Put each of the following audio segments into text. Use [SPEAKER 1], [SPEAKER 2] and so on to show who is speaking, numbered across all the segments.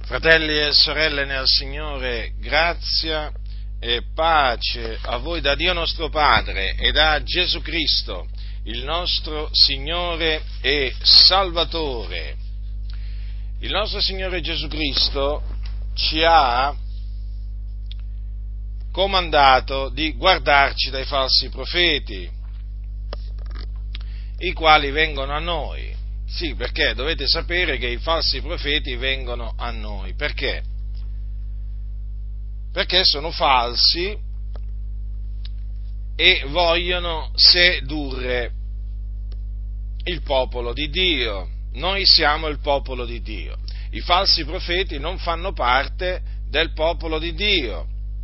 [SPEAKER 1] Fratelli e sorelle nel Signore, grazia e pace a voi da Dio nostro Padre e da Gesù Cristo, il nostro Signore e Salvatore. Il nostro Signore Gesù Cristo ci ha comandato di guardarci dai falsi profeti, i quali vengono a noi. Sì, perché dovete sapere che i falsi profeti vengono a noi. Perché? Perché sono falsi e vogliono sedurre il popolo di Dio. Noi siamo il popolo di Dio. I falsi profeti non fanno parte del popolo di Dio.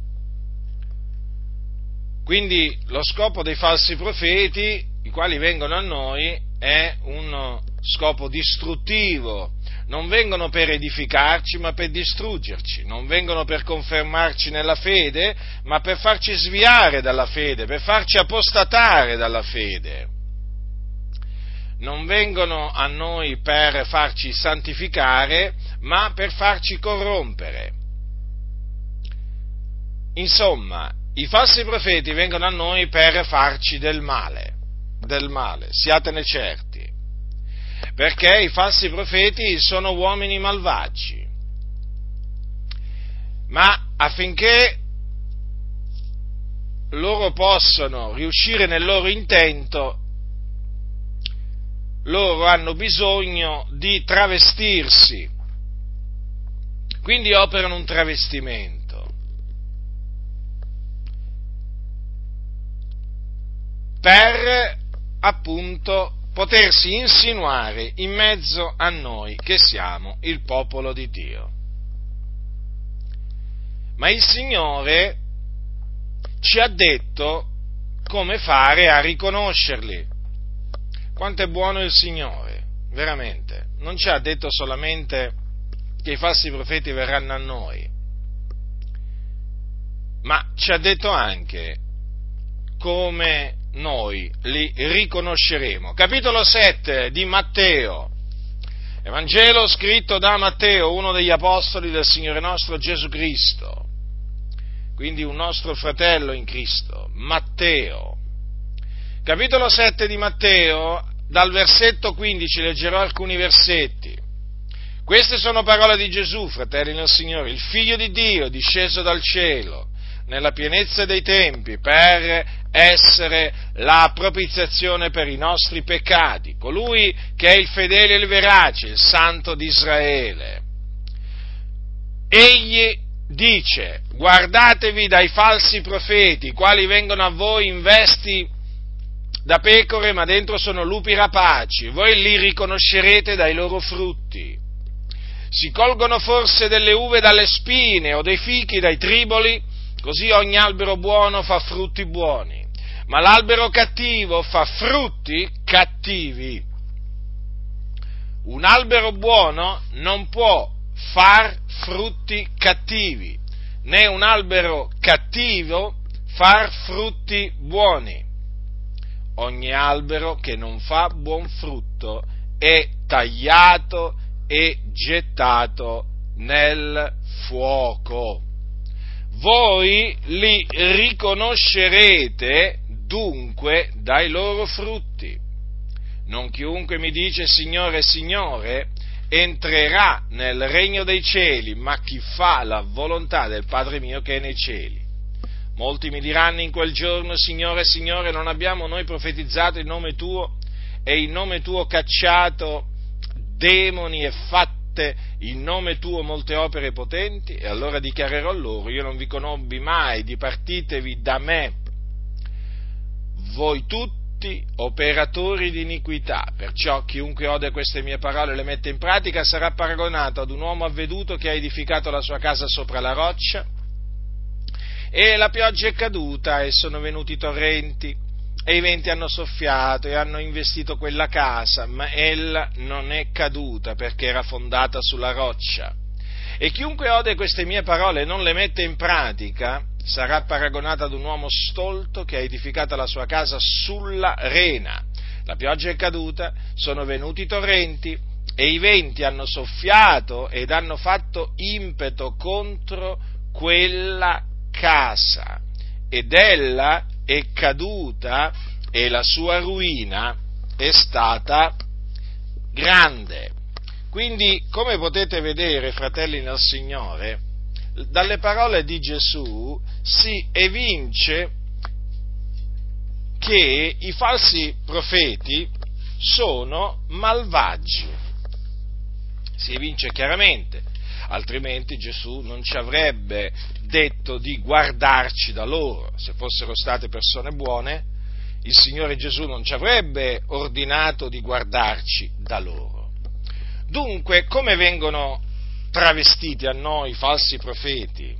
[SPEAKER 1] Quindi lo scopo dei falsi profeti, i quali vengono a noi, è uno scopo distruttivo. Non vengono per edificarci, ma per distruggerci. Non vengono per confermarci nella fede, ma per farci sviare dalla fede, per farci apostatare dalla fede. Non vengono a noi per farci santificare, ma per farci corrompere. Insomma, i falsi profeti vengono a noi per farci del male, siatene certi. Perché i falsi profeti sono uomini malvagi, ma affinché loro possano riuscire nel loro intento, loro hanno bisogno di travestirsi, quindi operano un travestimento per, appunto, potersi insinuare in mezzo a noi che siamo il popolo di Dio. Ma il Signore ci ha detto come fare a riconoscerli. Quanto è buono il Signore, veramente. Non ci ha detto solamente che i falsi profeti verranno a noi, ma ci ha detto anche come noi li riconosceremo. Capitolo 7 di Matteo, Evangelo scritto da Matteo, uno degli apostoli del Signore nostro Gesù Cristo, quindi un nostro fratello in Cristo, Matteo. Capitolo 7 di Matteo, dal versetto 15 leggerò alcuni versetti. Queste sono parole di Gesù, fratelli nel Signore, il Figlio di Dio, disceso dal cielo, nella pienezza dei tempi, per essere la propiziazione per i nostri peccati, colui che è il fedele e il verace, il Santo di Israele. Egli dice: guardatevi dai falsi profeti, quali vengono a voi in vesti da pecore, ma dentro sono lupi rapaci. Voi li riconoscerete dai loro frutti. Si colgono forse delle uve dalle spine o dei fichi dai triboli? Così ogni albero buono fa frutti buoni, ma l'albero cattivo fa frutti cattivi. Un albero buono non può far frutti cattivi, né un albero cattivo far frutti buoni. Ogni albero che non fa buon frutto è tagliato e gettato nel fuoco. Voi li riconoscerete dunque dai loro frutti. Non chiunque mi dice Signore, Signore, entrerà nel regno dei cieli, ma chi fa la volontà del Padre mio che è nei cieli. Molti mi diranno in quel giorno: Signore, Signore, non abbiamo noi profetizzato in nome Tuo e in nome Tuo cacciato demoni e fatto in nome Tuo molte opere potenti? E allora dichiarerò loro: io non vi conobbi mai, dipartitevi da me, voi tutti operatori di iniquità. Perciò chiunque ode queste mie parole e le mette in pratica sarà paragonato ad un uomo avveduto che ha edificato la sua casa sopra la roccia, e la pioggia è caduta e sono venuti i torrenti e i venti hanno soffiato e hanno investito quella casa, ma ella non è caduta perché era fondata sulla roccia. E chiunque ode queste mie parole e non le mette in pratica sarà paragonato ad un uomo stolto che ha edificato la sua casa sulla rena. La pioggia è caduta, sono venuti i torrenti e i venti hanno soffiato ed hanno fatto impeto contro quella casa, ed ella è caduta e la sua ruina è stata grande. Quindi, come potete vedere, fratelli nel Signore, dalle parole di Gesù si evince che i falsi profeti sono malvagi. Si evince chiaramente, altrimenti Gesù non ci avrebbe detto di guardarci da loro. Se fossero state persone buone, il Signore Gesù non ci avrebbe ordinato di guardarci da loro. Dunque, come vengono travestiti a noi i falsi profeti?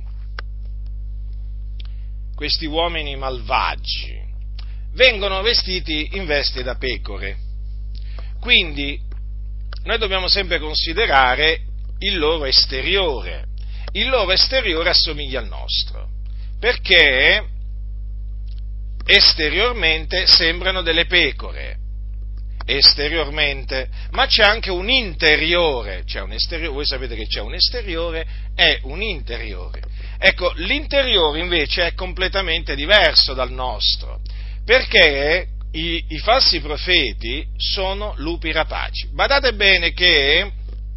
[SPEAKER 1] Questi uomini malvagi vengono vestiti in vesti da pecore. Quindi noi dobbiamo sempre considerare il loro esteriore. Il loro esteriore assomiglia al nostro, perché esteriormente sembrano delle pecore, esteriormente, ma c'è anche un interiore, c'è un esteriore, voi sapete che c'è un esteriore e un interiore. Ecco, l'interiore invece è completamente diverso dal nostro, perché i falsi profeti sono lupi rapaci. Badate bene che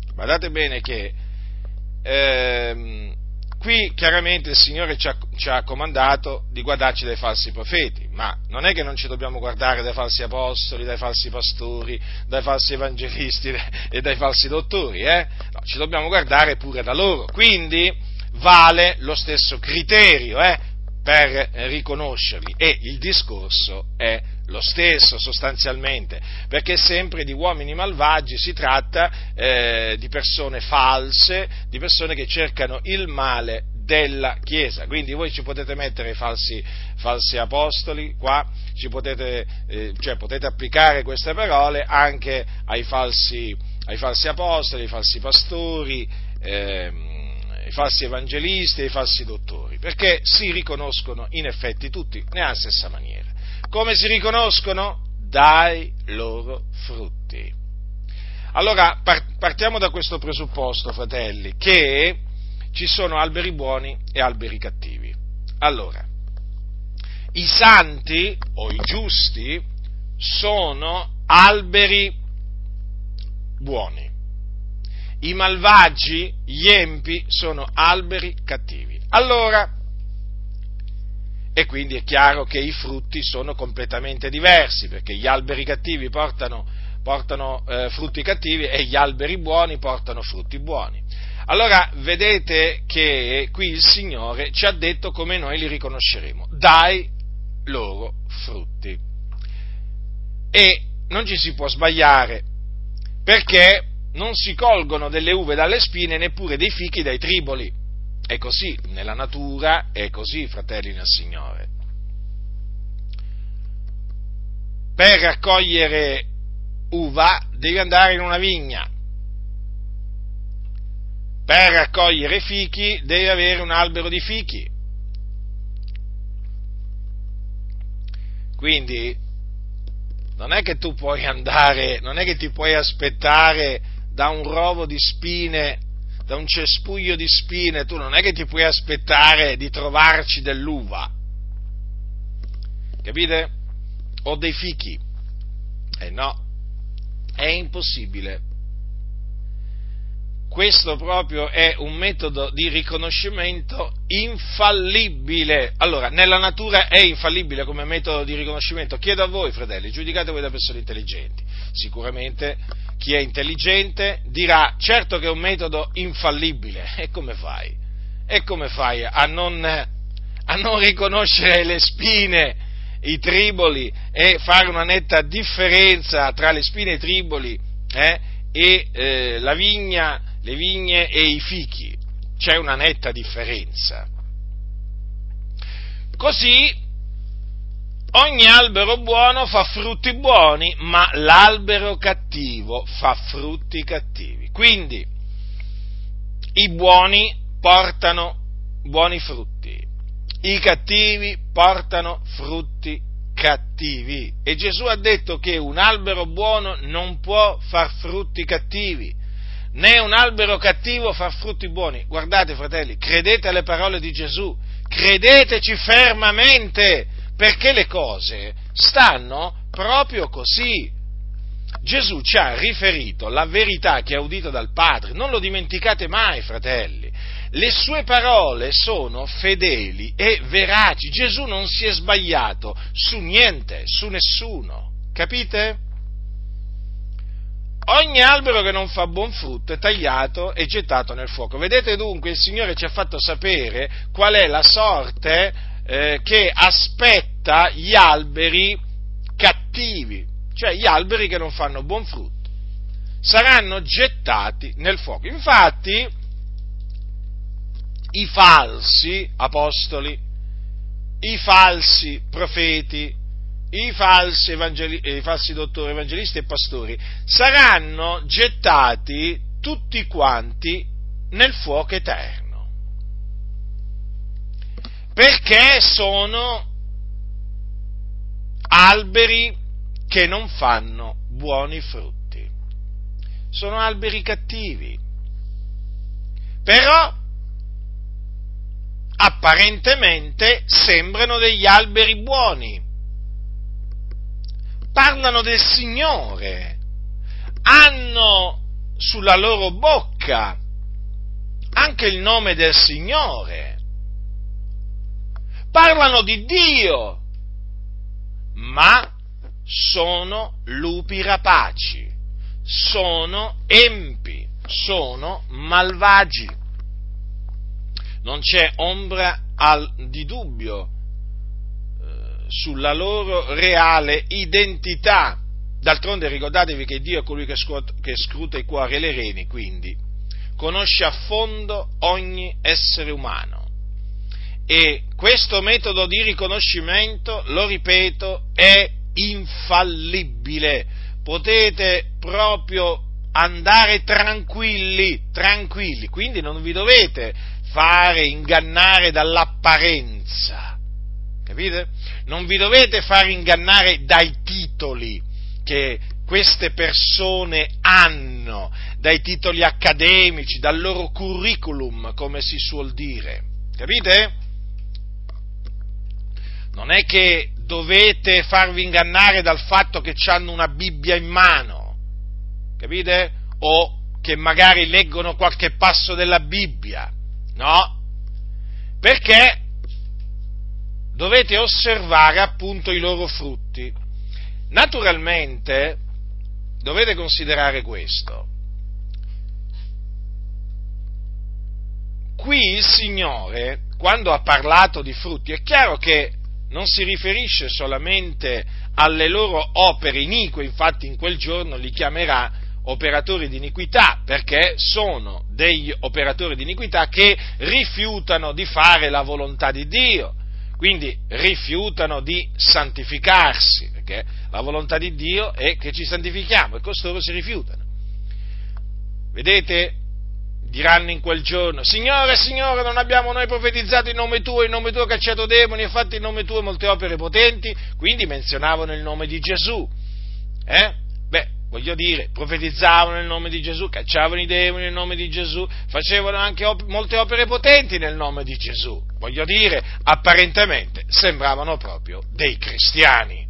[SPEAKER 1] qui chiaramente il Signore ci ha comandato di guardarci dai falsi profeti, ma non è che non ci dobbiamo guardare dai falsi apostoli, dai falsi pastori, dai falsi evangelisti e dai falsi dottori, No, ci dobbiamo guardare pure da loro. Quindi vale lo stesso criterio, per riconoscerli, e il discorso è lo stesso sostanzialmente, perché sempre di uomini malvagi si tratta, di persone false, di persone che cercano il male della Chiesa. Quindi voi ci potete mettere i falsi apostoli qua, potete applicare queste parole anche ai falsi apostoli, ai falsi pastori, ai falsi evangelisti e ai falsi dottori, perché si riconoscono in effetti tutti nella stessa maniera. Come si riconoscono? Dai loro frutti. Allora, partiamo da questo presupposto, fratelli, che ci sono alberi buoni e alberi cattivi. Allora, i santi o i giusti sono alberi buoni. I malvagi, gli empi, sono alberi cattivi. Allora, e quindi è chiaro che i frutti sono completamente diversi, perché gli alberi cattivi portano frutti cattivi e gli alberi buoni portano frutti buoni. Allora, vedete che qui il Signore ci ha detto come noi li riconosceremo: dai loro frutti. E non ci si può sbagliare, perché non si colgono delle uve dalle spine, neppure dei fichi dai triboli. È così, nella natura è così, fratelli nel Signore. Per raccogliere uva devi andare in una vigna, per raccogliere fichi devi avere un albero di fichi. Quindi non è che tu puoi andare, non è che ti puoi aspettare da un rovo di spine, da un cespuglio di spine, tu non è che ti puoi aspettare di trovarci dell'uva, capite? O dei fichi. No, è impossibile. Questo proprio è un metodo di riconoscimento infallibile. Allora, nella natura è infallibile come metodo di riconoscimento. Chiedo a voi, fratelli, giudicate voi da persone intelligenti. Sicuramente chi è intelligente dirà: certo che è un metodo infallibile. E come fai? A non riconoscere le spine, i triboli, e fare una netta differenza tra le spine e i triboli e la vigna, le vigne e i fichi? C'è una netta differenza. Così ogni albero buono fa frutti buoni, ma l'albero cattivo fa frutti cattivi. Quindi i buoni portano buoni frutti, i cattivi portano frutti cattivi. E Gesù ha detto che un albero buono non può far frutti cattivi, né un albero cattivo far frutti buoni. Guardate, fratelli, credete alle parole di Gesù, credeteci fermamente, perché le cose stanno proprio così. Gesù ci ha riferito la verità che ha udito dal Padre, non lo dimenticate mai, fratelli. Le sue parole sono fedeli e veraci. Gesù non si è sbagliato su niente, su nessuno. Capite? Ogni albero che non fa buon frutto è tagliato e gettato nel fuoco. Vedete dunque, il Signore ci ha fatto sapere qual è la sorte che aspetta gli alberi cattivi, cioè gli alberi che non fanno buon frutto. Saranno gettati nel fuoco. Infatti, i falsi apostoli, i falsi profeti, i falsi dottori, evangelisti e pastori saranno gettati tutti quanti nel fuoco eterno, perché sono alberi che non fanno buoni frutti, sono alberi cattivi, però apparentemente sembrano degli alberi buoni, parlano del Signore, hanno sulla loro bocca anche il nome del Signore, parlano di Dio, ma sono lupi rapaci, sono empi, sono malvagi. Non c'è ombra di dubbio sulla loro reale identità. D'altronde ricordatevi che Dio è colui che scruta i cuori e le reni, quindi conosce a fondo ogni essere umano. E questo metodo di riconoscimento, lo ripeto, è infallibile. Potete proprio andare tranquilli, quindi non vi dovete fare ingannare dall'apparenza, capite? Non vi dovete fare ingannare dai titoli che queste persone hanno, dai titoli accademici, dal loro curriculum, come si suol dire, capite? Non è che dovete farvi ingannare dal fatto che hanno una Bibbia in mano, capite? O che magari leggono qualche passo della Bibbia. No, perché dovete osservare appunto i loro frutti. Naturalmente dovete considerare questo. Qui il Signore, quando ha parlato di frutti, è chiaro che non si riferisce solamente alle loro opere inique, infatti in quel giorno li chiamerà operatori di iniquità, perché sono degli operatori di iniquità che rifiutano di fare la volontà di Dio, quindi rifiutano di santificarsi, perché la volontà di Dio è che ci santifichiamo e costoro si rifiutano. Vedete? Diranno in quel giorno: Signore, Signore, non abbiamo noi profetizzato in nome Tuo cacciato demoni e fatto in nome Tuo molte opere potenti? Quindi menzionavano il nome di Gesù, voglio dire, profetizzavano nel nome di Gesù, cacciavano i demoni nel nome di Gesù, facevano anche molte opere potenti nel nome di Gesù. Voglio dire, apparentemente sembravano proprio dei cristiani.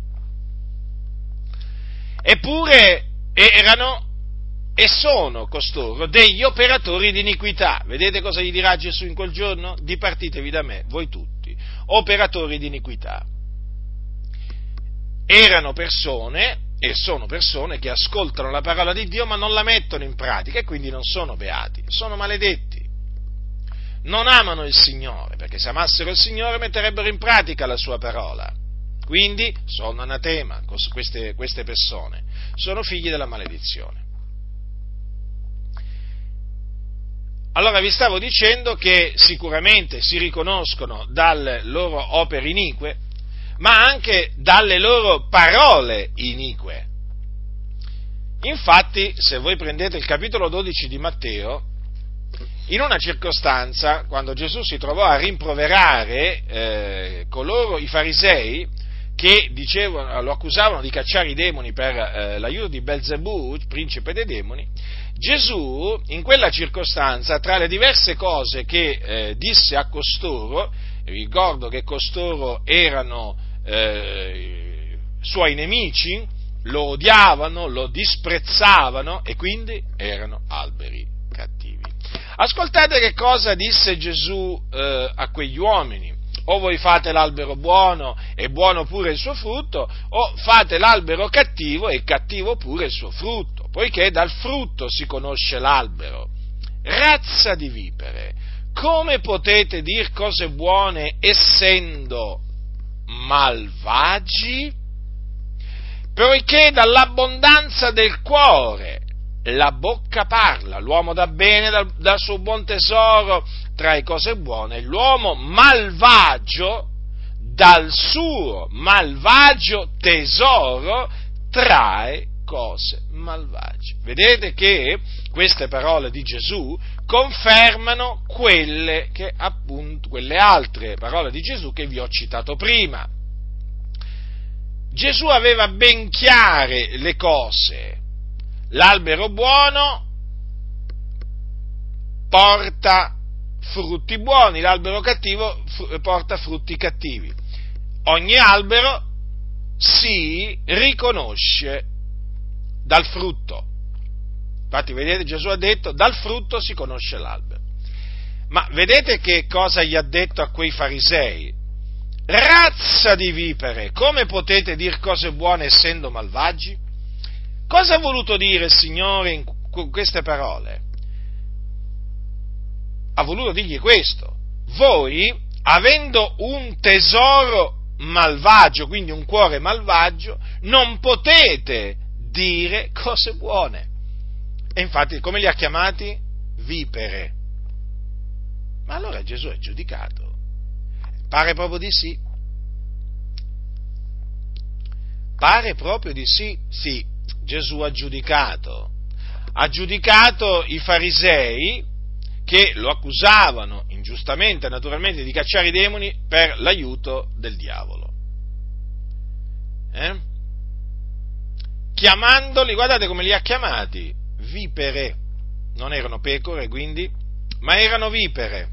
[SPEAKER 1] Eppure erano e sono costoro degli operatori di iniquità. Vedete cosa gli dirà Gesù in quel giorno? Dipartitevi da me, voi tutti, operatori di iniquità. Erano persone e sono persone che ascoltano la parola di Dio ma non la mettono in pratica e quindi non sono beati, sono maledetti. Non amano il Signore, perché se amassero il Signore metterebbero in pratica la sua parola. Quindi sono anatema queste persone, sono figli della maledizione. Allora vi stavo dicendo che sicuramente si riconoscono dalle loro opere inique, ma anche dalle loro parole inique. Infatti, se voi prendete il capitolo 12 di Matteo, in una circostanza, quando Gesù si trovò a rimproverare i farisei che lo accusavano di cacciare i demoni per l'aiuto di Belzebù, principe dei demoni, Gesù in quella circostanza, tra le diverse cose che disse a costoro, ricordo che costoro erano suoi nemici, lo odiavano, lo disprezzavano e quindi erano alberi cattivi. Ascoltate che cosa disse Gesù a quegli uomini: o voi fate l'albero buono e buono pure il suo frutto, o fate l'albero cattivo e cattivo pure il suo frutto, poiché dal frutto si conosce l'albero. Razza di vipere, come potete dir cose buone essendo malvagi? Poiché dall'abbondanza del cuore la bocca parla, l'uomo dà bene dal suo buon tesoro trae cose buone, l'uomo malvagio dal suo malvagio tesoro trae cose malvagie. Vedete che queste parole di Gesù confermano quelle altre parole di Gesù che vi ho citato prima. Gesù aveva ben chiare le cose. L'albero buono porta frutti buoni, l'albero cattivo porta frutti cattivi. Ogni albero si riconosce dal frutto. Infatti, vedete, Gesù ha detto: dal frutto si conosce l'albero. Ma vedete che cosa gli ha detto a quei farisei? Razza di vipere, come potete dir cose buone essendo malvagi? Cosa ha voluto dire il Signore in queste parole? Ha voluto dirgli questo: voi, avendo un tesoro malvagio, quindi un cuore malvagio, non potete dire cose buone. E infatti come li ha chiamati? Vipere. Ma allora Gesù è giudicato? Pare proprio di sì. Pare proprio di sì. Sì, Gesù ha giudicato i farisei che lo accusavano ingiustamente, naturalmente, di cacciare i demoni per l'aiuto del diavolo. Chiamandoli, guardate come li ha chiamati, vipere. Non erano pecore, quindi, ma erano vipere.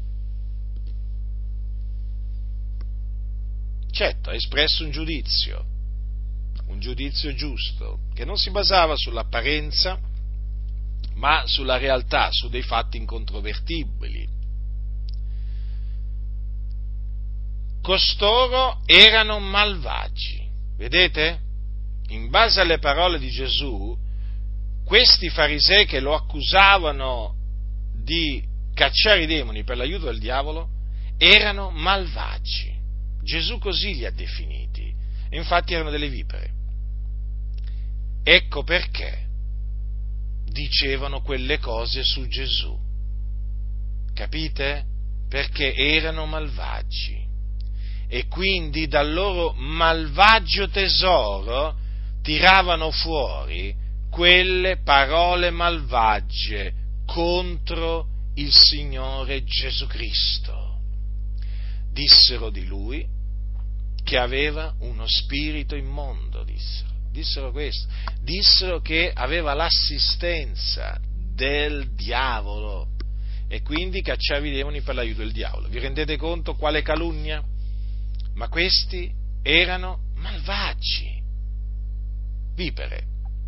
[SPEAKER 1] Certo, ha espresso un giudizio giusto, che non si basava sull'apparenza, ma sulla realtà, su dei fatti incontrovertibili. Costoro erano malvagi, vedete? In base alle parole di Gesù, questi farisei che lo accusavano di cacciare i demoni per l'aiuto del diavolo erano malvagi. Gesù così li ha definiti, e infatti erano delle vipere. Ecco perché dicevano quelle cose su Gesù, capite? Perché erano malvagi e quindi dal loro malvagio tesoro tiravano fuori quelle parole malvagie contro il Signore Gesù Cristo. Dissero di Lui che aveva uno spirito immondo, dissero questo, dissero che aveva l'assistenza del diavolo e quindi cacciava i demoni per l'aiuto del diavolo. Vi rendete conto quale calunnia? Ma questi erano malvagi, vipere,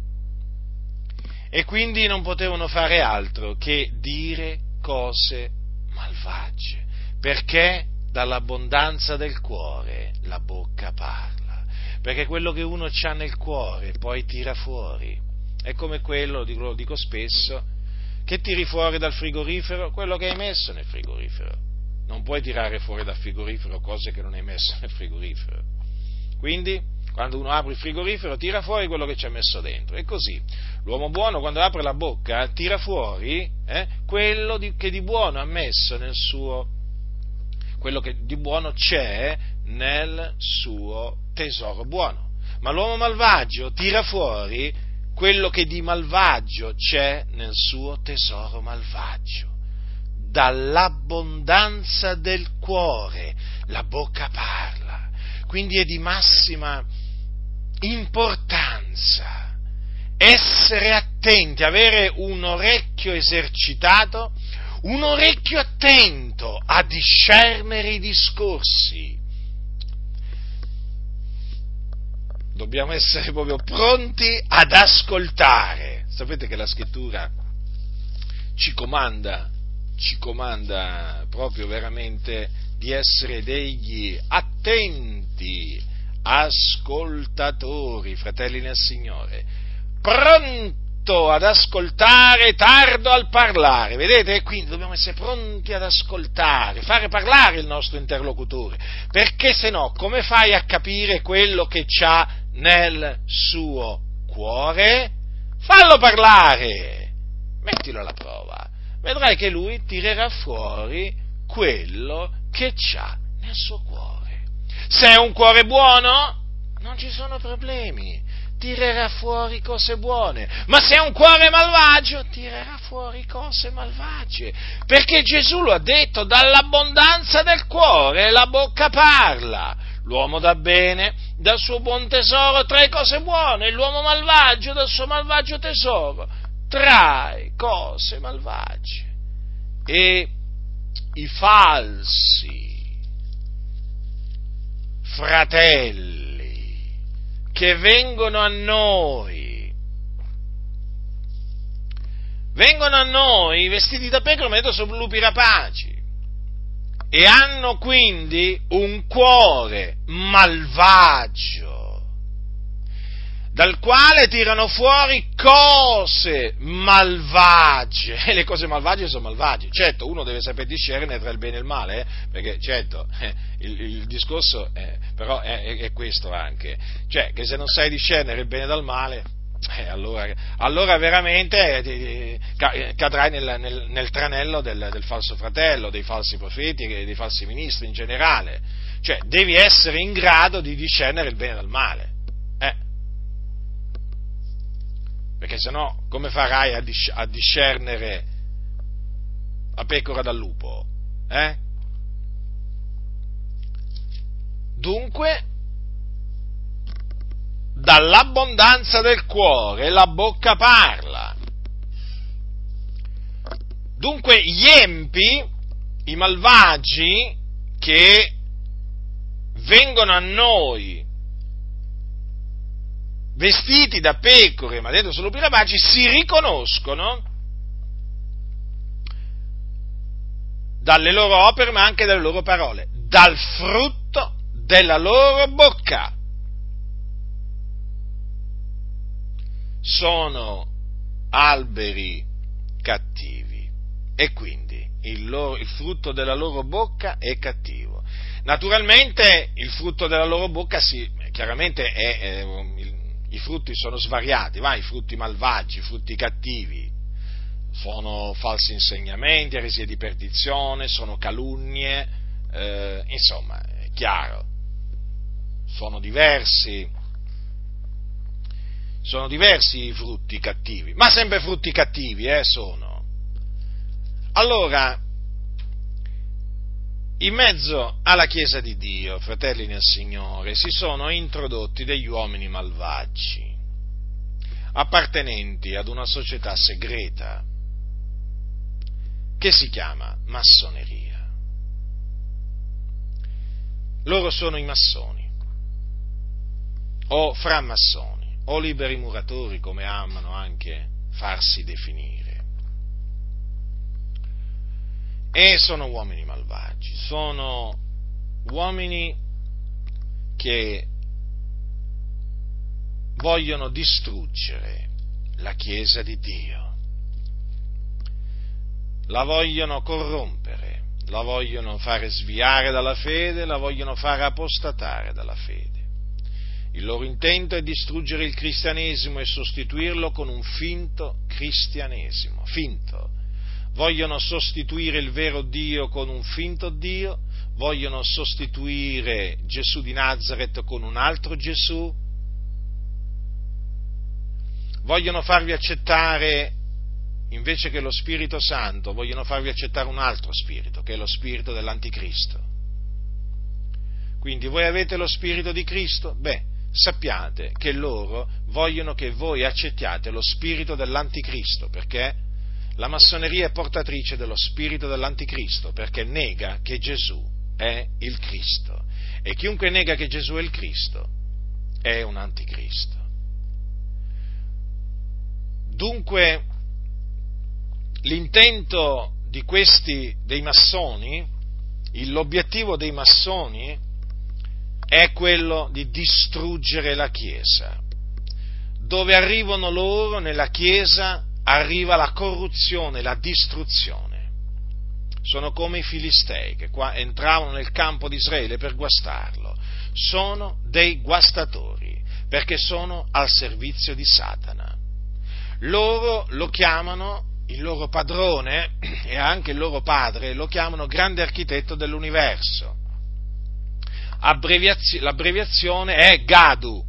[SPEAKER 1] e quindi non potevano fare altro che dire cose malvagie, perché dall'abbondanza del cuore la bocca parla, perché quello che uno c'ha nel cuore poi tira fuori. È come quello, lo dico spesso, che tiri fuori dal frigorifero quello che hai messo nel frigorifero. Non puoi tirare fuori dal frigorifero cose che non hai messo nel frigorifero. Quindi, quando uno apre il frigorifero, tira fuori quello che ci ha messo dentro. E così, l'uomo buono, quando apre la bocca, tira fuori quello che di buono ha messo nel suo, quello che di buono c'è nel suo tesoro buono. Ma l'uomo malvagio tira fuori quello che di malvagio c'è nel suo tesoro malvagio. Dall'abbondanza del cuore la bocca parla. Quindi è di massima importanza essere attenti, avere un orecchio esercitato, un orecchio attento a discernere i discorsi. Dobbiamo essere proprio pronti ad ascoltare. Sapete che la Scrittura ci comanda proprio veramente di essere degli attenti ascoltatori, fratelli nel Signore, pronto ad ascoltare, tardo al parlare, vedete? Quindi dobbiamo essere pronti ad ascoltare, fare parlare il nostro interlocutore, perché se no come fai a capire quello che c'ha nel suo cuore? Fallo parlare, mettilo alla prova, vedrai che lui tirerà fuori quello che c'ha nel suo cuore. Se è un cuore buono, non ci sono problemi, tirerà fuori cose buone, ma se è un cuore malvagio, tirerà fuori cose malvagie, perché Gesù lo ha detto, dall'abbondanza del cuore la bocca parla. L'uomo dà bene, dal suo buon tesoro trae cose buone, l'uomo malvagio dal suo malvagio tesoro trae cose malvagie. E i falsi fratelli che vengono a noi vestiti da pecora, ma sono lupi rapaci, e hanno quindi un cuore malvagio, dal quale tirano fuori cose malvagie, e le cose malvagie sono malvagie. Certo, uno deve sapere discernere tra il bene e il male, perché certo, il discorso però è questo anche, cioè che se non sai discernere il bene dal male, allora veramente cadrai nel tranello del falso fratello, dei falsi profeti e dei falsi ministri in generale. Cioè devi essere in grado di discernere il bene dal male, perché sennò come farai a discernere la pecora dal lupo? Dunque, dall'abbondanza del cuore la bocca parla. Dunque gli empi, i malvagi che vengono a noi vestiti da pecore ma dentro sono lupi rapaci, si riconoscono dalle loro opere ma anche dalle loro parole, dal frutto della loro bocca. Sono alberi cattivi e quindi il frutto della loro bocca è cattivo. Naturalmente il frutto della loro bocca chiaramente i frutti sono svariati, i frutti malvagi, i frutti cattivi, sono falsi insegnamenti, eresie di perdizione, sono calunnie, insomma, è chiaro, sono diversi i frutti cattivi, ma sempre frutti cattivi, sono. Allora, in mezzo alla Chiesa di Dio, fratelli nel Signore, si sono introdotti degli uomini malvagi, appartenenti ad una società segreta, che si chiama massoneria. Loro sono i massoni, o framassoni, o liberi muratori, come amano anche farsi definire. E sono uomini malvagi, sono uomini che vogliono distruggere la Chiesa di Dio, la vogliono corrompere, la vogliono fare sviare dalla fede, la vogliono fare apostatare dalla fede. Il loro intento è distruggere il cristianesimo e sostituirlo con un finto cristianesimo, finto. Vogliono sostituire il vero Dio con un finto Dio, vogliono sostituire Gesù di Nazaret con un altro Gesù, vogliono farvi accettare, invece che lo Spirito Santo, vogliono farvi accettare un altro spirito, che è lo spirito dell'Anticristo. Quindi voi avete lo Spirito di Cristo? Beh, sappiate che loro vogliono che voi accettiate lo spirito dell'anticristo, perché la massoneria è portatrice dello spirito dell'anticristo, perché nega che Gesù è il Cristo. E chiunque nega che Gesù è il Cristo è un anticristo. Dunque, l'intento di dei massoni, l'obiettivo dei massoni è quello di distruggere la Chiesa. Dove arrivano loro, nella Chiesa, arriva la corruzione, la distruzione. Sono come i Filistei che qua entravano nel campo di Israele per guastarlo. Sono dei guastatori, perché sono al servizio di Satana. Loro lo chiamano, il loro padrone e anche il loro padre, lo chiamano grande architetto dell'universo. L'abbreviazione è Gadu,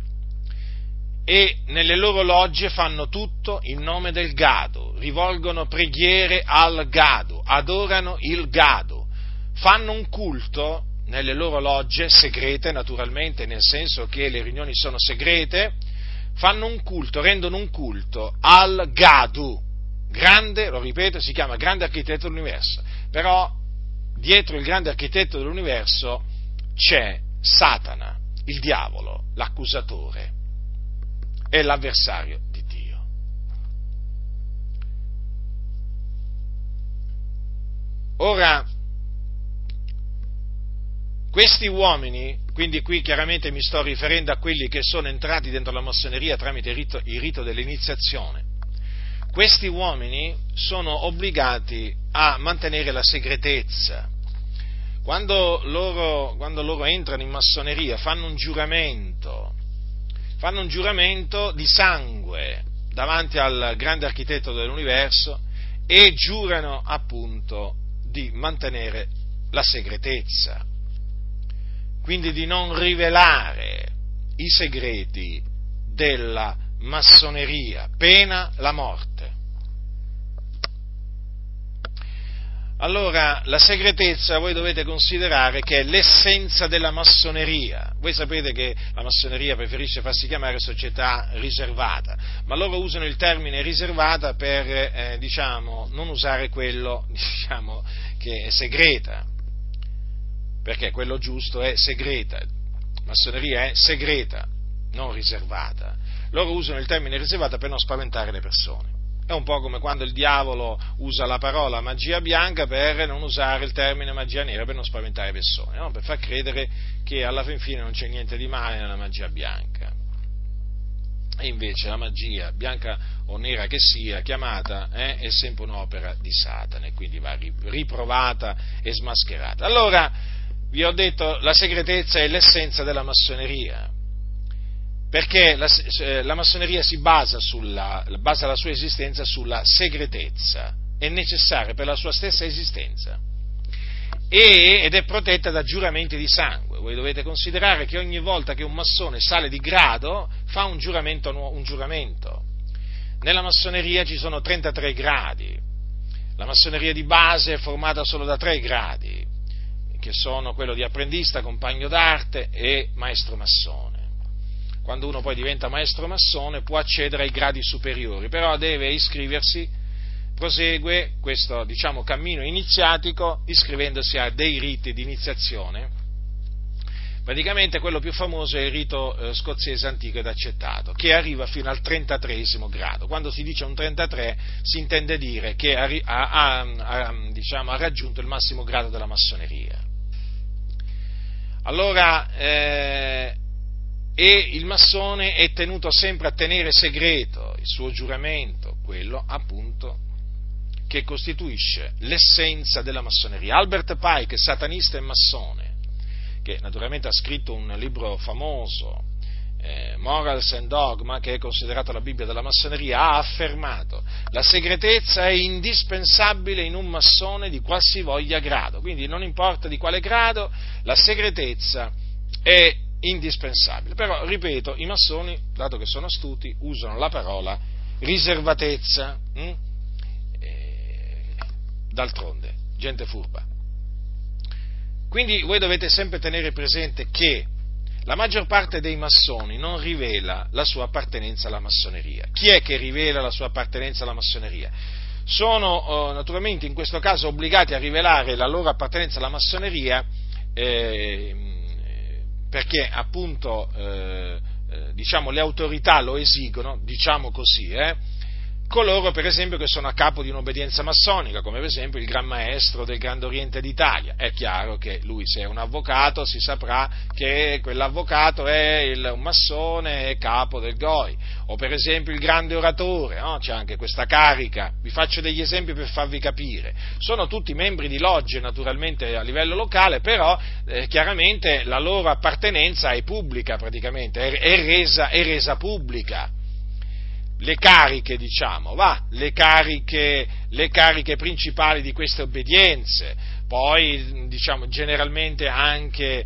[SPEAKER 1] e nelle loro logge fanno tutto in nome del Gadu, rivolgono preghiere al Gadu, adorano il Gadu, fanno un culto nelle loro logge, segrete naturalmente, nel senso che le riunioni sono segrete, fanno un culto, rendono un culto al Gadu, grande, lo ripeto, si chiama grande architetto dell'universo, però dietro il grande architetto dell'universo c'è Satana, il diavolo, l'accusatore, è l'avversario di Dio. Ora, questi uomini, quindi qui chiaramente mi sto riferendo a quelli che sono entrati dentro la massoneria tramite il rito dell'iniziazione, questi uomini sono obbligati a mantenere la segretezza. Quando loro entrano in massoneria fanno un giuramento di sangue davanti al grande architetto dell'universo e giurano appunto di mantenere la segretezza, quindi di non rivelare i segreti della massoneria, pena la morte. Allora, la segretezza voi dovete considerare che è l'essenza della massoneria. Voi sapete che la massoneria preferisce farsi chiamare società riservata, ma loro usano il termine riservata per, non usare quello, che è segreta, perché quello giusto è segreta. Massoneria è segreta, non riservata. Loro usano il termine riservata per non spaventare le persone. È un po' come quando il diavolo usa la parola magia bianca per non usare il termine magia nera, per non spaventare le persone, no? Per far credere che alla fin fine non c'è niente di male nella magia bianca. E invece la magia, bianca o nera che sia, chiamata, è sempre un'opera di Satana e quindi va riprovata e smascherata. Allora, vi ho detto, la segretezza è l'essenza della massoneria, perché la massoneria si basa la sua esistenza sulla segretezza, è necessaria per la sua stessa esistenza, ed è protetta da giuramenti di sangue. Voi dovete considerare che ogni volta che un massone sale di grado fa un giuramento. Nella massoneria ci sono 33 gradi, la massoneria di base è formata solo da 3 gradi, che sono quello di apprendista, compagno d'arte e maestro massone. Quando uno poi diventa maestro massone può accedere ai gradi superiori, però deve iscriversi, prosegue questo cammino iniziatico iscrivendosi a dei riti di iniziazione. Praticamente quello più famoso è il rito scozzese antico ed accettato, che arriva fino al 33esimo grado. Quando si dice un 33 si intende dire che ha raggiunto il massimo grado della massoneria. Allora, e il massone è tenuto sempre a tenere segreto il suo giuramento, quello appunto che costituisce l'essenza della massoneria. Albert Pike, satanista e massone, che naturalmente ha scritto un libro famoso, Morals and Dogma, che è considerato la Bibbia della massoneria, ha affermato: la segretezza è indispensabile in un massone di qualsivoglia grado, quindi non importa di quale grado, la segretezza è indispensabile. Però, ripeto, i massoni, dato che sono astuti, usano la parola riservatezza, d'altronde, gente furba. Quindi voi dovete sempre tenere presente che la maggior parte dei massoni non rivela la sua appartenenza alla massoneria. Chi è che rivela la sua appartenenza alla massoneria? Sono naturalmente in questo caso obbligati a rivelare la loro appartenenza alla massoneria perché appunto diciamo le autorità lo esigono, diciamo così, coloro per esempio che sono a capo di un'obbedienza massonica, come per esempio il Gran Maestro del Grande Oriente d'Italia. È chiaro che lui, se è un avvocato, si saprà che quell'avvocato è un massone e capo del GOI, o per esempio il grande oratore, no? C'è anche questa carica. Vi faccio degli esempi per farvi capire. Sono tutti membri di logge naturalmente a livello locale, però chiaramente la loro appartenenza è pubblica praticamente, è resa pubblica. Le cariche, le cariche principali di queste obbedienze, poi generalmente anche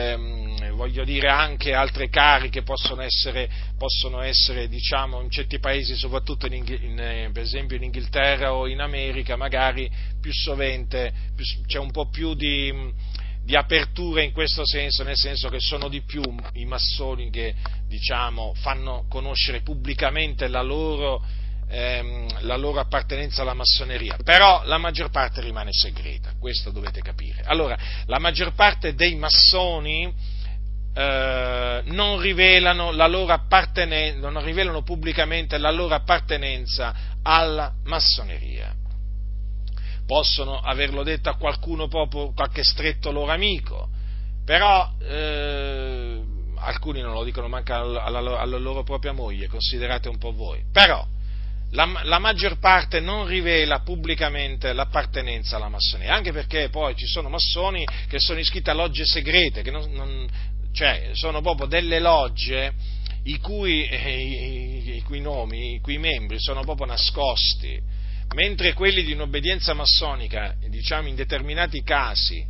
[SPEAKER 1] anche altre cariche possono essere in certi paesi, soprattutto per esempio in Inghilterra o in America, magari più sovente c'è un po' più di apertura in questo senso, nel senso che sono di più i massoni che fanno conoscere pubblicamente la loro appartenenza alla massoneria, però la maggior parte rimane segreta, questo dovete capire. Allora, la maggior parte dei massoni non rivelano pubblicamente la loro appartenenza alla massoneria. Possono averlo detto a qualcuno, proprio qualche stretto loro amico, però alcuni non lo dicono manco alla loro propria moglie, considerate un po' voi. Però la maggior parte non rivela pubblicamente l'appartenenza alla massoneria, anche perché poi ci sono massoni che sono iscritti a logge segrete, che cioè sono proprio delle logge i cui nomi, i cui membri sono proprio nascosti. Mentre quelli di un'obbedienza massonica, in determinati casi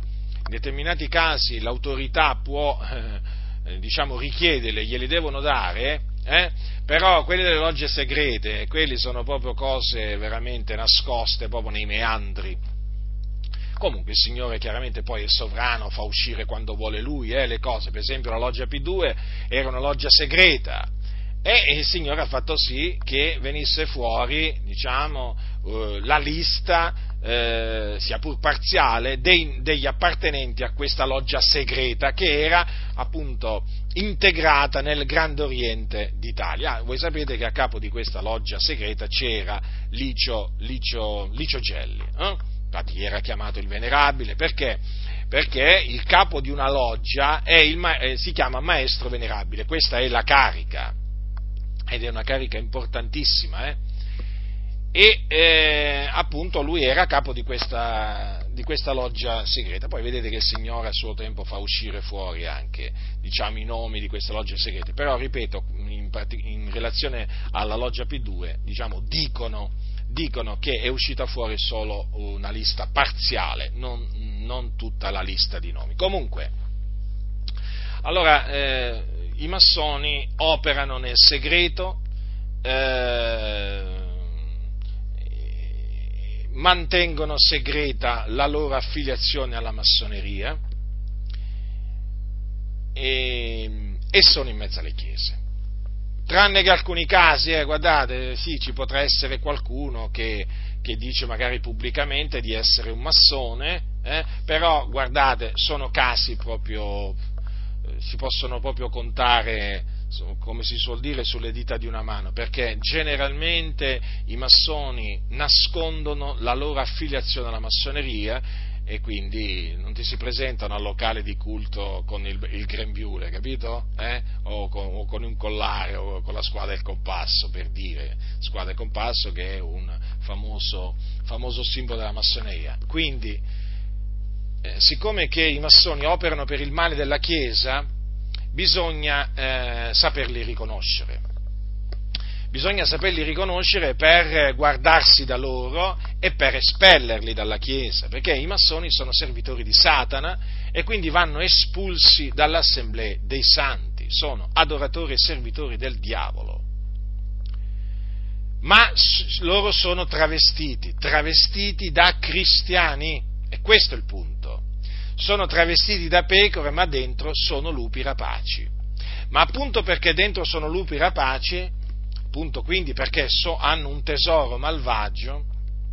[SPEAKER 1] l'autorità può, richiederle, glieli devono dare, però quelli delle logge segrete, quelli sono proprio cose veramente nascoste, proprio nei meandri. Comunque il Signore chiaramente poi è sovrano, fa uscire quando vuole Lui le cose. Per esempio la loggia P2 era una loggia segreta, e il Signore ha fatto sì che venisse fuori, la lista, sia pur parziale, degli appartenenti a questa loggia segreta, che era appunto integrata nel Grande Oriente d'Italia. Voi sapete che a capo di questa loggia segreta c'era Licio Gelli, infatti era chiamato il Venerabile, perché il capo di una loggia si chiama Maestro Venerabile, questa è la carica. Ed è una carica importantissima, appunto lui era capo di questa loggia segreta. Poi vedete che il Signore a suo tempo fa uscire fuori anche, i nomi di queste logge segrete, però ripeto, in relazione alla loggia P2, dicono che è uscita fuori solo una lista parziale, non tutta la lista di nomi. Comunque, allora, i massoni operano nel segreto, mantengono segreta la loro affiliazione alla massoneria e sono in mezzo alle chiese. Tranne che alcuni casi, guardate, sì, ci potrà essere qualcuno che dice magari pubblicamente di essere un massone, però guardate, sono casi proprio, si possono proprio contare, come si suol dire, sulle dita di una mano, perché generalmente i massoni nascondono la loro affiliazione alla massoneria e quindi non ti si presentano al locale di culto con il grembiule, capito? O con un collare o con la squadra del compasso, per dire, squadra del compasso che è un famoso simbolo della massoneria. Quindi, siccome che i massoni operano per il male della Chiesa, bisogna saperli riconoscere. Bisogna saperli riconoscere per guardarsi da loro e per espellerli dalla Chiesa, perché i massoni sono servitori di Satana e quindi vanno espulsi dall'assemblea dei santi, sono adoratori e servitori del diavolo. Ma loro sono travestiti da cristiani, e questo è il punto. sono travestiti da pecore, ma dentro sono lupi rapaci. Ma appunto perché dentro sono lupi rapaci, appunto quindi perché hanno un tesoro malvagio,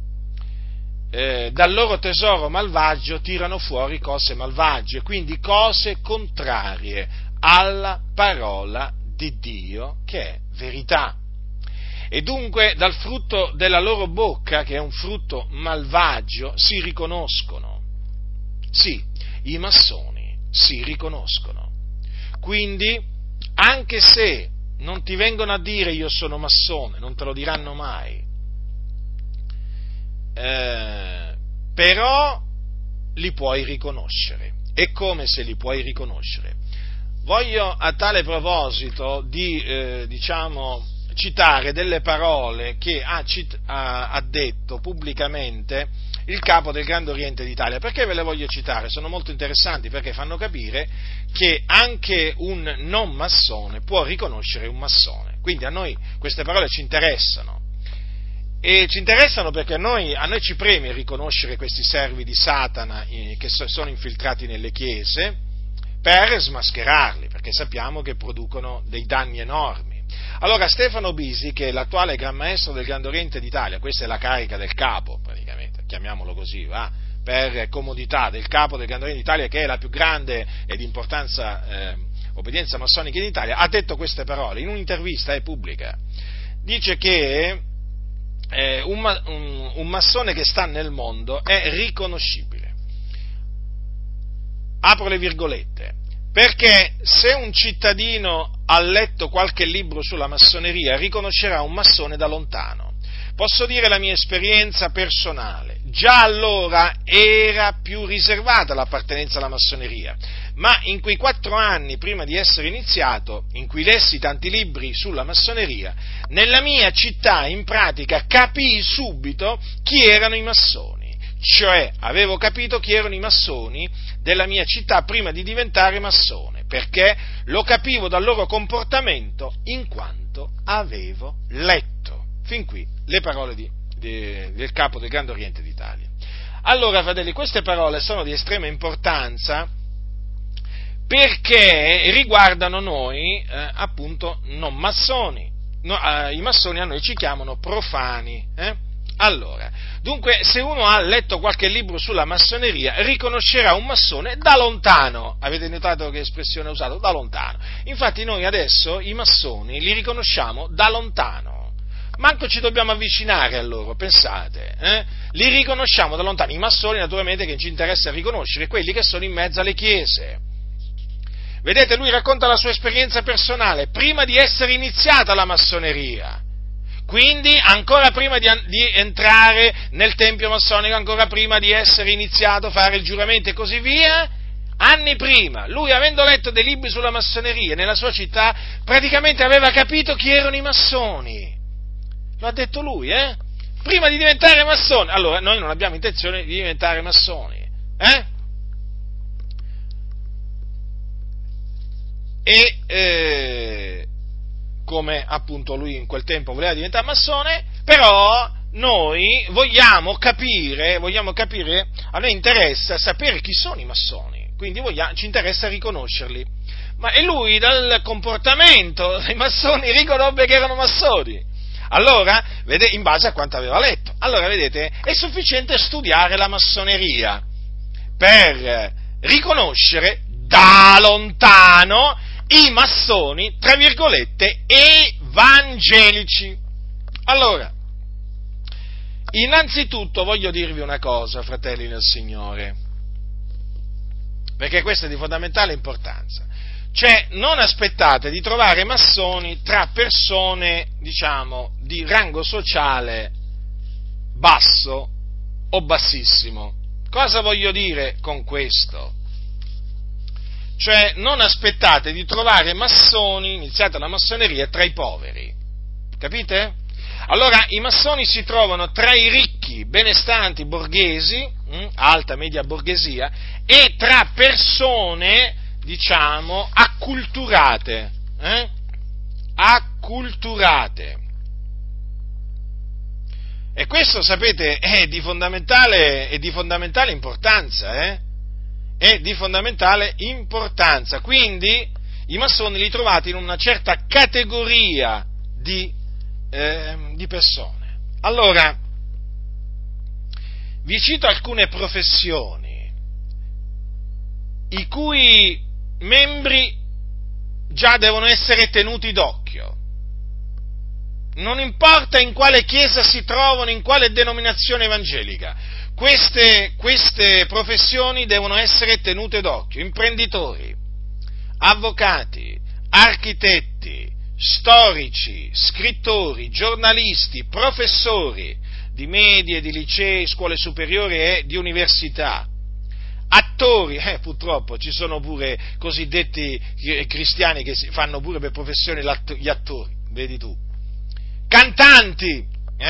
[SPEAKER 1] dal loro tesoro malvagio tirano fuori cose malvagie, quindi cose contrarie alla parola di Dio, che è verità. E dunque dal frutto della loro bocca, che è un frutto malvagio, si riconoscono. Sì, i massoni si riconoscono. Quindi, anche se non ti vengono a dire io sono massone, non te lo diranno mai, però li puoi riconoscere. E come se li puoi riconoscere? Voglio a tale proposito citare delle parole che ha detto pubblicamente il capo del Grande Oriente d'Italia. Perché ve le voglio citare? Sono molto interessanti, perché fanno capire che anche un non massone può riconoscere un massone. Quindi a noi queste parole ci interessano. E ci interessano perché a noi ci preme riconoscere questi servi di Satana che sono infiltrati nelle chiese per smascherarli, perché sappiamo che producono dei danni enormi. Allora Stefano Bisi, che è l'attuale Gran Maestro del Grande Oriente d'Italia, questa è la carica del capo, praticamente, chiamiamolo così, per comodità, del capo del Grande Oriente d'Italia, che è la più grande e di importanza obbedienza massonica in Italia, ha detto queste parole in un'intervista pubblica. Dice che un massone che sta nel mondo è riconoscibile. Apro le virgolette, perché se un cittadino ha letto qualche libro sulla massoneria riconoscerà un massone da lontano. Posso dire la mia esperienza personale, già allora era più riservata l'appartenenza alla massoneria, ma in quei 4 anni prima di essere iniziato, in cui lessi tanti libri sulla massoneria, nella mia città in pratica capii subito chi erano i massoni. Cioè, avevo capito chi erano i massoni della mia città prima di diventare massone, perché lo capivo dal loro comportamento in quanto avevo letto. Fin qui le parole del capo del Grande Oriente d'Italia. Allora, fratelli, queste parole sono di estrema importanza perché riguardano noi, appunto, non massoni. I massoni a noi ci chiamano profani, Allora, dunque, se uno ha letto qualche libro sulla massoneria, riconoscerà un massone da lontano. Avete notato che espressione ho usato? Da lontano. Infatti noi adesso i massoni li riconosciamo da lontano. Manco ci dobbiamo avvicinare a loro, pensate. Li riconosciamo da lontano. I massoni, naturalmente, che ci interessa riconoscere, quelli che sono in mezzo alle chiese. Vedete, lui racconta la sua esperienza personale prima di essere iniziata la massoneria. Quindi, ancora prima di entrare nel tempio massonico, ancora prima di essere iniziato a fare il giuramento e così via, anni prima, lui, avendo letto dei libri sulla massoneria nella sua città, praticamente aveva capito chi erano i massoni. Lo ha detto lui, Prima di diventare massoni. Allora, noi non abbiamo intenzione di diventare massoni, come appunto lui in quel tempo voleva diventare massone, però noi vogliamo capire, a noi interessa sapere chi sono i massoni, quindi ci interessa riconoscerli. E lui dal comportamento dei massoni riconobbe che erano massoni. Allora, in base a quanto aveva letto. Allora, vedete, è sufficiente studiare la massoneria per riconoscere da lontano i massoni, tra virgolette, evangelici. Allora, innanzitutto voglio dirvi una cosa, fratelli nel Signore, perché questa è di fondamentale importanza. Cioè, non aspettate di trovare massoni tra persone, diciamo, di rango sociale basso o bassissimo. Cosa voglio dire con questo? Cioè, non aspettate di trovare massoni, iniziate la massoneria, tra i poveri. Capite? Allora, i massoni si trovano tra i ricchi, benestanti, borghesi, alta, media borghesia, e tra persone, diciamo, acculturate. Acculturate. E questo, sapete, è di fondamentale importanza, è di fondamentale importanza. Quindi i massoni li trovate in una certa categoria di persone. Allora, vi cito alcune professioni i cui membri già devono essere tenuti d'occhio. Non importa in quale chiesa si trovano, in quale denominazione evangelica, queste professioni devono essere tenute d'occhio. Imprenditori, avvocati, architetti, storici, scrittori, giornalisti, professori di medie, di licei, scuole superiori e di università, attori, purtroppo ci sono pure cosiddetti cristiani che fanno pure per professione gli attori, vedi tu, cantanti,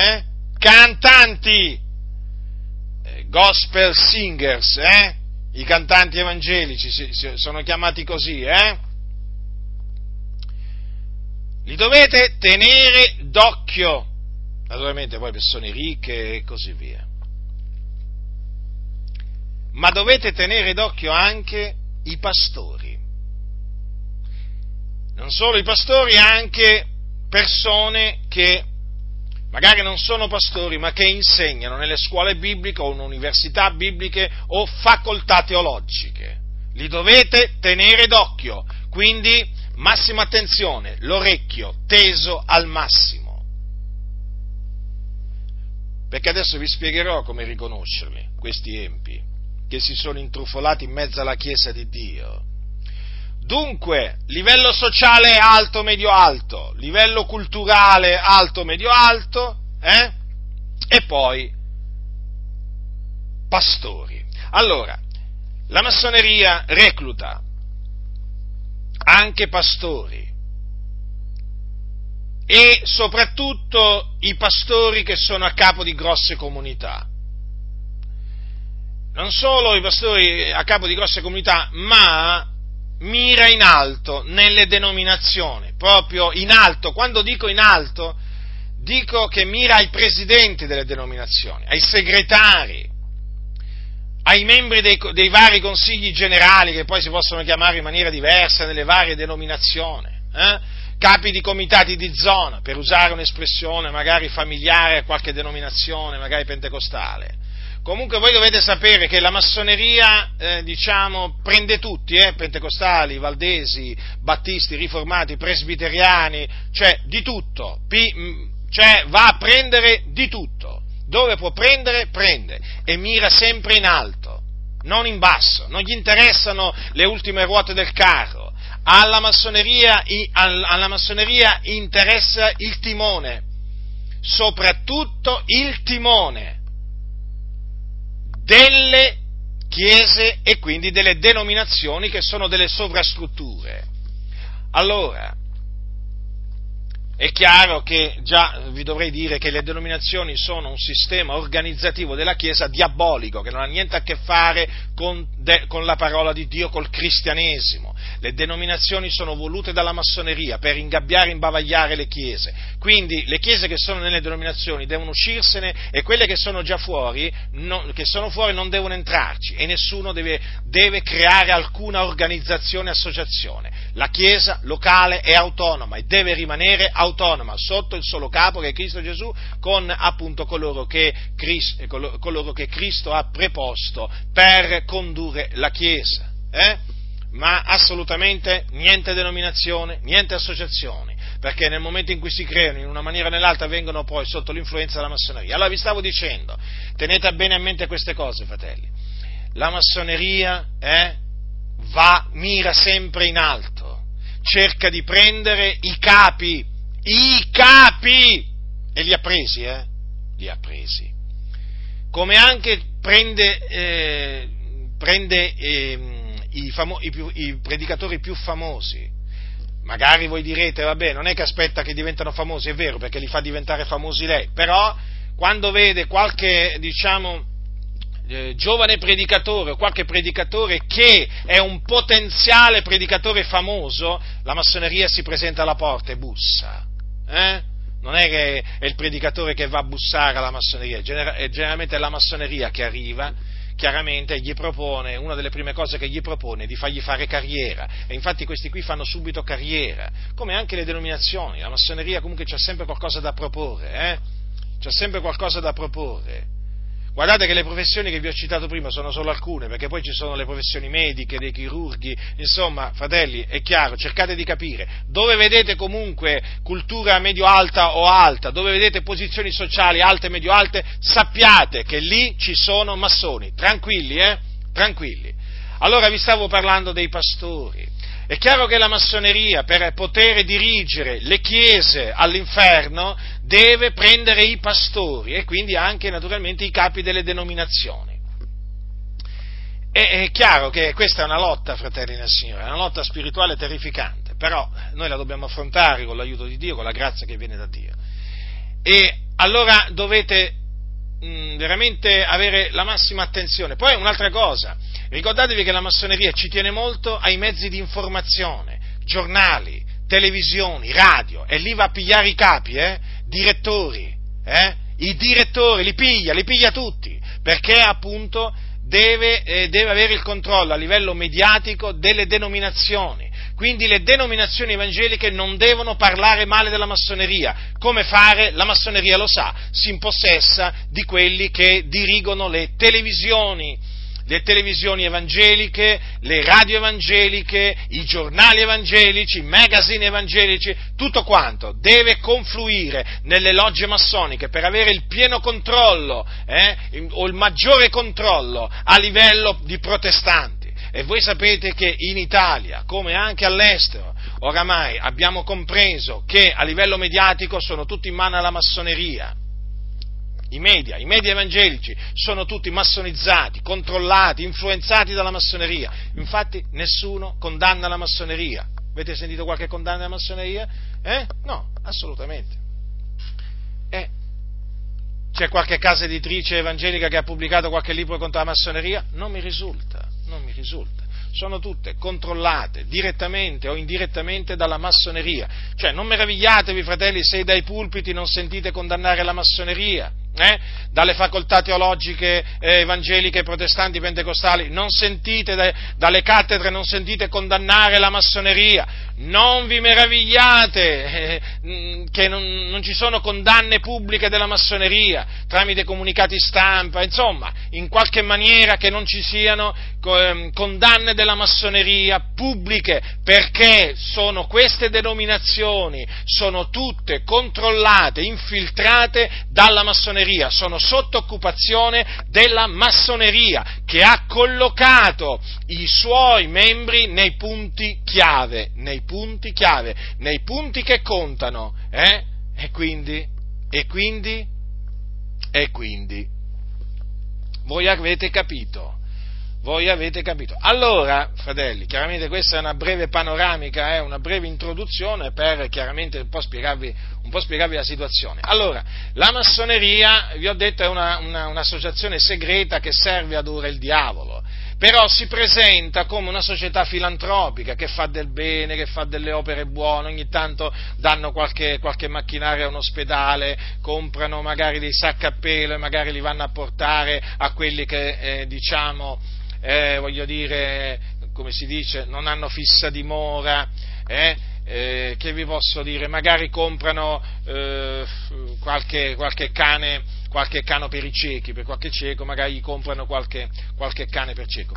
[SPEAKER 1] gospel singers, i cantanti evangelici sono chiamati così, li dovete tenere d'occhio, naturalmente poi persone ricche e così via, ma dovete tenere d'occhio anche i pastori, non solo i pastori, anche persone che magari non sono pastori, ma che insegnano nelle scuole bibliche o in università bibliche o facoltà teologiche. Li dovete tenere d'occhio, quindi massima attenzione, l'orecchio teso al massimo. Perché adesso vi spiegherò come riconoscerli, questi empi, che si sono intrufolati in mezzo alla Chiesa di Dio. Dunque, livello sociale alto, medio-alto, livello culturale alto, medio-alto, e poi pastori. Allora, la massoneria recluta anche pastori e soprattutto i pastori che sono a capo di grosse comunità. Non solo i pastori a capo di grosse comunità, ma mira in alto nelle denominazioni, proprio in alto. Quando dico in alto, dico che mira ai presidenti delle denominazioni, ai segretari, ai membri dei vari consigli generali, che poi si possono chiamare in maniera diversa nelle varie denominazioni, capi di comitati di zona, per usare un'espressione magari familiare a qualche denominazione, magari pentecostale. Comunque voi dovete sapere che la massoneria, prende tutti, pentecostali, valdesi, battisti, riformati, presbiteriani, cioè di tutto, cioè va a prendere di tutto, dove può prendere, prende, e mira sempre in alto, non in basso, non gli interessano le ultime ruote del carro, alla massoneria interessa il timone, soprattutto il timone delle chiese e quindi delle denominazioni che sono delle sovrastrutture. Allora, è chiaro che già vi dovrei dire che le denominazioni sono un sistema organizzativo della Chiesa diabolico, che non ha niente a che fare con la parola di Dio, col cristianesimo. Le denominazioni sono volute dalla massoneria per ingabbiare e imbavagliare le chiese, quindi le chiese che sono nelle denominazioni devono uscirsene e quelle che sono già fuori, non devono entrarci, e nessuno deve creare alcuna organizzazione, associazione. La Chiesa locale è autonoma e deve rimanere autonoma sotto il solo capo che è Cristo Gesù, con appunto coloro che Cristo ha preposto per condurre la Chiesa. Ma assolutamente niente denominazione, niente associazioni, perché nel momento in cui si creano in una maniera o nell'altra vengono poi sotto l'influenza della massoneria. Allora vi stavo dicendo, tenete bene a mente queste cose, fratelli, la massoneria mira sempre in alto, cerca di prendere i capi, e li ha presi, come anche prende i predicatori più famosi. Magari voi direte, vabbè, non è che aspetta che diventano famosi, è vero, perché li fa diventare famosi lei, però quando vede qualche, giovane predicatore o qualche predicatore che è un potenziale predicatore famoso, la massoneria si presenta alla porta e bussa, Non è che è il predicatore che va a bussare alla massoneria, generalmente è la massoneria che arriva, chiaramente gli propone, una delle prime cose che gli propone è di fargli fare carriera, e infatti questi qui fanno subito carriera, come anche le denominazioni. La massoneria comunque c'ha sempre qualcosa da proporre, c'ha sempre qualcosa da proporre. Guardate che le professioni che vi ho citato prima sono solo alcune, perché poi ci sono le professioni mediche, dei chirurghi, insomma, fratelli, è chiaro, cercate di capire, dove vedete comunque cultura medio-alta o alta, dove vedete posizioni sociali alte e medio-alte, sappiate che lì ci sono massoni, tranquilli, tranquilli. Allora vi stavo parlando dei pastori. È chiaro che la massoneria, per poter dirigere le chiese all'inferno, deve prendere i pastori e quindi anche naturalmente i capi delle denominazioni. È chiaro che questa è una lotta, fratelli nel Signore, è una lotta spirituale terrificante, però noi la dobbiamo affrontare con l'aiuto di Dio, con la grazia che viene da Dio. E allora dovete veramente avere la massima attenzione. Poi un'altra cosa, ricordatevi che la massoneria ci tiene molto ai mezzi di informazione, giornali, televisioni, radio, e lì va a pigliare i capi, direttori, i direttori li piglia tutti, perché appunto deve avere il controllo a livello mediatico delle denominazioni. Quindi le denominazioni evangeliche non devono parlare male della massoneria. Come fare? La massoneria lo sa, si impossessa di quelli che dirigono le televisioni evangeliche, le radio evangeliche, i giornali evangelici, i magazine evangelici, tutto quanto deve confluire nelle logge massoniche per avere il pieno controllo, o il maggiore controllo a livello di protestanti. E voi sapete che in Italia, come anche all'estero, oramai abbiamo compreso che a livello mediatico sono tutti in mano alla massoneria. I media evangelici sono tutti massonizzati, controllati, influenzati dalla massoneria. Infatti nessuno condanna la massoneria. Avete sentito qualche condanna della massoneria? No, assolutamente. C'è qualche casa editrice evangelica che ha pubblicato qualche libro contro la massoneria? Non mi risulta. Sono tutte controllate direttamente o indirettamente dalla massoneria. Cioè, non meravigliatevi, fratelli, se dai pulpiti non sentite condannare la massoneria, dalle facoltà teologiche evangeliche, protestanti, pentecostali, non sentite, dalle cattedre non sentite condannare la massoneria. Non vi meravigliate che non ci sono condanne pubbliche della massoneria tramite comunicati stampa, insomma, in qualche maniera che non ci siano condanne della massoneria pubbliche, perché sono queste denominazioni, sono tutte controllate, infiltrate dalla massoneria, sono sotto occupazione della massoneria, che ha collocato i suoi membri nei punti chiave, nei punti che contano, E quindi, voi avete capito. Allora, fratelli, chiaramente questa è una breve panoramica, una breve introduzione per chiaramente un po' spiegarvi la situazione. Allora, la massoneria, vi ho detto, è un'associazione segreta che serve ad adorare il diavolo, però si presenta come una società filantropica che fa del bene, che fa delle opere buone, ogni tanto danno qualche macchinario a un ospedale, comprano magari dei sacchi a pelo e magari li vanno a portare a quelli che, voglio dire, come si dice, non hanno fissa dimora, che vi posso dire, magari comprano qualche cano per i ciechi, per qualche cieco, magari gli comprano qualche cane per cieco.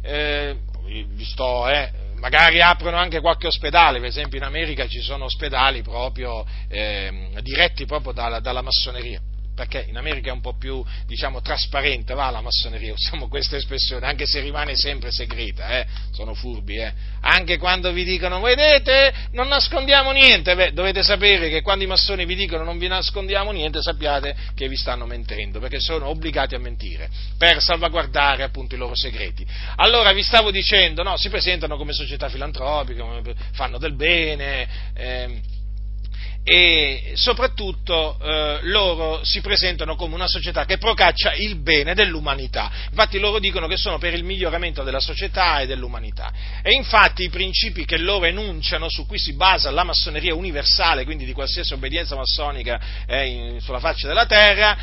[SPEAKER 1] Magari aprono anche qualche ospedale, per esempio in America ci sono ospedali proprio diretti proprio dalla massoneria. Perché in America è un po' più, trasparente, la massoneria, usiamo questa espressione, anche se rimane sempre segreta, sono furbi, anche quando vi dicono, vedete, non nascondiamo niente, dovete sapere che quando i massoni vi dicono non vi nascondiamo niente, sappiate che vi stanno mentendo, perché sono obbligati a mentire, per salvaguardare appunto i loro segreti. Allora vi stavo dicendo, si presentano come società filantropiche, fanno del bene, e soprattutto loro si presentano come una società che procaccia il bene dell'umanità. Infatti loro dicono che sono per il miglioramento della società e dell'umanità, e infatti i principi che loro enunciano, su cui si basa la massoneria universale, quindi di qualsiasi obbedienza massonica sulla faccia della terra,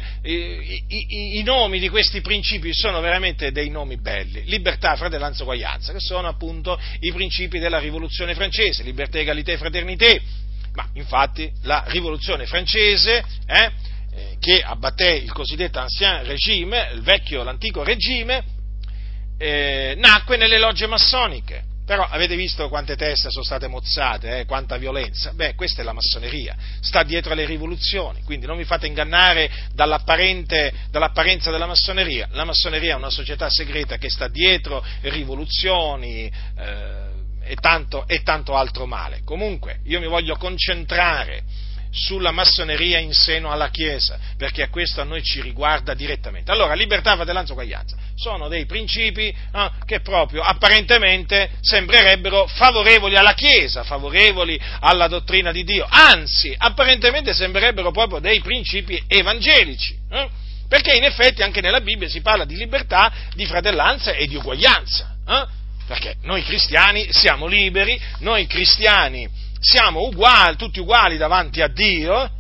[SPEAKER 1] i nomi di questi principi sono veramente dei nomi belli: libertà, fratellanza, uguaglianza, che sono appunto i principi della rivoluzione francese: libertà, egalité, fraternité. Ma infatti la rivoluzione francese, che abbatté il cosiddetto ancien régime, l'antico regime, nacque nelle logge massoniche. Però avete visto quante teste sono state mozzate, quanta violenza? Beh, questa è la massoneria, sta dietro alle rivoluzioni, quindi non vi fate ingannare dall'apparenza della massoneria. La massoneria è una società segreta che sta dietro rivoluzioni e tanto altro male. Comunque, io mi voglio concentrare sulla massoneria in seno alla Chiesa, perché questo a noi ci riguarda direttamente. Allora, libertà, fratellanza, uguaglianza sono dei principi che proprio apparentemente sembrerebbero favorevoli alla Chiesa, favorevoli alla dottrina di Dio, anzi, apparentemente sembrerebbero proprio dei principi evangelici, perché in effetti anche nella Bibbia si parla di libertà, di fratellanza e di uguaglianza, perché noi cristiani siamo liberi, noi cristiani siamo uguali, tutti uguali davanti a Dio,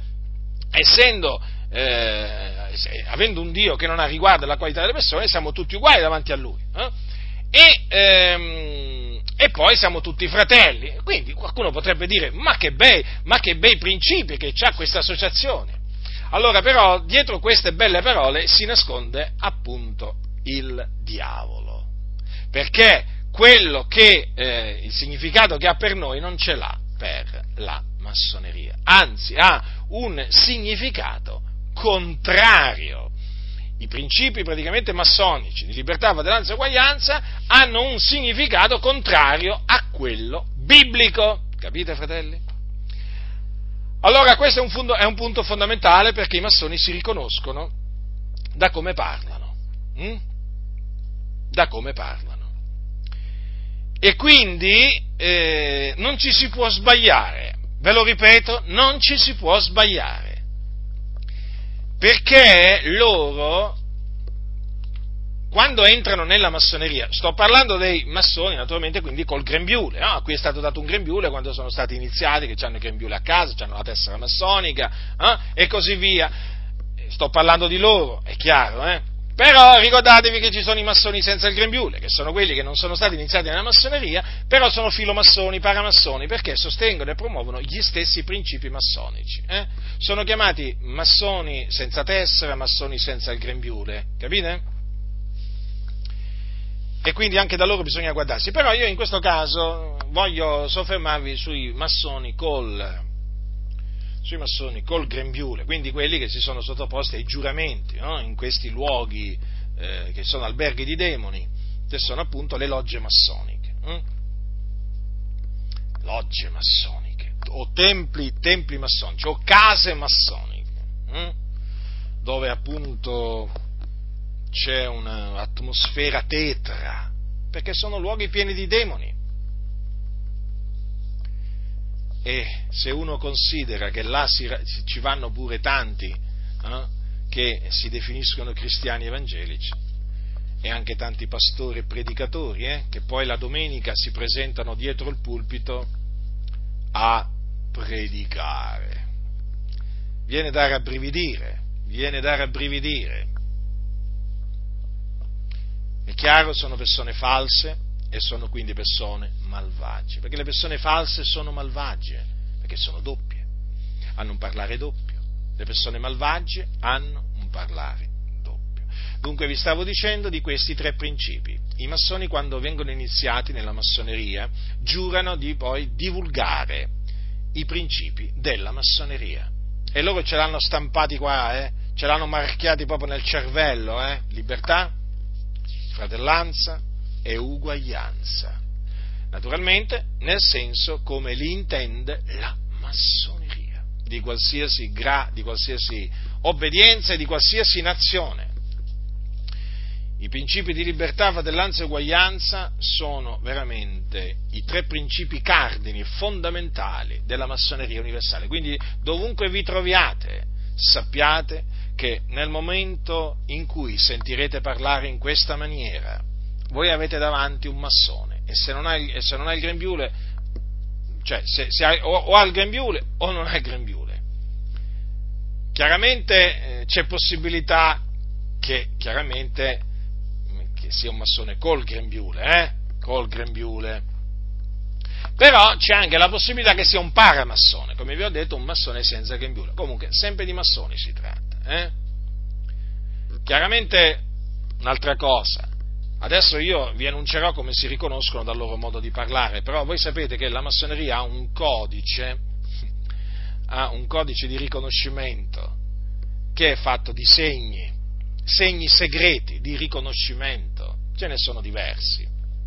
[SPEAKER 1] avendo un Dio che non ha riguardo alla qualità delle persone, siamo tutti uguali davanti a Lui, e poi siamo tutti fratelli. Quindi qualcuno potrebbe dire: ma che bei principi che c'ha questa associazione. Allora però dietro queste belle parole si nasconde appunto il diavolo, perché quello che il significato che ha per noi non ce l'ha per la massoneria, anzi ha un significato contrario. I principi praticamente massonici di libertà, fratellanza e uguaglianza hanno un significato contrario a quello biblico, capite, fratelli? Allora questo è un punto fondamentale, perché i massoni si riconoscono da come parlano, da come parlano. E quindi non ci si può sbagliare, ve lo ripeto, non ci si può sbagliare, perché loro, quando entrano nella massoneria, sto parlando dei massoni naturalmente quindi col grembiule, a cui è stato dato un grembiule quando sono stati iniziati, che hanno il grembiule a casa, hanno la tessera massonica, e così via. Sto parlando di loro, è chiaro, Però ricordatevi che ci sono i massoni senza il grembiule, che sono quelli che non sono stati iniziati nella massoneria, però sono filomassoni, paramassoni, perché sostengono e promuovono gli stessi principi massonici. Sono chiamati massoni senza tessera, massoni senza il grembiule, capite? E quindi anche da loro bisogna guardarsi. Però io in questo caso voglio soffermarvi sui massoni col grembiule, quindi quelli che si sono sottoposti ai giuramenti, in questi luoghi che sono alberghi di demoni, che sono appunto le logge massoniche. Logge massoniche, o templi massonici, o case massoniche, dove appunto c'è un'atmosfera tetra, perché sono luoghi pieni di demoni. E se uno considera che là ci vanno pure tanti che si definiscono cristiani evangelici, e anche tanti pastori e predicatori che poi la domenica si presentano dietro il pulpito a predicare, viene da rabbrividire. È chiaro, sono persone false e sono quindi persone malvagie, perché le persone false sono malvagie, perché sono doppie, hanno un parlare doppio. Le persone malvagie hanno un parlare doppio. Dunque vi stavo dicendo di questi tre principi. I massoni, quando vengono iniziati nella massoneria, giurano di poi divulgare i principi della massoneria, e loro ce l'hanno stampati qua, ce l'hanno marchiati proprio nel cervello, libertà, fratellanza e uguaglianza, naturalmente nel senso come li intende la massoneria, di qualsiasi obbedienza e di qualsiasi nazione. I principi di libertà, fratellanza e uguaglianza sono veramente i 3 principi cardini fondamentali della massoneria universale. Quindi dovunque vi troviate, sappiate che nel momento in cui sentirete parlare in questa maniera, voi avete davanti un massone, e se non ha il grembiule, cioè se o ha il grembiule o non ha il grembiule. Chiaramente c'è possibilità che sia un massone col grembiule, però c'è anche la possibilità che sia un paramassone, come vi ho detto, un massone senza grembiule. Comunque sempre di massoni si tratta. Chiaramente un'altra cosa, adesso io vi annuncerò come si riconoscono dal loro modo di parlare, però voi sapete che la massoneria ha un codice di riconoscimento che è fatto di segni segreti di riconoscimento, ce ne sono diversi.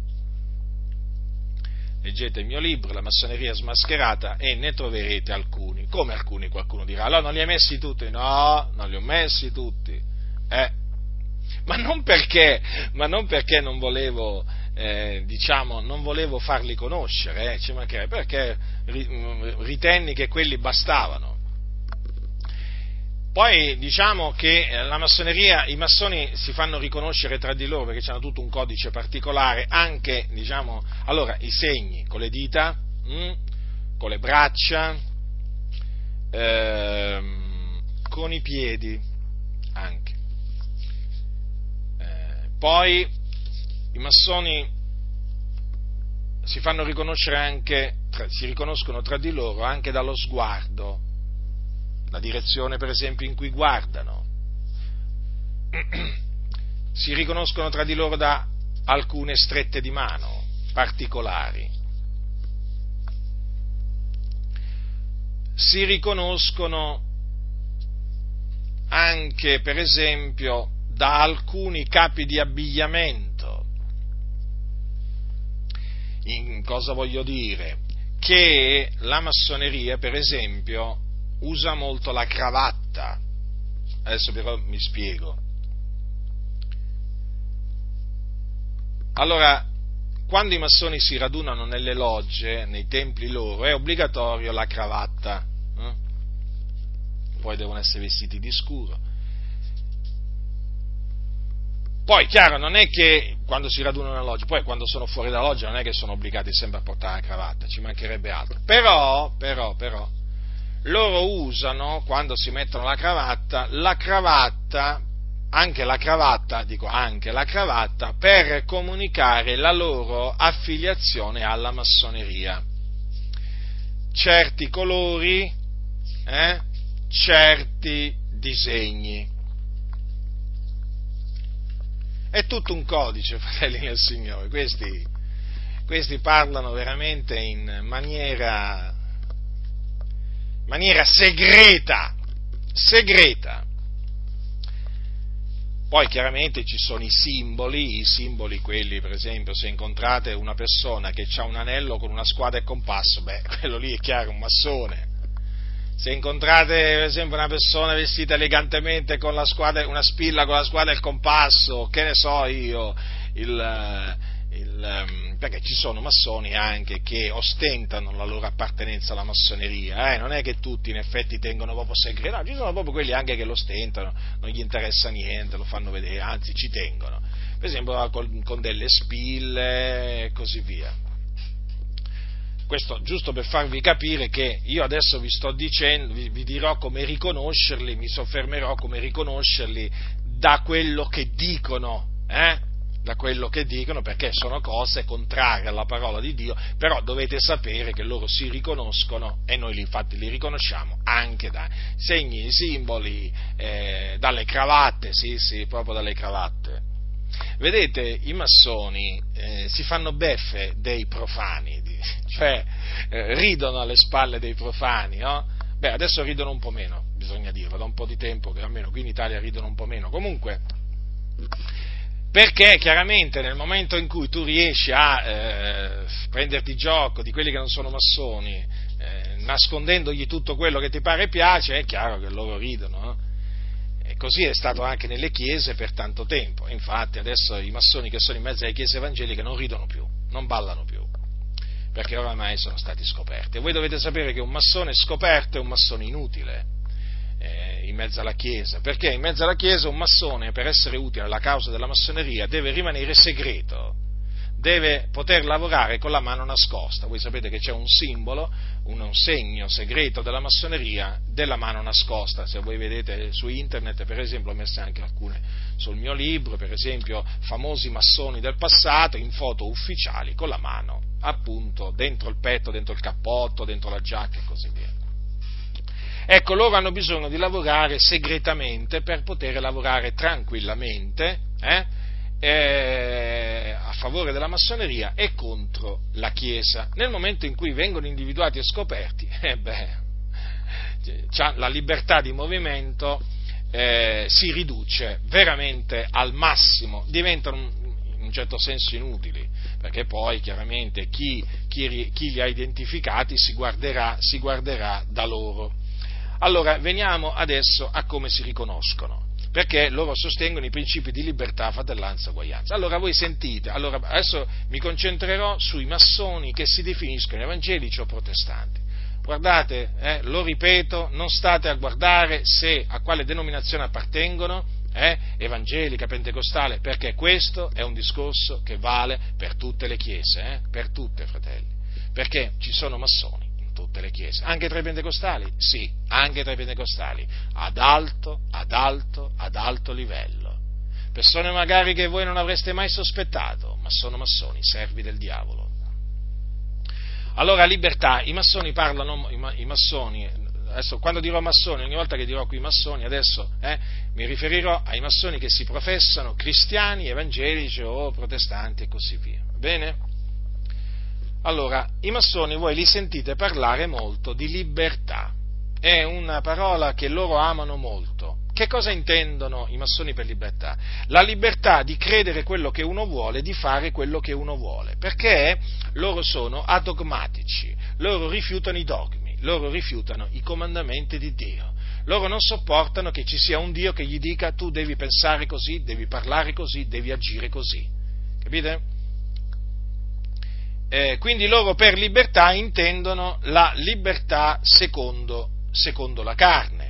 [SPEAKER 1] Leggete il mio libro, La massoneria smascherata, e ne troverete alcuni. Come alcuni? Qualcuno dirà, allora non li hai messi tutti? No, non li ho messi tutti. Ma non perché non volevo, non volevo farli conoscere, ci mancherebbe, perché ritenni che quelli bastavano. Poi diciamo che la massoneria, i massoni si fanno riconoscere tra di loro perché hanno tutto un codice particolare, anche, allora, i segni con le dita, con le braccia, con i piedi anche. Poi i massoni si fanno riconoscere anche, si riconoscono tra di loro anche dallo sguardo, la direzione per esempio in cui guardano, si riconoscono tra di loro da alcune strette di mano particolari, si riconoscono anche per esempio da alcuni capi di abbigliamento. Cosa voglio dire? Che la massoneria per esempio usa molto la cravatta. Adesso però mi spiego. Allora, quando i massoni si radunano nelle logge, nei templi loro, è obbligatorio la cravatta. Poi devono essere vestiti di scuro. Poi, chiaro, non è che quando si radunano nella loggia, poi quando sono fuori dalla loggia non è che sono obbligati sempre a portare la cravatta, ci mancherebbe altro. Però, loro usano, quando si mettono la cravatta, anche la cravatta, per comunicare la loro affiliazione alla massoneria. Certi colori, certi disegni. È tutto un codice, fratelli del Signore, questi parlano veramente in maniera segreta. Poi chiaramente ci sono i simboli quelli, per esempio, se incontrate una persona che ha un anello con una squadra e compasso, quello lì è chiaro, un massone. Se incontrate per esempio una persona vestita elegantemente con una spilla con la squadra e il compasso, che ne so io, perché ci sono massoni anche che ostentano la loro appartenenza alla massoneria, non è che tutti in effetti tengono proprio segreto, no, ci sono proprio quelli anche che lo ostentano, non gli interessa niente, lo fanno vedere, anzi ci tengono, per esempio con delle spille e così via. Questo giusto per farvi capire che io adesso vi sto dicendo, vi dirò come riconoscerli, mi soffermerò come riconoscerli da quello che dicono, perché sono cose contrarie alla parola di Dio, però dovete sapere che loro si riconoscono, e noi infatti li riconosciamo, anche da segni, simboli, dalle cravatte, sì, proprio dalle cravatte. Vedete, i massoni si fanno beffe dei profani, cioè ridono alle spalle dei profani, no? Adesso ridono un po' meno, bisogna dirlo, da un po' di tempo che almeno qui in Italia ridono un po' meno, comunque, perché chiaramente nel momento in cui tu riesci a prenderti gioco di quelli che non sono massoni, nascondendogli tutto quello che ti pare e piace, è chiaro che loro ridono, no? E così è stato anche nelle chiese per tanto tempo. Infatti adesso i massoni che sono in mezzo alle chiese evangeliche non ridono più, non ballano più, perché oramai sono stati scoperti. E voi dovete sapere che un massone scoperto è un massone inutile in mezzo alla Chiesa, perché in mezzo alla Chiesa un massone, per essere utile alla causa della massoneria, deve rimanere segreto, deve poter lavorare con la mano nascosta. Voi sapete che c'è un simbolo, un segno segreto della massoneria della mano nascosta. Se voi vedete su internet, per esempio, ho messe anche alcune sul mio libro, per esempio famosi massoni del passato in foto ufficiali con la mano appunto dentro il petto, dentro il cappotto, dentro la giacca e così via. Ecco, loro hanno bisogno di lavorare segretamente per poter lavorare tranquillamente a favore della massoneria e contro la Chiesa. Nel momento in cui vengono individuati e scoperti, la libertà di movimento si riduce veramente al massimo, diventano in un certo senso inutili, perché poi chiaramente chi li ha identificati si guarderà da loro. Allora, veniamo adesso a come si riconoscono, perché loro sostengono i principi di libertà, fratellanza, uguaglianza. Allora, voi sentite, adesso mi concentrerò sui massoni che si definiscono evangelici o protestanti. Guardate, lo ripeto, non state a guardare a quale denominazione appartengono, evangelica, pentecostale, perché questo è un discorso che vale per tutte le chiese, per tutte, fratelli, perché ci sono massoni tutte le chiese, anche tra i pentecostali, sì, anche tra i pentecostali, ad alto livello, persone magari che voi non avreste mai sospettato, ma sono massoni, servi del diavolo. Allora, libertà, i massoni parlano, i massoni, adesso quando dirò massoni, ogni volta che dirò qui massoni, adesso mi riferirò ai massoni che si professano cristiani, evangelici o protestanti e così via, va bene? Allora, i massoni voi li sentite parlare molto di libertà, è una parola che loro amano molto. Che cosa intendono i massoni per libertà? La libertà di credere quello che uno vuole, di fare quello che uno vuole, perché loro sono adogmatici, loro rifiutano i dogmi, loro rifiutano i comandamenti di Dio, loro non sopportano che ci sia un Dio che gli dica tu devi pensare così, devi parlare così, devi agire così, capite? Quindi loro per libertà intendono la libertà secondo la carne.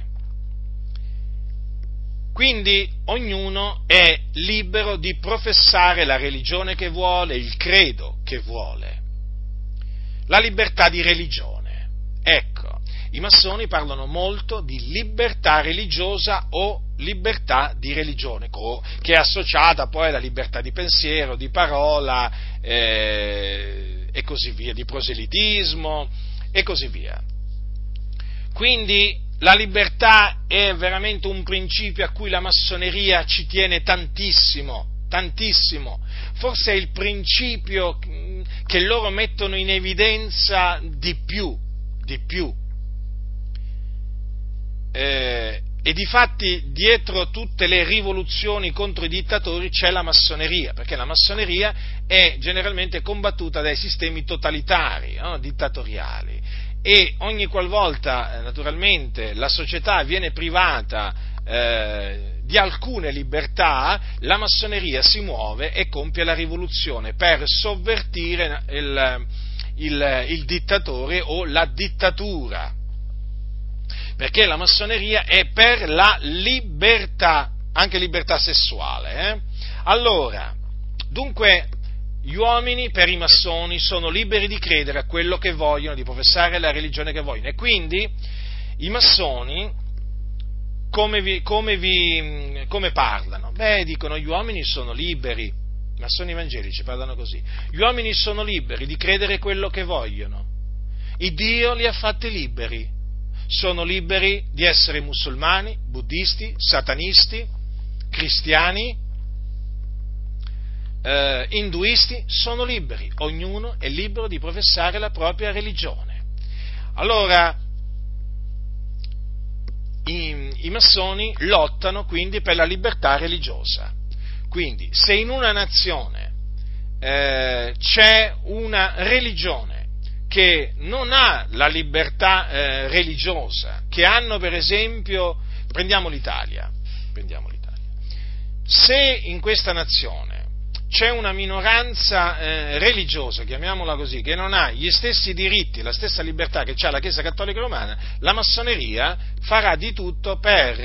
[SPEAKER 1] Quindi ognuno è libero di professare la religione che vuole, il credo che vuole. La libertà di religione. Ecco, i massoni parlano molto di libertà religiosa o libertà di religione, che è associata poi alla libertà di pensiero, di parola e così via, di proselitismo e così via. Quindi la libertà è veramente un principio a cui la massoneria ci tiene tantissimo, tantissimo. Forse è il principio che loro mettono in evidenza di più. E difatti dietro tutte le rivoluzioni contro i dittatori c'è la massoneria, perché la massoneria è generalmente combattuta dai sistemi totalitari, dittatoriali, e ogni qualvolta naturalmente la società viene privata di alcune libertà, la massoneria si muove e compie la rivoluzione per sovvertire il dittatore o la dittatura. Perché la massoneria è per la libertà, anche libertà sessuale. Allora, dunque, gli uomini per i massoni sono liberi di credere a quello che vogliono, di professare la religione che vogliono, e quindi i massoni come parlano? Dicono gli uomini sono liberi, i massoni evangelici parlano così, gli uomini sono liberi di credere quello che vogliono, il Dio li ha fatti liberi. Sono liberi di essere musulmani, buddisti, satanisti, cristiani, induisti, sono liberi, ognuno è libero di professare la propria religione. Allora, i massoni lottano quindi per la libertà religiosa. Quindi, se in una nazione c'è una religione che non ha la libertà religiosa, che hanno per esempio, prendiamo l'Italia, Prendiamo l'Italia. Se in questa nazione c'è una minoranza religiosa, chiamiamola così, che non ha gli stessi diritti, la stessa libertà che ha la Chiesa Cattolica Romana, la massoneria farà di tutto per,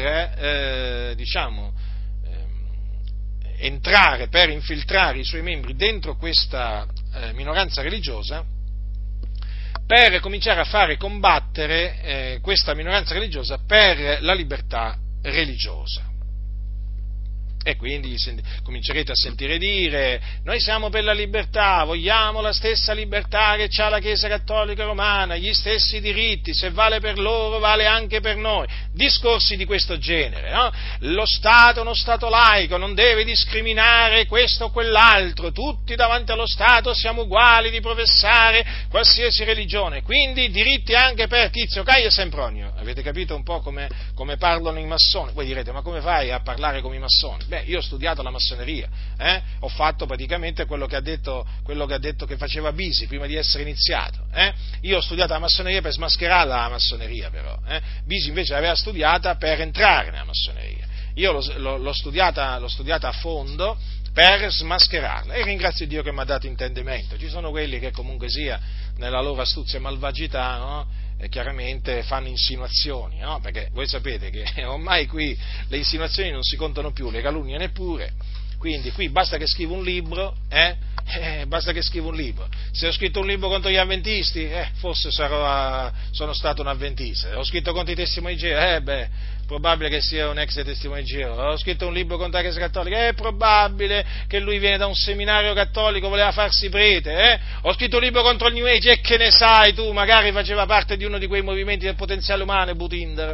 [SPEAKER 1] entrare, per infiltrare i suoi membri dentro questa minoranza religiosa, per cominciare a fare combattere questa minoranza religiosa per la libertà religiosa. E quindi comincerete a sentire dire: noi siamo per la libertà, vogliamo la stessa libertà che ha la Chiesa Cattolica Romana, gli stessi diritti, se vale per loro vale anche per noi. Discorsi di questo genere, no? Lo Stato è uno Stato laico, non deve discriminare questo o quell'altro, tutti davanti allo Stato siamo uguali di professare qualsiasi religione, quindi diritti anche per Tizio, Caio e Sempronio. Avete capito un po' come parlano i massoni? Voi direte: ma come fai a parlare come i massoni? Beh, io ho studiato la massoneria, ho fatto praticamente quello che ha detto che faceva Bisi prima di essere iniziato, Io ho studiato la massoneria per smascherarla la massoneria, però, Bisi invece l'aveva studiata per entrare nella massoneria. Io l'ho studiata a fondo per smascherarla, e ringrazio Dio che mi ha dato intendimento. Ci sono quelli che comunque sia, nella loro astuzia e malvagità, no? E chiaramente fanno insinuazioni, no? Perché voi sapete che ormai qui le insinuazioni non si contano più, le calunnie neppure, quindi qui basta che scrivo un libro, basta che scrivo un libro. Se ho scritto un libro contro gli avventisti, forse sono stato un avventista. Ho scritto contro i testimoni di Geova, probabile che sia un ex testimone di Geova. Ho scritto un libro contro la Chiesa Cattolica, è probabile che lui viene da un seminario cattolico, voleva farsi prete, Ho scritto un libro contro il New Age, e che ne sai tu, magari faceva parte di uno di quei movimenti del potenziale umano, Butinder,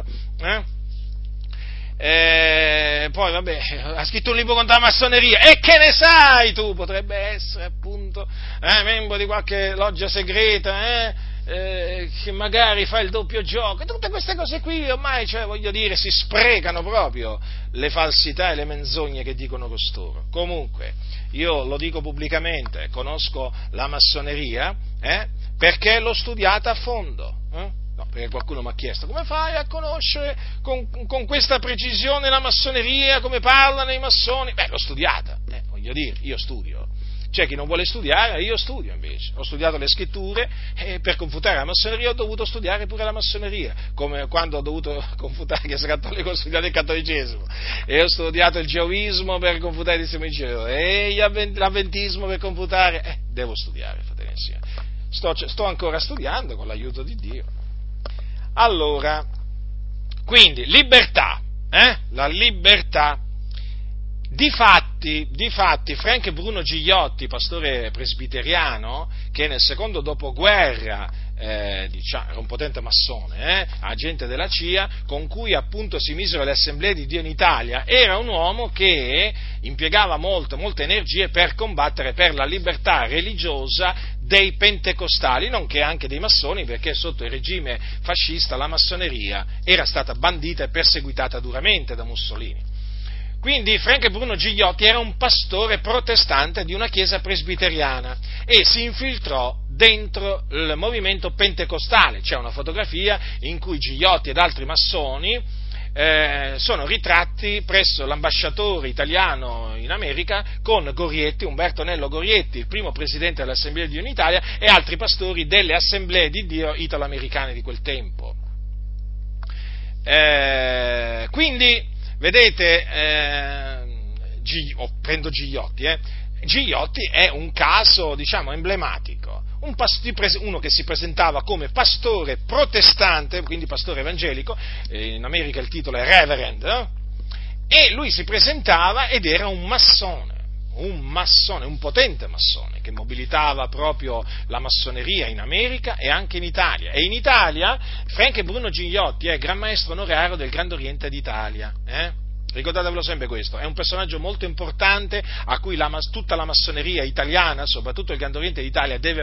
[SPEAKER 1] poi vabbè, ha scritto un libro contro la massoneria, e che ne sai tu, potrebbe essere appunto membro di qualche loggia segreta, che magari fa il doppio gioco. Tutte queste cose qui ormai, voglio dire, si sprecano proprio le falsità e le menzogne che dicono costoro. Comunque, io lo dico pubblicamente, conosco la massoneria, perché l'ho studiata a fondo, No, perché qualcuno mi ha chiesto: come fai a conoscere con questa precisione la massoneria, come parlano i massoni? L'ho studiata, voglio dire, io studio. C'è chi non vuole studiare, io studio invece. Ho studiato le scritture, e per confutare la massoneria ho dovuto studiare pure la massoneria, come quando ho dovuto confutare la Chiesa Cattolica ho studiato il cattolicesimo, e ho studiato il geovismo per confutare il testimoni di Geova, e l'avventismo per confutare, devo studiare, fratelli e signori. Sto ancora studiando con l'aiuto di Dio. Allora, quindi, libertà, la libertà. Difatti, Frank Bruno Gigliotti, pastore presbiteriano, che nel secondo dopoguerra, era un potente massone, agente della CIA, con cui appunto si misero le assemblee di Dio in Italia, era un uomo che impiegava molte energie per combattere per la libertà religiosa dei pentecostali, nonché anche dei massoni, perché sotto il regime fascista la massoneria era stata bandita e perseguitata duramente da Mussolini. Quindi Frank Bruno Gigliotti era un pastore protestante di una chiesa presbiteriana e si infiltrò dentro il movimento pentecostale. C'è una fotografia in cui Gigliotti ed altri massoni sono ritratti presso l'ambasciatore italiano in America con Gorietti, Umberto Nello Gorietti, il primo presidente dell'Assemblea di Dio in Italia, e altri pastori delle Assemblee di Dio italo-americane di quel tempo. Quindi, vedete, prendo Gigliotti, Gigliotti è un caso, emblematico, uno che si presentava come pastore protestante, quindi pastore evangelico, in America il titolo è Reverend, e lui si presentava ed era un massone, un potente massone, che mobilitava proprio la massoneria in America e anche in Italia. E in Italia Frank Bruno Gigliotti è Gran Maestro Onorario del Grande Oriente d'Italia, Ricordatevelo sempre questo, è un personaggio molto importante a cui tutta la massoneria italiana, soprattutto il Grande Oriente d'Italia, deve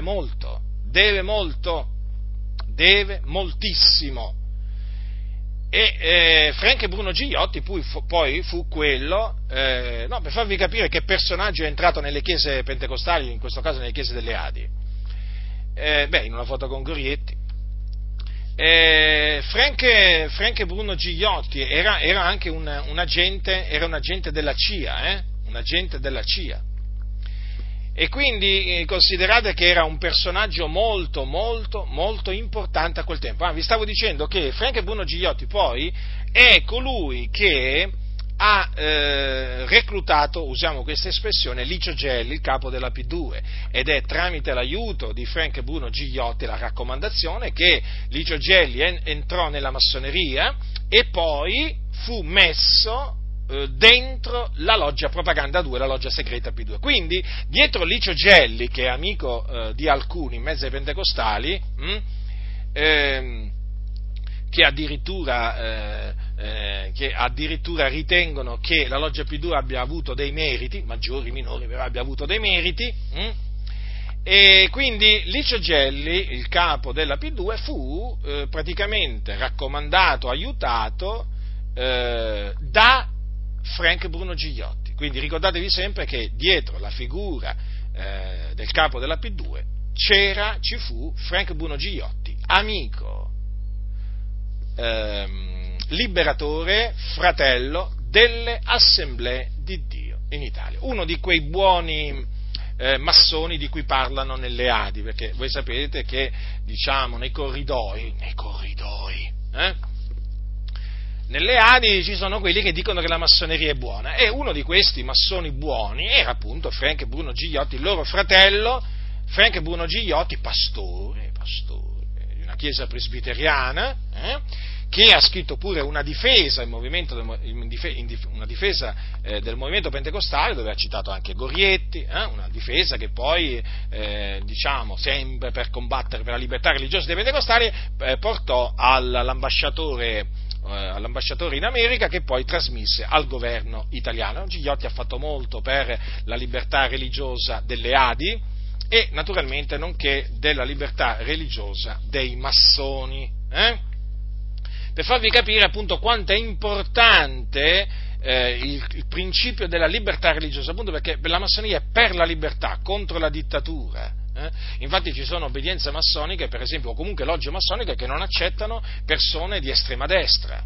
[SPEAKER 1] moltissimo. E Frank Bruno Gigliotti poi fu quello, per farvi capire che personaggio è entrato nelle chiese pentecostali, in questo caso nelle chiese delle Adi, in una foto con Gorietti, Frank Bruno Gigliotti era anche un agente della CIA, un agente della CIA. E quindi considerate che era un personaggio molto, molto, molto importante a quel tempo. Vi stavo dicendo che Frank Bruno Gigliotti poi è colui che ha reclutato, usiamo questa espressione, Licio Gelli, il capo della P2, ed è tramite l'aiuto di Frank Bruno Gigliotti, la raccomandazione, che Licio Gelli entrò nella massoneria e poi fu messo dentro la loggia Propaganda 2, la loggia segreta P2. Quindi dietro Licio Gelli, che è amico di alcuni in mezzo ai pentecostali, che addirittura ritengono che la loggia P2 abbia avuto dei meriti, maggiori, minori, però abbia avuto dei meriti, e quindi Licio Gelli, il capo della P2, fu praticamente raccomandato, aiutato da Frank Bruno Gigliotti. Quindi ricordatevi sempre che dietro la figura del capo della P2 ci fu Frank Bruno Gigliotti, amico, liberatore, fratello delle Assemblee di Dio in Italia, uno di quei buoni massoni di cui parlano nelle Adi, perché voi sapete che, diciamo, nei corridoi, nelle Adi ci sono quelli che dicono che la massoneria è buona, e uno di questi massoni buoni era appunto Frank Bruno Gigliotti, il loro fratello Frank Bruno Gigliotti, pastore di una chiesa presbiteriana, che ha scritto pure una difesa del movimento pentecostale, dove ha citato anche Gorietti, una difesa che poi, sempre per combattere per la libertà religiosa dei pentecostali, portò all'ambasciatore in America, che poi trasmise al governo italiano. Gigliotti ha fatto molto per la libertà religiosa delle Adi e naturalmente nonché della libertà religiosa dei massoni, per farvi capire appunto quanto è importante il principio della libertà religiosa, appunto perché la massoneria è per la libertà, contro la dittatura. Infatti ci sono obbedienze massoniche, per esempio, o comunque logge massoniche, che non accettano persone di estrema destra,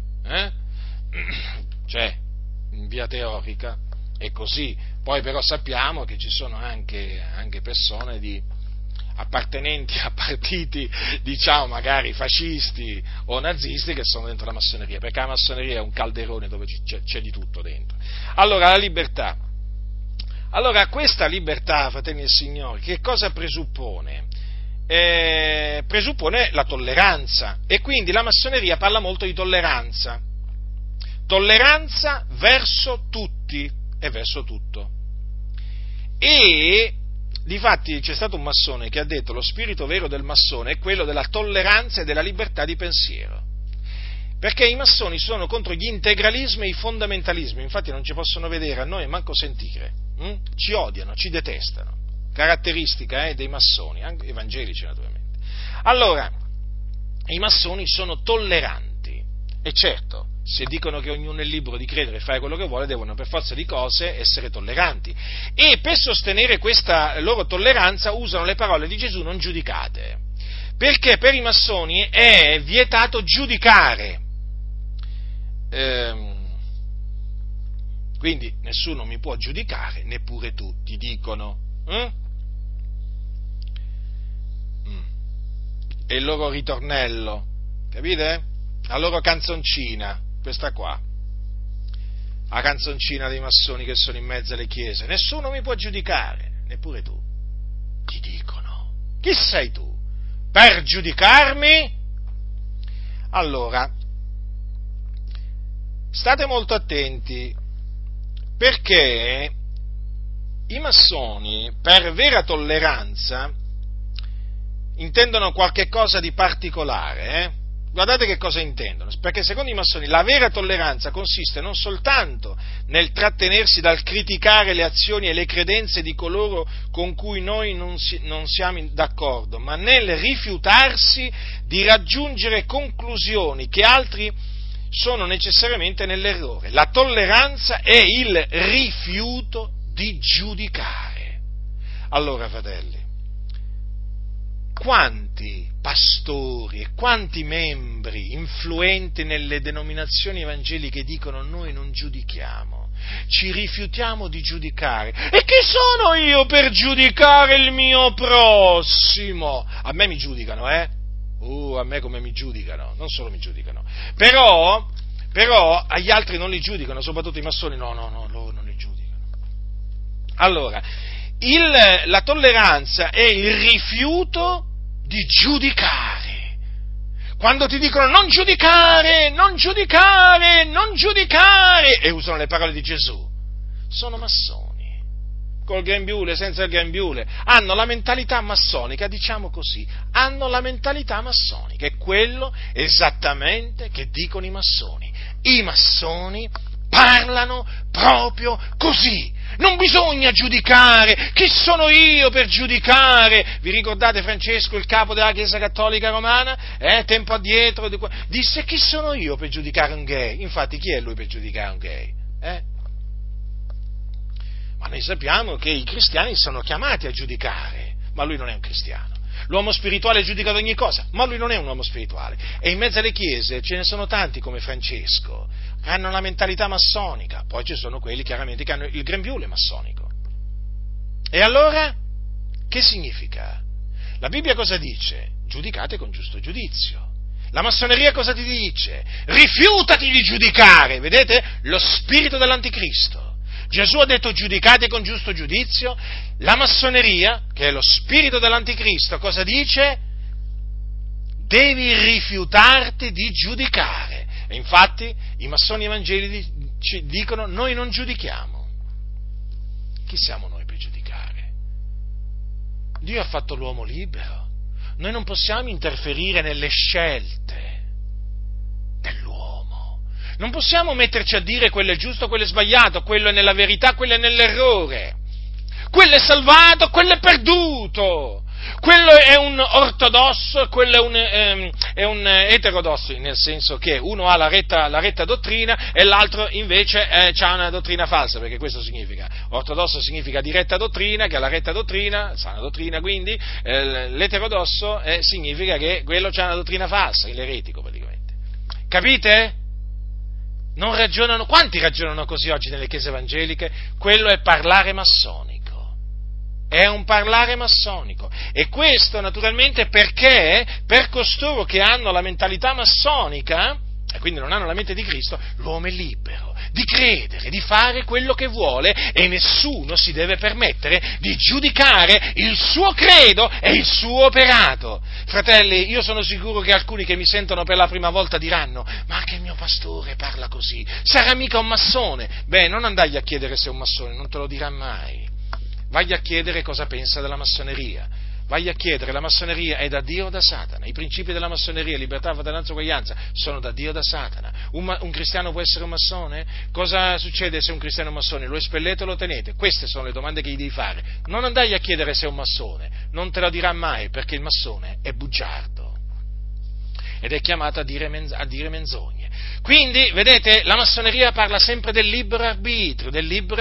[SPEAKER 1] cioè in via teorica è così. Poi però sappiamo che ci sono anche persone appartenenti a partiti, diciamo, magari fascisti o nazisti, che sono dentro la massoneria, perché la massoneria è un calderone dove c'è di tutto dentro. Allora, la libertà. Allora, questa libertà, fratelli e signori, che cosa presuppone? Presuppone la tolleranza, e quindi la massoneria parla molto di tolleranza verso tutti e verso tutto. E difatti c'è stato un massone che ha detto: lo spirito vero del massone è quello della tolleranza e della libertà di pensiero, perché i massoni sono contro gli integralismi e i fondamentalismi, infatti non ci possono vedere a noi e manco sentire, ci odiano, ci detestano, caratteristica dei massoni, anche evangelici naturalmente. Allora, i massoni sono tolleranti, e certo, se dicono che ognuno è libero di credere e fare quello che vuole, devono per forza di cose essere tolleranti, e per sostenere questa loro tolleranza usano le parole di Gesù: non giudicate, perché per i massoni è vietato giudicare. Quindi nessuno mi può giudicare, neppure tu, ti dicono. E il loro ritornello, capite? La loro canzoncina, questa qua, la canzoncina dei massoni che sono in mezzo alle chiese: nessuno mi può giudicare, neppure tu, ti dicono. Chi sei tu per giudicarmi? Allora, state molto attenti, perché i massoni, per vera tolleranza, intendono qualche cosa di particolare, Guardate che cosa intendono, perché secondo i massoni la vera tolleranza consiste non soltanto nel trattenersi dal criticare le azioni e le credenze di coloro con cui noi non siamo d'accordo, ma nel rifiutarsi di raggiungere conclusioni che altri sono necessariamente nell'errore. La tolleranza è il rifiuto di giudicare. Allora, fratelli, quanti pastori e quanti membri influenti nelle denominazioni evangeliche dicono: noi non giudichiamo, ci rifiutiamo di giudicare. E chi sono io per giudicare il mio prossimo? A me mi giudicano, a me come mi giudicano, non solo mi giudicano, però agli altri non li giudicano, soprattutto i massoni, no, loro non li giudicano. Allora, la tolleranza è il rifiuto di giudicare. Quando ti dicono non giudicare, non giudicare, non giudicare, e usano le parole di Gesù, sono massoni. Col grembiule, senza il grembiule, hanno la mentalità massonica, diciamo così, hanno la mentalità massonica, è quello esattamente che dicono i massoni. I massoni parlano proprio così. Non bisogna giudicare, chi sono io per giudicare? Vi ricordate Francesco, il capo della Chiesa Cattolica Romana? Tempo addietro disse: chi sono io per giudicare un gay? Infatti chi è lui per giudicare un gay? Ma noi sappiamo che i cristiani sono chiamati a giudicare, ma lui non è un cristiano. L'uomo spirituale giudica ad ogni cosa, ma lui non è un uomo spirituale. E in mezzo alle chiese ce ne sono tanti come Francesco, che hanno la mentalità massonica, poi ci sono quelli chiaramente che hanno il grembiule massonico. E allora, che significa? La Bibbia cosa dice? Giudicate con giusto giudizio. La massoneria cosa ti dice? Rifiutati di giudicare, vedete? Lo spirito dell'anticristo. Gesù ha detto giudicate con giusto giudizio. La massoneria, che è lo spirito dell'anticristo, cosa dice? Devi rifiutarti di giudicare. E infatti i massoni evangelici ci dicono: noi non giudichiamo. Chi siamo noi per giudicare? Dio ha fatto l'uomo libero. Noi non possiamo interferire nelle scelte dell'uomo. Non possiamo metterci a dire quello è giusto, quello è sbagliato, quello è nella verità, quello è nell'errore, quello è salvato, quello è perduto, quello è un ortodosso, quello è un eterodosso, nel senso che uno ha la retta dottrina e l'altro invece ha una dottrina falsa, perché questo significa: ortodosso significa di retta dottrina, che ha la retta dottrina, sana dottrina, quindi l'eterodosso significa che quello ha una dottrina falsa, l'eretico praticamente. Capite? Non ragionano, quanti ragionano così oggi nelle chiese evangeliche? Quello è parlare massonico, è un parlare massonico, e questo naturalmente perché per costoro che hanno la mentalità massonica, e quindi non hanno la mente di Cristo, l'uomo è libero di credere, di fare quello che vuole, e nessuno si deve permettere di giudicare il suo credo e il suo operato. Fratelli, io sono sicuro che alcuni che mi sentono per la prima volta diranno: ma anche il mio pastore parla così, sarà mica un massone? Beh, non andargli a chiedere se è un massone, non te lo dirà mai. Vagli a chiedere cosa pensa della massoneria. Vagli a chiedere: la massoneria è da Dio o da Satana? I principi della massoneria, libertà, fratellanza, uguaglianza, sono da Dio o da Satana? Un cristiano può essere un massone? Cosa succede se un cristiano è un massone? Lo espellete o lo tenete? Queste sono le domande che gli devi fare. Non andagli a chiedere se è un massone, non te lo dirà mai, perché il massone è bugiardo ed è chiamato a dire menzogne. Quindi, vedete, la massoneria parla sempre del libero arbitrio,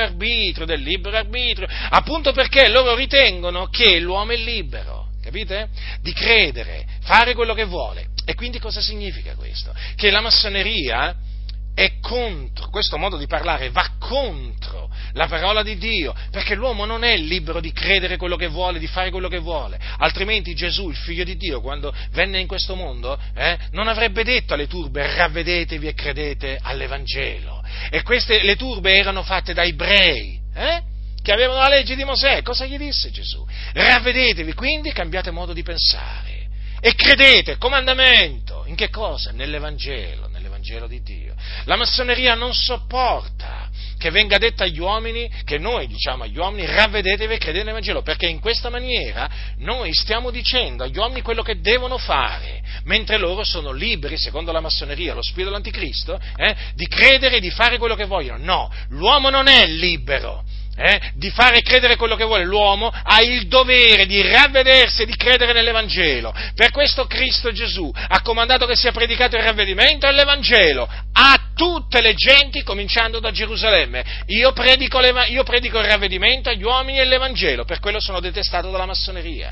[SPEAKER 1] appunto perché loro ritengono che l'uomo è libero, capite? Di credere, fare quello che vuole. E quindi cosa significa questo? Che la massoneria è contro, questo modo di parlare va contro la parola di Dio, perché l'uomo non è libero di credere quello che vuole, di fare quello che vuole, altrimenti Gesù, il figlio di Dio, quando venne in questo mondo, non avrebbe detto alle turbe: ravvedetevi e credete all'Evangelo. E le turbe erano fatte da ebrei, che avevano la legge di Mosè. Cosa gli disse Gesù? Ravvedetevi, quindi cambiate modo di pensare e credete, comandamento, in che cosa? Nell'Evangelo di Dio. La massoneria non sopporta che venga detto agli uomini, che noi diciamo agli uomini: ravvedetevi e credete nell'Evangelo, perché in questa maniera noi stiamo dicendo agli uomini quello che devono fare, mentre loro sono liberi, secondo la massoneria, lo spirito dell'anticristo, di credere e di fare quello che vogliono. No, l'uomo non è libero di fare credere quello che vuole. L'uomo ha il dovere di ravvedersi e di credere nell'Evangelo. Per questo Cristo Gesù ha comandato che sia predicato il ravvedimento e l'Evangelo a tutte le genti, cominciando da Gerusalemme. Io predico il ravvedimento agli uomini e l'Evangelo, per quello sono detestato dalla massoneria,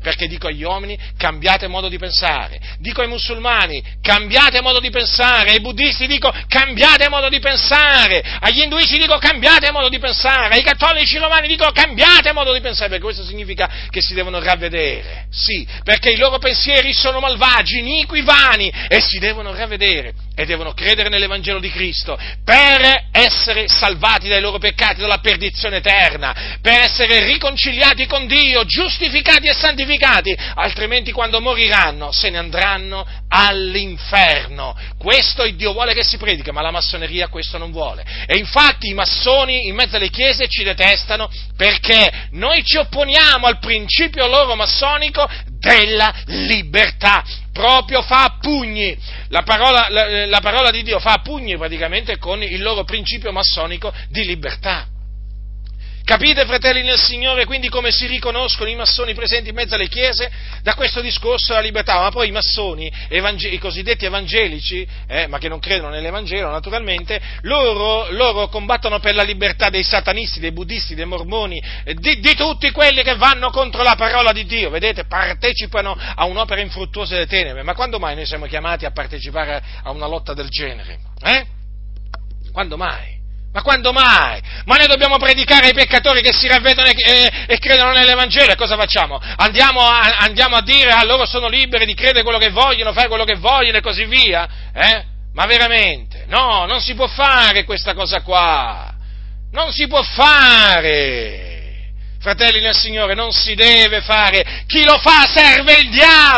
[SPEAKER 1] Perché dico agli uomini, cambiate modo di pensare. Dico ai musulmani, cambiate modo di pensare. Ai buddisti dico, cambiate modo di pensare. Agli induisti dico, cambiate modo di pensare. Ai cattolici romani dico, cambiate modo di pensare, perché questo significa che si devono ravvedere. Sì, perché i loro pensieri sono malvagi, iniqui, vani, e si devono ravvedere e devono credere nell'Evangelo di Cristo per essere salvati dai loro peccati, dalla perdizione eterna, per essere riconciliati con Dio, giustificati e santificati, altrimenti quando moriranno se ne andranno all'inferno. Questo il Dio vuole che si predica, ma la massoneria questo non vuole. E infatti i massoni in mezzo alle chiese ci detestano perché noi ci opponiamo al principio loro massonico della libertà. Proprio fa a pugni, la parola di Dio fa a pugni praticamente con il loro principio massonico di libertà. Capite, fratelli nel Signore, quindi come si riconoscono i massoni presenti in mezzo alle chiese? Da questo discorso della libertà, ma poi i massoni, i cosiddetti evangelici, ma che non credono nell'Evangelo naturalmente, loro combattono per la libertà dei satanisti, dei buddisti, dei mormoni, di tutti quelli che vanno contro la parola di Dio, vedete, partecipano a un'opera infruttuosa delle tenebre. Ma quando mai noi siamo chiamati a partecipare a una lotta del genere? Quando mai? Ma quando mai? Ma noi dobbiamo predicare ai peccatori che si ravvedono e credono nell'Evangelo, e cosa facciamo? Andiamo a dire a loro sono liberi di credere quello che vogliono, fare quello che vogliono e così via? Ma veramente? No, non si può fare questa cosa qua! Non si può fare! Fratelli nel Signore, non si deve fare! Chi lo fa serve il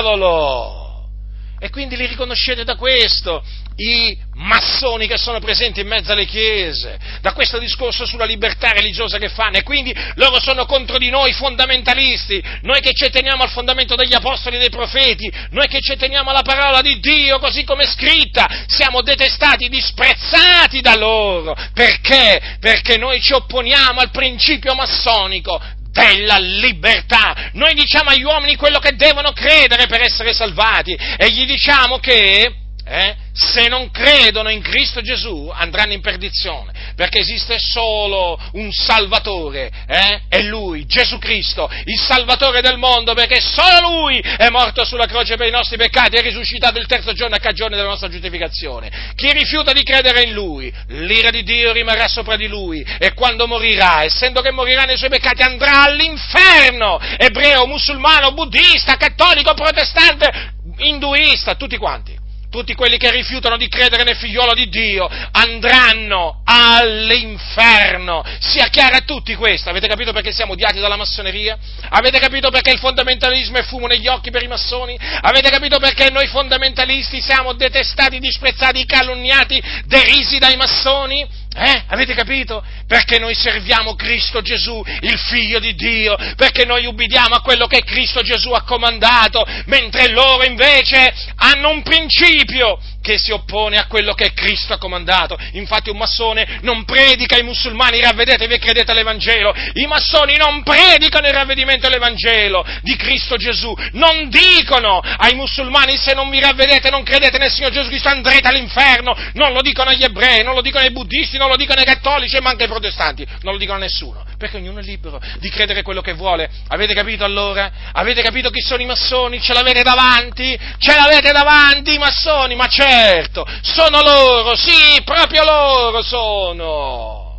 [SPEAKER 1] diavolo! E quindi li riconoscete da questo, i massoni che sono presenti in mezzo alle chiese, da questo discorso sulla libertà religiosa che fanno, e quindi loro sono contro di noi fondamentalisti, noi che ci teniamo al fondamento degli apostoli e dei profeti, noi che ci teniamo alla parola di Dio così come è scritta, siamo detestati, disprezzati da loro. Perché? Perché noi ci opponiamo al principio massonico della libertà. Noi diciamo agli uomini quello che devono credere per essere salvati, e gli diciamo che se non credono in Cristo Gesù andranno in perdizione, perché esiste solo un Salvatore, è Lui, Gesù Cristo, il Salvatore del mondo, perché solo Lui è morto sulla croce per i nostri peccati e è risuscitato il terzo giorno a cagione della nostra giustificazione. Chi rifiuta di credere in Lui, l'ira di Dio rimarrà sopra di lui, e quando morirà, essendo che morirà nei suoi peccati, andrà all'inferno. Ebreo, musulmano, buddista, cattolico, protestante, induista, tutti quanti. Tutti quelli che rifiutano di credere nel figliolo di Dio andranno all'inferno. Sia chiaro a tutti questo. Avete capito perché siamo odiati dalla massoneria? Avete capito perché il fondamentalismo è fumo negli occhi per i massoni? Avete capito perché noi fondamentalisti siamo detestati, disprezzati, calunniati, derisi dai massoni? Avete capito? Perché noi serviamo Cristo Gesù, il Figlio di Dio, perché noi ubbidiamo a quello che Cristo Gesù ha comandato, mentre loro invece hanno un principio che si oppone a quello che Cristo ha comandato. Infatti un massone non predica ai musulmani ravvedetevi e credete all'Evangelo. I massoni non predicano il ravvedimento all'Evangelo di Cristo Gesù. Non dicono ai musulmani se non vi ravvedete, non credete nel Signore Gesù Cristo andrete all'inferno. Non lo dicono agli ebrei, non lo dicono ai buddisti, non lo dicono ai cattolici e manca ai protestanti. Non lo dicono a nessuno, perché ognuno è libero di credere quello che vuole. Avete capito allora? Avete capito chi sono i massoni? Ce l'avete davanti? Ce l'avete davanti i massoni? Ma certo, sono loro, sì, proprio loro sono.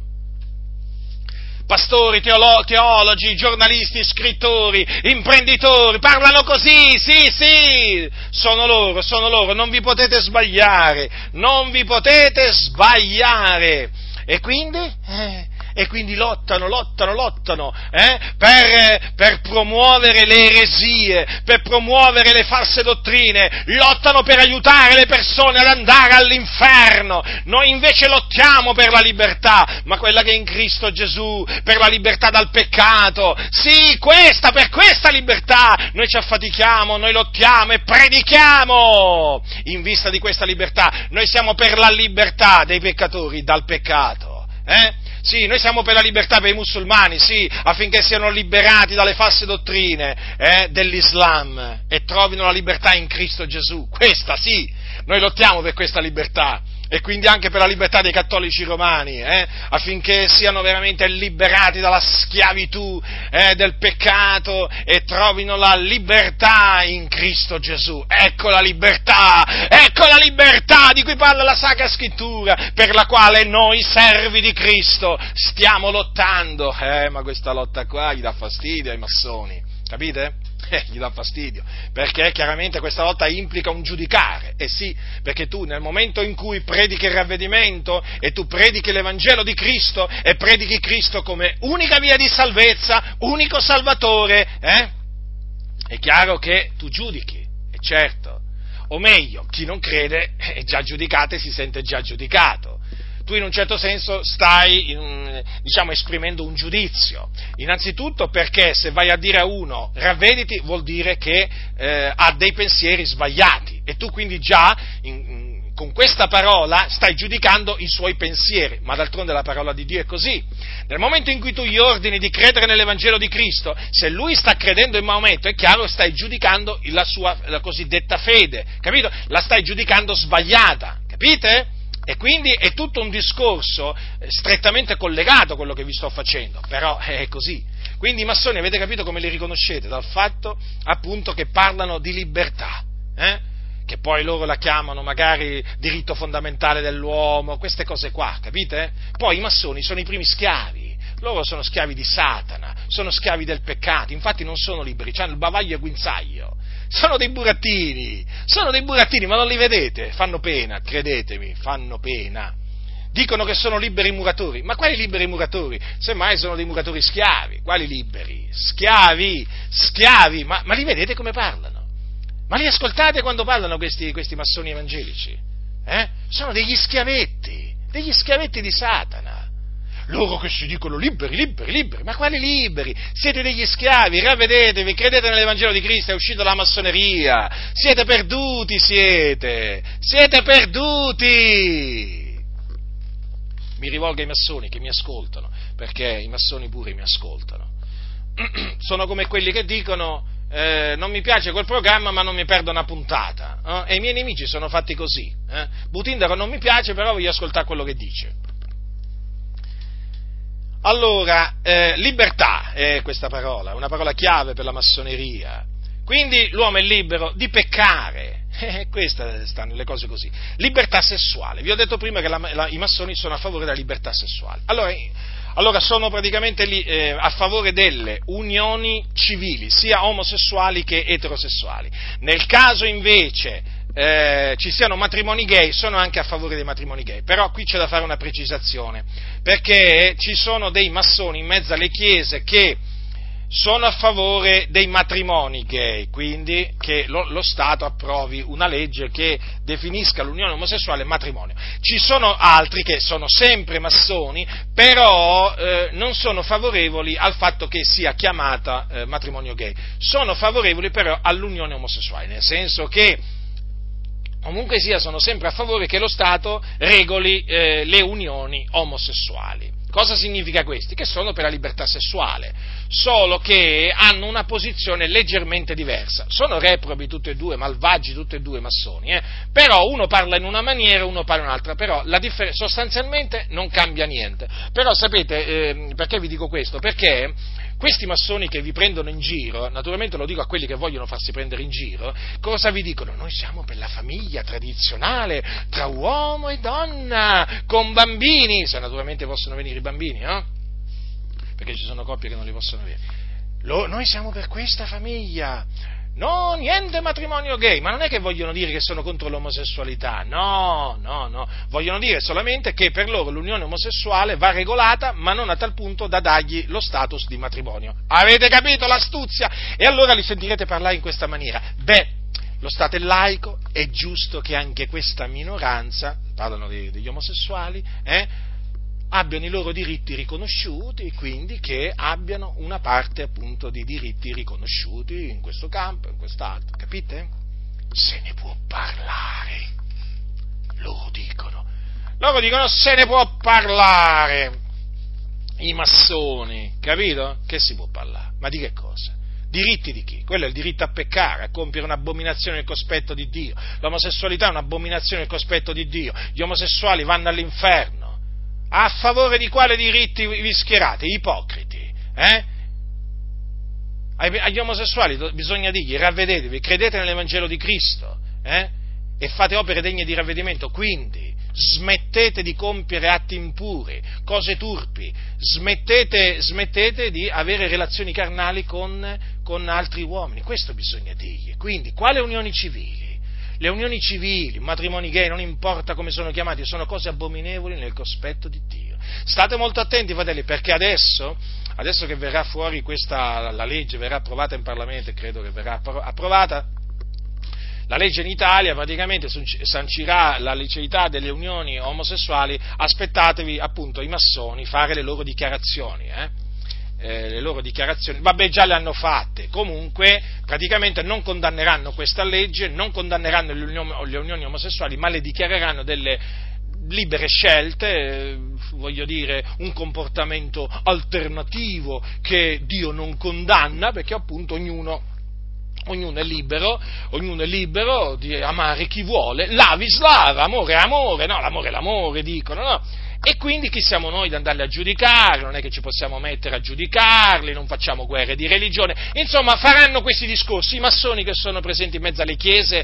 [SPEAKER 1] Pastori, teologi, giornalisti, scrittori, imprenditori, parlano così, sì, sono loro, non vi potete sbagliare. E quindi lottano per promuovere le eresie, per promuovere le false dottrine, lottano per aiutare le persone ad andare all'inferno. Noi invece lottiamo per la libertà, ma quella che è in Cristo Gesù, per la libertà dal peccato. Sì, per questa libertà noi ci affatichiamo, noi lottiamo e predichiamo in vista di questa libertà. Noi siamo per la libertà dei peccatori dal peccato, Sì, noi siamo per la libertà per i musulmani, sì, affinché siano liberati dalle false dottrine dell'Islam e trovino la libertà in Cristo Gesù. Questa sì, noi lottiamo per questa libertà. e quindi anche per la libertà dei cattolici romani, affinché siano veramente liberati dalla schiavitù del peccato e trovino la libertà in Cristo Gesù. Ecco la libertà di cui parla la Sacra Scrittura, per la quale noi servi di Cristo stiamo lottando. Ma questa lotta qua gli dà fastidio ai massoni, capite? Gli dà fastidio, perché chiaramente questa lotta implica un giudicare, sì, perché tu nel momento in cui predichi il ravvedimento e tu predichi l'Evangelo di Cristo e predichi Cristo come unica via di salvezza, unico Salvatore, è chiaro che tu giudichi, è certo, o meglio, chi non crede è già giudicato e si sente già giudicato. Tu in un certo senso stai, esprimendo un giudizio. Innanzitutto perché se vai a dire a uno ravvediti vuol dire che ha dei pensieri sbagliati e tu quindi già con questa parola stai giudicando i suoi pensieri, ma d'altronde la parola di Dio è così. Nel momento in cui tu gli ordini di credere nell'Evangelo di Cristo, se lui sta credendo in Maometto, è chiaro, stai giudicando la cosiddetta fede, capito? La stai giudicando sbagliata, capite? E quindi è tutto un discorso strettamente collegato a quello che vi sto facendo, però è così. Quindi i massoni avete capito come li riconoscete? Dal fatto appunto che parlano di libertà, che poi loro la chiamano magari diritto fondamentale dell'uomo, queste cose qua, capite? Poi i massoni sono i primi schiavi, loro sono schiavi di Satana, sono schiavi del peccato, infatti non sono liberi, hanno il bavaglio e guinzaglio. Sono dei burattini, ma non li vedete? Fanno pena, credetemi, fanno pena. Dicono che sono liberi muratori, ma quali liberi muratori? Semmai sono dei muratori schiavi, quali liberi? Schiavi, ma li vedete come parlano? Ma li ascoltate quando parlano questi massoni evangelici? Sono degli schiavetti di Satana. Loro che si dicono liberi, ma quali liberi? Siete degli schiavi, ravvedetevi, credete nell'Evangelo di Cristo, è uscito dalla massoneria, siete perduti. Mi rivolgo ai massoni che mi ascoltano, perché i massoni pure mi ascoltano. Sono come quelli che dicono non mi piace quel programma ma non mi perdo una puntata, e i miei nemici sono fatti così. Butindaro non mi piace, però voglio ascoltare quello che dice. Allora, libertà è questa parola, è una parola chiave per la massoneria. Quindi l'uomo è libero di peccare, queste stanno le cose così. Libertà sessuale, vi ho detto prima che i massoni sono a favore della libertà sessuale. Allora sono praticamente a favore delle unioni civili, sia omosessuali che eterosessuali. Nel caso invece ci siano matrimoni gay, sono anche a favore dei matrimoni gay, però qui c'è da fare una precisazione, perché ci sono dei massoni in mezzo alle chiese che sono a favore dei matrimoni gay, quindi che lo Stato approvi una legge che definisca l'unione omosessuale matrimonio. Ci sono altri che sono sempre massoni, però non sono favorevoli al fatto che sia chiamata matrimonio gay, sono favorevoli però all'unione omosessuale, nel senso che comunque sia, sono sempre a favore che lo Stato regoli le unioni omosessuali. Cosa significa questo? Che sono per la libertà sessuale, solo che hanno una posizione leggermente diversa. Sono reprobi tutti e due, malvagi tutti e due massoni, però uno parla in una maniera, uno parla in un'altra, però sostanzialmente non cambia niente. Però sapete, perché vi dico questo? Perché questi massoni che vi prendono in giro, naturalmente lo dico a quelli che vogliono farsi prendere in giro, cosa vi dicono? Noi siamo per la famiglia tradizionale, tra uomo e donna, con bambini, se naturalmente possono venire i bambini, perché ci sono coppie che non li possono avere. Noi siamo per questa famiglia. No, niente matrimonio gay, ma non è che vogliono dire che sono contro l'omosessualità, no, vogliono dire solamente che per loro l'unione omosessuale va regolata, ma non a tal punto da dargli lo status di matrimonio. Avete capito l'astuzia? E allora li sentirete parlare in questa maniera. Lo Stato è laico, è giusto che anche questa minoranza, parlano degli omosessuali, abbiano i loro diritti riconosciuti, quindi che abbiano una parte appunto di diritti riconosciuti in questo campo, in quest'altro, capite? Se ne può parlare, loro dicono se ne può parlare, i massoni, capito? Che si può parlare? Ma di che cosa? Diritti di chi? Quello è il diritto a peccare, a compiere un'abominazione nel cospetto di Dio. L'omosessualità è un'abominazione nel cospetto di Dio. Gli omosessuali vanno all'inferno. A favore di quale diritti vi schierate? Ipocriti, Agli omosessuali bisogna dirgli: ravvedetevi, credete nell'Evangelo di Cristo, e fate opere degne di ravvedimento. Quindi smettete di compiere atti impuri, cose turpi, smettete di avere relazioni carnali con altri uomini. Questo bisogna dirgli. Quindi, quali unioni civili? Le unioni civili, matrimoni gay, non importa come sono chiamati, sono cose abominevoli nel cospetto di Dio. State molto attenti, fratelli, perché adesso che verrà fuori la legge, verrà approvata in Parlamento, e credo che verrà approvata, la legge in Italia praticamente sancirà la liceità delle unioni omosessuali. Aspettatevi appunto i massoni fare le loro dichiarazioni, vabbè, già le hanno fatte. Comunque praticamente non condanneranno questa legge, non condanneranno le unioni omosessuali, ma le dichiareranno delle libere scelte, voglio dire, un comportamento alternativo che Dio non condanna, perché appunto ognuno è libero di amare chi vuole, l'avis lava, amore è amore, no, l'amore è l'amore, dicono, no? E quindi chi siamo noi da andarli a giudicare? Non è che ci possiamo mettere a giudicarli, non facciamo guerre di religione. Insomma, faranno questi discorsi i massoni che sono presenti in mezzo alle chiese,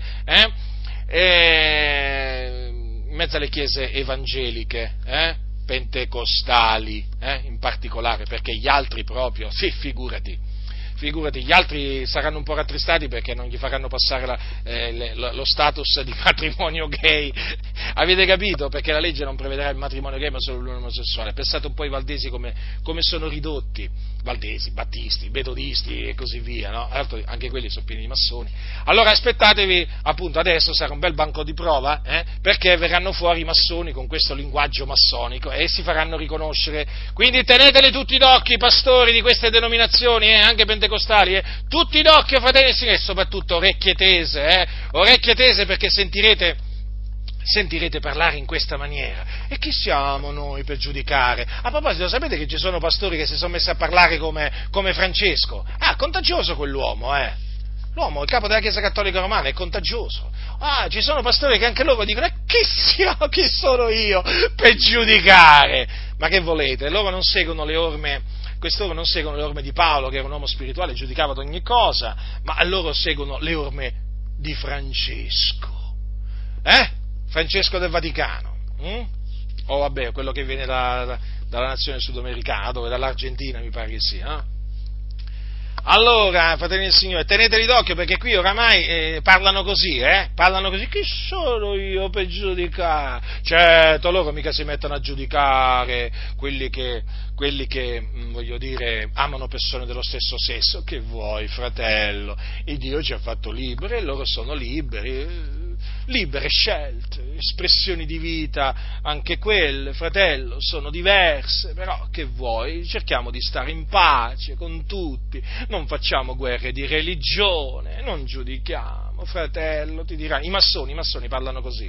[SPEAKER 1] in mezzo alle chiese evangeliche, pentecostali, in particolare, perché gli altri proprio, sì, figurati, gli altri saranno un po' rattristati perché non gli faranno passare lo status di matrimonio gay. Avete capito? Perché la legge non prevederà il matrimonio gay ma solo l'unione omosessuale. Pensate un po' ai valdesi come sono ridotti, valdesi, battisti, metodisti e così via, no? Anche quelli sono pieni di massoni. Allora aspettatevi, appunto, adesso sarà un bel banco di prova, perché verranno fuori i massoni con questo linguaggio massonico e si faranno riconoscere. Quindi teneteli tutti d'occhio i pastori di queste denominazioni, anche pentecostali, tutti d'occhio, fratelli e signori, e soprattutto orecchie tese, perché sentirete parlare in questa maniera. E chi siamo noi per giudicare? A proposito, sapete che ci sono pastori che si sono messi a parlare come Francesco? Contagioso quell'uomo, L'uomo, il capo della Chiesa Cattolica Romana, è contagioso. Ci sono pastori che anche loro dicono: chi sono io per giudicare? Ma che volete? Loro non seguono le orme. Quest'oro non seguono le orme di Paolo, che era un uomo spirituale, giudicava ad ogni cosa, ma loro seguono le orme di Francesco. Francesco del Vaticano. O vabbè, quello che viene dalla nazione sudamericana, dall'Argentina mi pare che sia, no? Allora, fratelli del Signore, teneteli d'occhio perché qui oramai parlano così, chi sono io per giudicare? Certo, loro mica si mettono a giudicare quelli che voglio dire, amano persone dello stesso sesso. Che vuoi, fratello? Il Dio ci ha fatto liberi e loro sono libere scelte, espressioni di vita, anche quelle, fratello, sono diverse, però che vuoi? Cerchiamo di stare in pace con tutti, non facciamo guerre di religione, non giudichiamo, fratello, ti diranno, i massoni parlano così,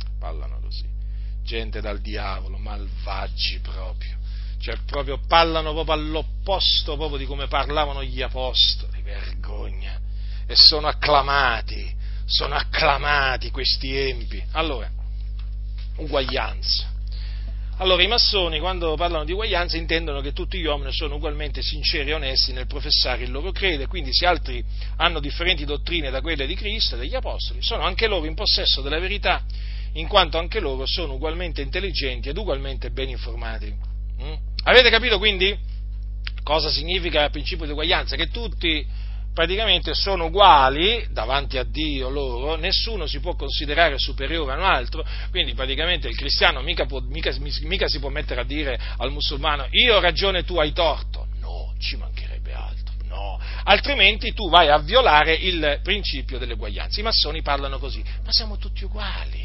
[SPEAKER 1] gente dal diavolo, malvagi proprio, cioè parlano proprio all'opposto proprio di come parlavano gli apostoli, vergogna, e sono acclamati questi empi. Allora, uguaglianza. Allora, i massoni, quando parlano di uguaglianza, intendono che tutti gli uomini sono ugualmente sinceri e onesti nel professare il loro credo, e quindi se altri hanno differenti dottrine da quelle di Cristo e degli apostoli, sono anche loro in possesso della verità, in quanto anche loro sono ugualmente intelligenti ed ugualmente ben informati. Avete capito quindi cosa significa il principio di uguaglianza? Che tutti praticamente sono uguali davanti a Dio loro, nessuno si può considerare superiore a un altro, quindi praticamente il cristiano mica si può mettere a dire al musulmano: io ho ragione, tu hai torto. No, ci mancherebbe altro, no, altrimenti tu vai a violare il principio dell'uguaglianza. I massoni parlano così, ma siamo tutti uguali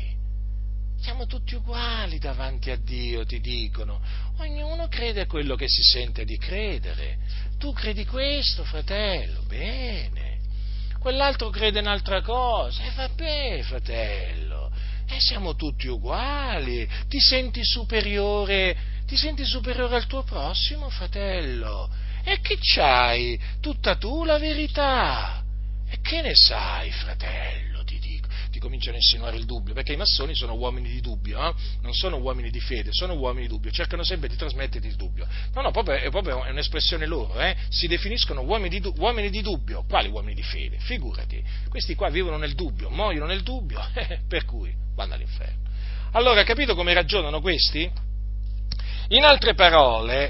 [SPEAKER 1] davanti a Dio, ti dicono, ognuno crede a quello che si sente di credere. Tu credi questo, fratello, bene, quell'altro crede un'altra cosa, e vabbè, fratello, siamo tutti uguali. Ti senti superiore al tuo prossimo, fratello, E che c'hai? Tutta tu la verità. E che ne sai, fratello, ti dico. Ti cominciano a insinuare il dubbio, perché i massoni sono uomini di dubbio, non sono uomini di fede, sono uomini di dubbio, cercano sempre di trasmetterti il dubbio. No, è proprio un'espressione loro, si definiscono uomini di dubbio. Quali uomini di fede? Figurati, questi qua vivono nel dubbio, muoiono nel dubbio, per cui vanno all'inferno. Allora, capito come ragionano questi? In altre parole,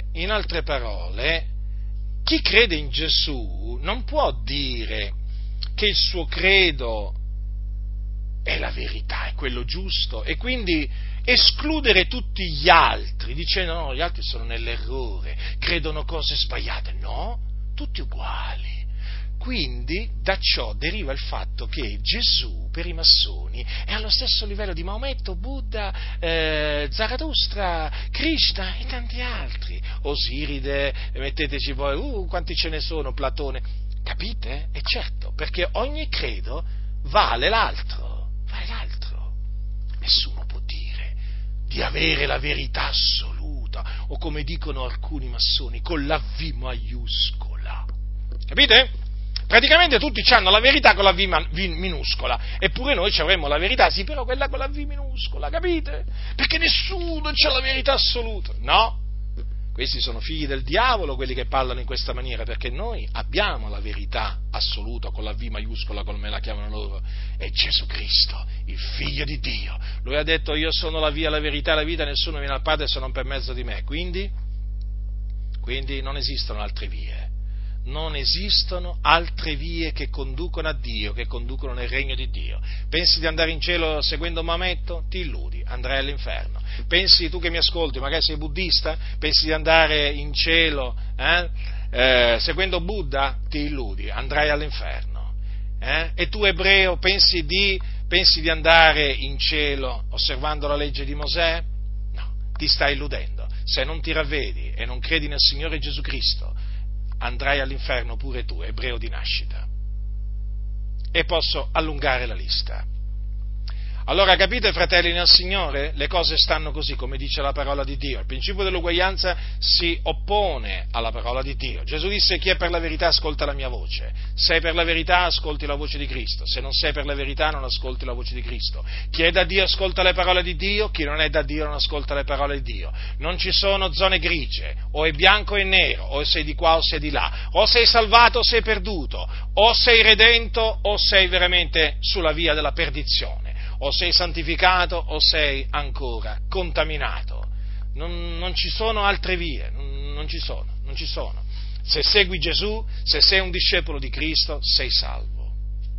[SPEAKER 1] chi crede in Gesù non può dire che il suo credo è la verità, è quello giusto, e quindi escludere tutti gli altri, dicendo no, gli altri sono nell'errore, credono cose sbagliate. No, tutti uguali. Quindi da ciò deriva il fatto che Gesù per i massoni è allo stesso livello di Maometto, Buddha, Zarathustra, Krishna e tanti altri. Osiride, metteteci voi, quanti ce ne sono, Platone. Capite? E certo, perché ogni credo vale l'altro. Nessuno può dire di avere la verità assoluta, o come dicono alcuni massoni, con la V maiuscola. Capite? Praticamente tutti hanno la verità con la V minuscola, eppure noi ci avremmo la verità, sì, però quella con la V minuscola, capite? Perché nessuno c'ha la verità assoluta. No, questi sono figli del diavolo, quelli che parlano in questa maniera, perché noi abbiamo la verità assoluta con la V maiuscola, come la chiamano loro, è Gesù Cristo, il Figlio di Dio. Lui ha detto: io sono la via, la verità e la vita, nessuno viene al Padre se non per mezzo di me. Quindi non esistono altre vie. Non esistono altre vie che conducono a Dio, che conducono nel regno di Dio. Pensi di andare in cielo seguendo Maometto? Ti illudi, andrai all'inferno. Pensi, tu che mi ascolti, magari sei buddista, pensi di andare in cielo seguendo Buddha? Ti illudi, andrai all'inferno. E tu ebreo pensi di andare in cielo osservando la legge di Mosè? No, ti stai illudendo. Se non ti ravvedi e non credi nel Signore Gesù Cristo, andrai all'inferno pure tu, ebreo di nascita. E posso allungare la lista. Allora, capite, fratelli nel Signore? Le cose stanno così, come dice la parola di Dio. Il principio dell'uguaglianza si oppone alla parola di Dio. Gesù disse: chi è per la verità ascolta la mia voce. Sei per la verità, ascolti la voce di Cristo. Se non sei per la verità, non ascolti la voce di Cristo. Chi è da Dio ascolta le parole di Dio, chi non è da Dio non ascolta le parole di Dio. Non ci sono zone grigie, o è bianco o è nero, o sei di qua o sei di là, o sei salvato o sei perduto, o sei redento o sei veramente sulla via della perdizione. O sei santificato o sei ancora contaminato. Non ci sono altre vie, non ci sono. Se segui Gesù, se sei un discepolo di Cristo, sei salvo.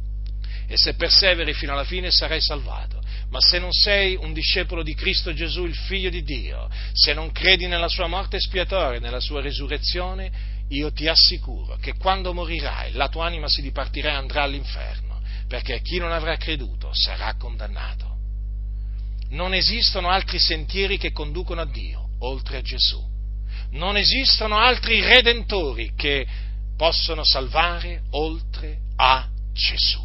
[SPEAKER 1] E se perseveri fino alla fine sarai salvato. Ma se non sei un discepolo di Cristo Gesù, il Figlio di Dio, se non credi nella sua morte espiatoria, nella sua resurrezione, io ti assicuro che quando morirai la tua anima si dipartirà e andrà all'inferno. Perché chi non avrà creduto sarà condannato. Non esistono altri sentieri che conducono a Dio, oltre a Gesù. Non esistono altri redentori che possono salvare, oltre a Gesù.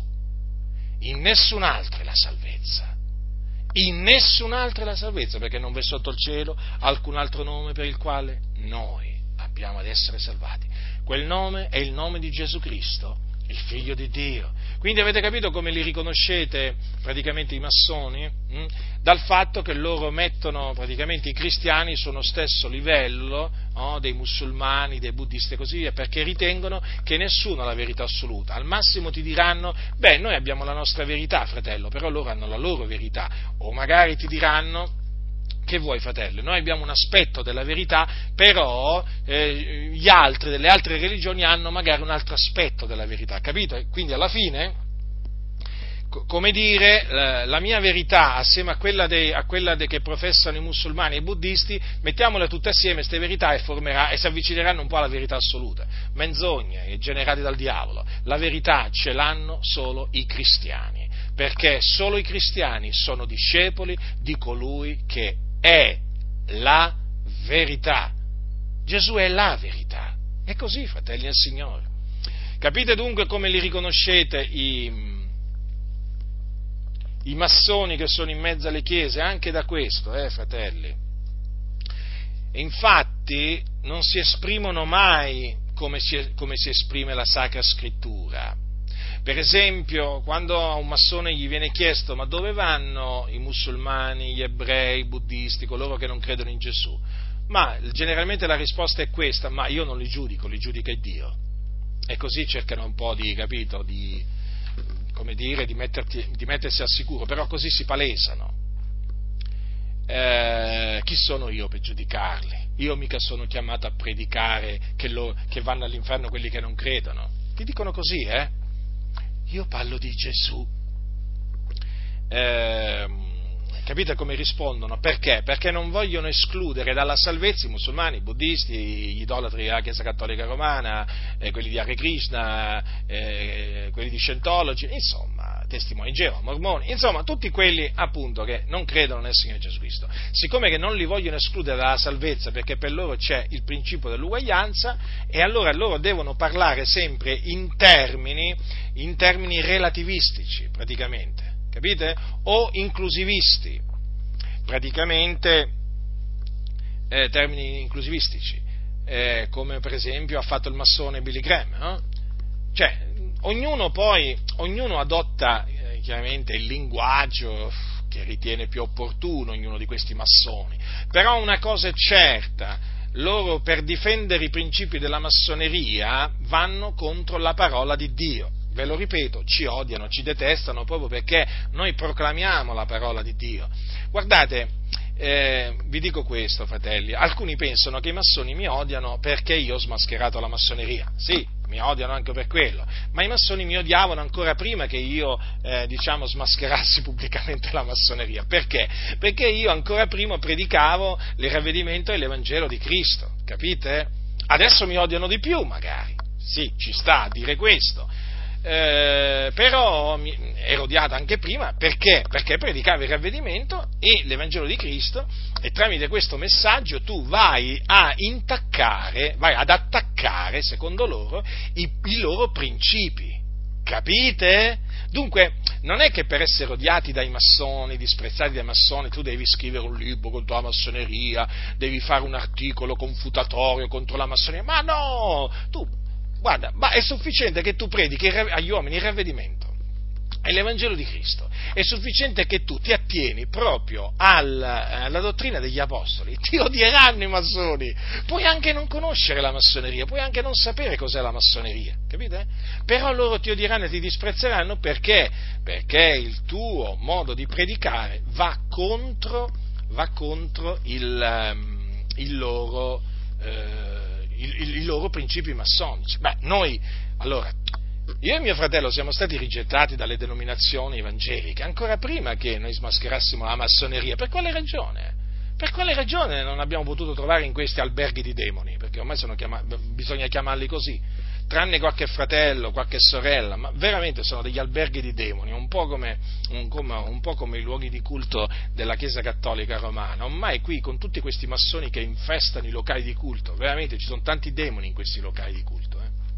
[SPEAKER 1] In nessun'altra è la salvezza. In nessun'altra è la salvezza, perché non v'è sotto il cielo alcun altro nome per il quale noi abbiamo ad essere salvati. Quel nome è il nome di Gesù Cristo, il Figlio di Dio. Quindi avete capito come li riconoscete praticamente i massoni? Dal fatto che loro mettono praticamente i cristiani su uno stesso livello dei musulmani, dei buddisti e così via, perché ritengono che nessuno ha la verità assoluta. Al massimo ti diranno: beh, noi abbiamo la nostra verità, fratello, però loro hanno la loro verità. O magari ti diranno: che vuoi, fratello? Noi abbiamo un aspetto della verità, però gli altri, delle altre religioni, hanno magari un altro aspetto della verità, capito? E quindi alla fine, come dire, la mia verità assieme a quella che professano i musulmani e i buddisti, mettiamole tutte assieme, queste verità, e si avvicineranno un po' alla verità assoluta. Menzogne generate dal diavolo. La verità ce l'hanno solo i cristiani, perché solo i cristiani sono discepoli di colui che è la verità. Gesù è la verità. È così, fratelli del Signore. Capite dunque come li riconoscete i massoni che sono in mezzo alle chiese? Anche da questo, fratelli. E infatti non si esprimono mai come si esprime la Sacra Scrittura. Per esempio, quando a un massone gli viene chiesto ma dove vanno i musulmani, gli ebrei, i buddisti, coloro che non credono in Gesù? Ma generalmente la risposta è questa: ma io non li giudico, li giudica Dio. E così cercano un po' di, capito, di mettersi al sicuro, però così si palesano. Chi sono io per giudicarli? Io mica sono chiamato a predicare che vanno all'inferno quelli che non credono. Ti dicono così, Io parlo di Gesù. Capite come rispondono? Perché? Perché non vogliono escludere dalla salvezza i musulmani, i buddisti, gli idolatri della Chiesa Cattolica Romana, quelli di Hare Krishna, quelli di Scientology, insomma, testimoni di Geova, mormoni, insomma, tutti quelli appunto che non credono nel Signore Gesù Cristo. Siccome che non li vogliono escludere dalla salvezza perché per loro c'è il principio dell'uguaglianza, e allora loro devono parlare sempre in termini relativistici, praticamente. Capite? O inclusivisti, praticamente termini inclusivistici, come per esempio ha fatto il massone Billy Graham, no? Cioè, ognuno adotta chiaramente il linguaggio che ritiene più opportuno, ognuno di questi massoni, però una cosa è certa: loro per difendere i principi della massoneria vanno contro la parola di Dio. Ve lo ripeto, ci odiano, ci detestano proprio perché noi proclamiamo la parola di Dio. Guardate, vi dico questo, fratelli: alcuni pensano che i massoni mi odiano perché io ho smascherato la massoneria. Sì, mi odiano anche per quello, ma i massoni mi odiavano ancora prima che io, smascherassi pubblicamente la massoneria. Perché? Perché io ancora prima predicavo il ravvedimento e l'Evangelo di Cristo, capite? Adesso mi odiano di più, magari. Sì, ci sta a dire questo. Però ero odiato anche prima perché predicava il ravvedimento e l'Evangelo di Cristo, e tramite questo messaggio tu vai ad attaccare, secondo loro, i loro principi, capite? Dunque, non è che per essere odiati dai massoni, disprezzati dai massoni, tu devi scrivere un libro contro la massoneria, devi fare un articolo confutatorio contro la massoneria, ma no! Guarda, ma è sufficiente che tu predichi agli uomini il ravvedimento e l'Evangelo di Cristo, è sufficiente che tu ti attieni proprio alla dottrina degli apostoli. Ti odieranno i massoni, puoi anche non conoscere la massoneria, puoi anche non sapere cos'è la massoneria, capite? Però loro ti odieranno e ti disprezzeranno perché il tuo modo di predicare va contro i loro principi massonici. Io e mio fratello siamo stati rigettati dalle denominazioni evangeliche ancora prima che noi smascherassimo la massoneria. Per quale ragione? Per quale ragione non abbiamo potuto trovare in questi alberghi di demoni? Perché ormai bisogna chiamarli così, tranne qualche fratello, qualche sorella, ma veramente sono degli alberghi di demoni, un po' come i luoghi di culto della Chiesa Cattolica Romana. Ormai qui, con tutti questi massoni che infestano i locali di culto, veramente ci sono tanti demoni in questi locali di culto.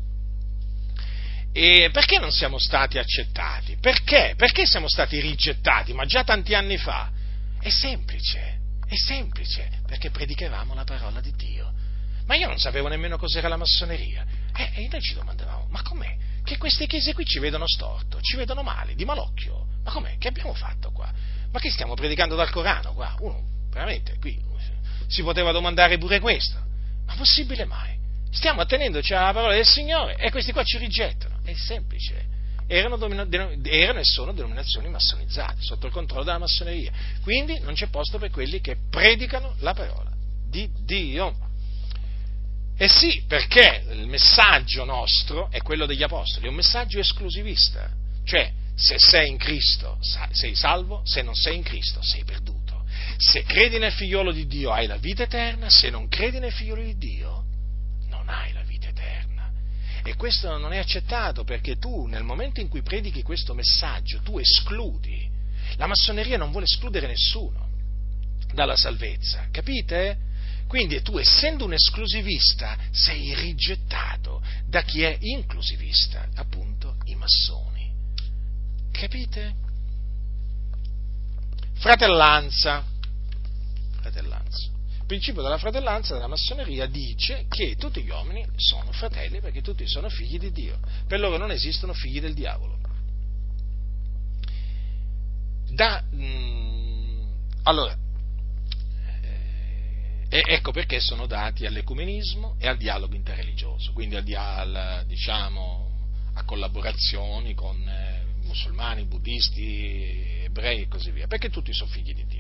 [SPEAKER 1] E perché non siamo stati accettati? Perché? Perché siamo stati rigettati, ma già tanti anni fa? È semplice, perché predicavamo la parola di Dio. Ma io non sapevo nemmeno cos'era la massoneria. E noi ci domandavamo, ma com'è? Che queste chiese qui ci vedono storto, ci vedono male, di malocchio. Ma com'è? Che abbiamo fatto qua? Ma che stiamo predicando dal Corano qua? Veramente, qui si poteva domandare pure questo. Ma possibile mai? Stiamo attenendoci alla parola del Signore e questi qua ci rigettano. È semplice. Erano e sono denominazioni massonizzate, sotto il controllo della massoneria. Quindi non c'è posto per quelli che predicano la parola di Dio. E sì, perché il messaggio nostro è quello degli apostoli, è un messaggio esclusivista. Cioè, se sei in Cristo sei salvo, se non sei in Cristo sei perduto. Se credi nel figliolo di Dio hai la vita eterna, se non credi nel figliolo di Dio non hai la vita eterna. E questo non è accettato, perché tu, nel momento in cui predichi questo messaggio, tu escludi. La massoneria non vuole escludere nessuno dalla salvezza, capite? Quindi tu, essendo un esclusivista, sei rigettato da chi è inclusivista, appunto i massoni. Capite? Fratellanza. Il principio della fratellanza della massoneria dice che tutti gli uomini sono fratelli perché tutti sono figli di Dio. Per loro non esistono figli del diavolo. Allora, ecco perché sono dati all'ecumenismo e al dialogo interreligioso, quindi a collaborazioni con musulmani, buddisti, ebrei e così via, perché tutti sono figli di Dio.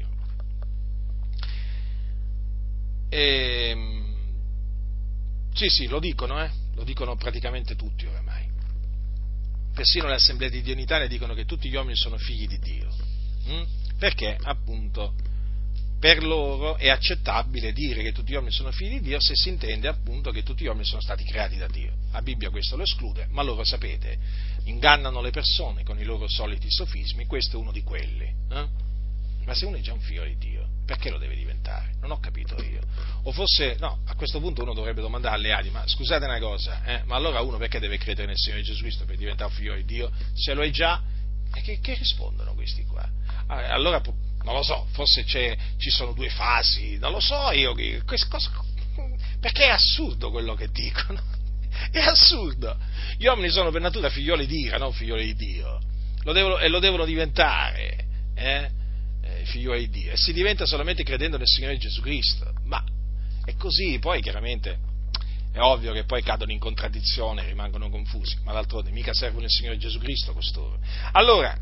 [SPEAKER 1] Sì, lo dicono praticamente tutti oramai. Persino le assemblee di Dio in Italia dicono che tutti gli uomini sono figli di Dio, perché appunto per loro è accettabile dire che tutti gli uomini sono figli di Dio se si intende appunto che tutti gli uomini sono stati creati da Dio. La Bibbia questo lo esclude, ma loro, sapete, ingannano le persone con i loro soliti sofismi, questo è uno di quelli. Ma se uno è già un figlio di Dio, perché lo deve diventare? Non ho capito io. O forse, no, a questo punto uno dovrebbe domandare alle Adi, ma scusate una cosa, ma allora uno perché deve credere nel Signore Gesù Cristo per diventare un figlio di Dio? Se lo è già, che rispondono questi qua? Allora, non lo so, forse ci sono due fasi, non lo so io, perché è assurdo quello che dicono, è assurdo. Gli uomini sono per natura figlioli di ira, non figlioli di Dio, lo devono diventare, figlioli di Dio, e si diventa solamente credendo nel Signore Gesù Cristo, ma è così. Poi chiaramente è ovvio che poi cadono in contraddizione, rimangono confusi, ma d'altronde mica servono il Signore Gesù Cristo costoro. Allora,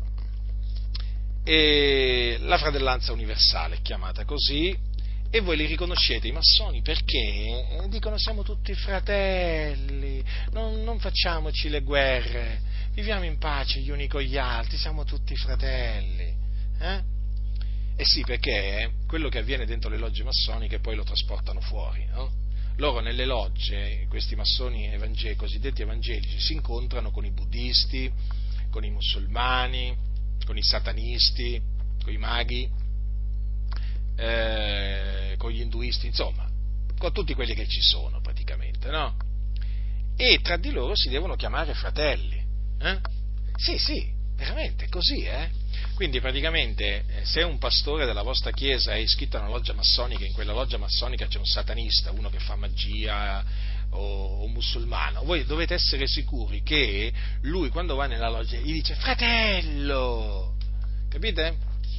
[SPEAKER 1] la fratellanza universale è chiamata così, e voi li riconoscete i massoni perché dicono siamo tutti fratelli, non facciamoci le guerre, viviamo in pace gli uni con gli altri, siamo tutti fratelli. Eh sì, perché quello che avviene dentro le logge massoniche poi lo trasportano fuori, no? Loro nelle logge, questi massoni cosiddetti evangelici, si incontrano con i buddisti, con i musulmani, con i satanisti, con i maghi, con gli induisti, insomma, con tutti quelli che ci sono praticamente, no? E tra di loro si devono chiamare fratelli. Sì, veramente, così, Quindi praticamente se un pastore della vostra chiesa è iscritto a una loggia massonica, in quella loggia massonica c'è un satanista, uno che fa magia o un musulmano, voi dovete essere sicuri che lui quando va nella loggia gli dice fratello, capite?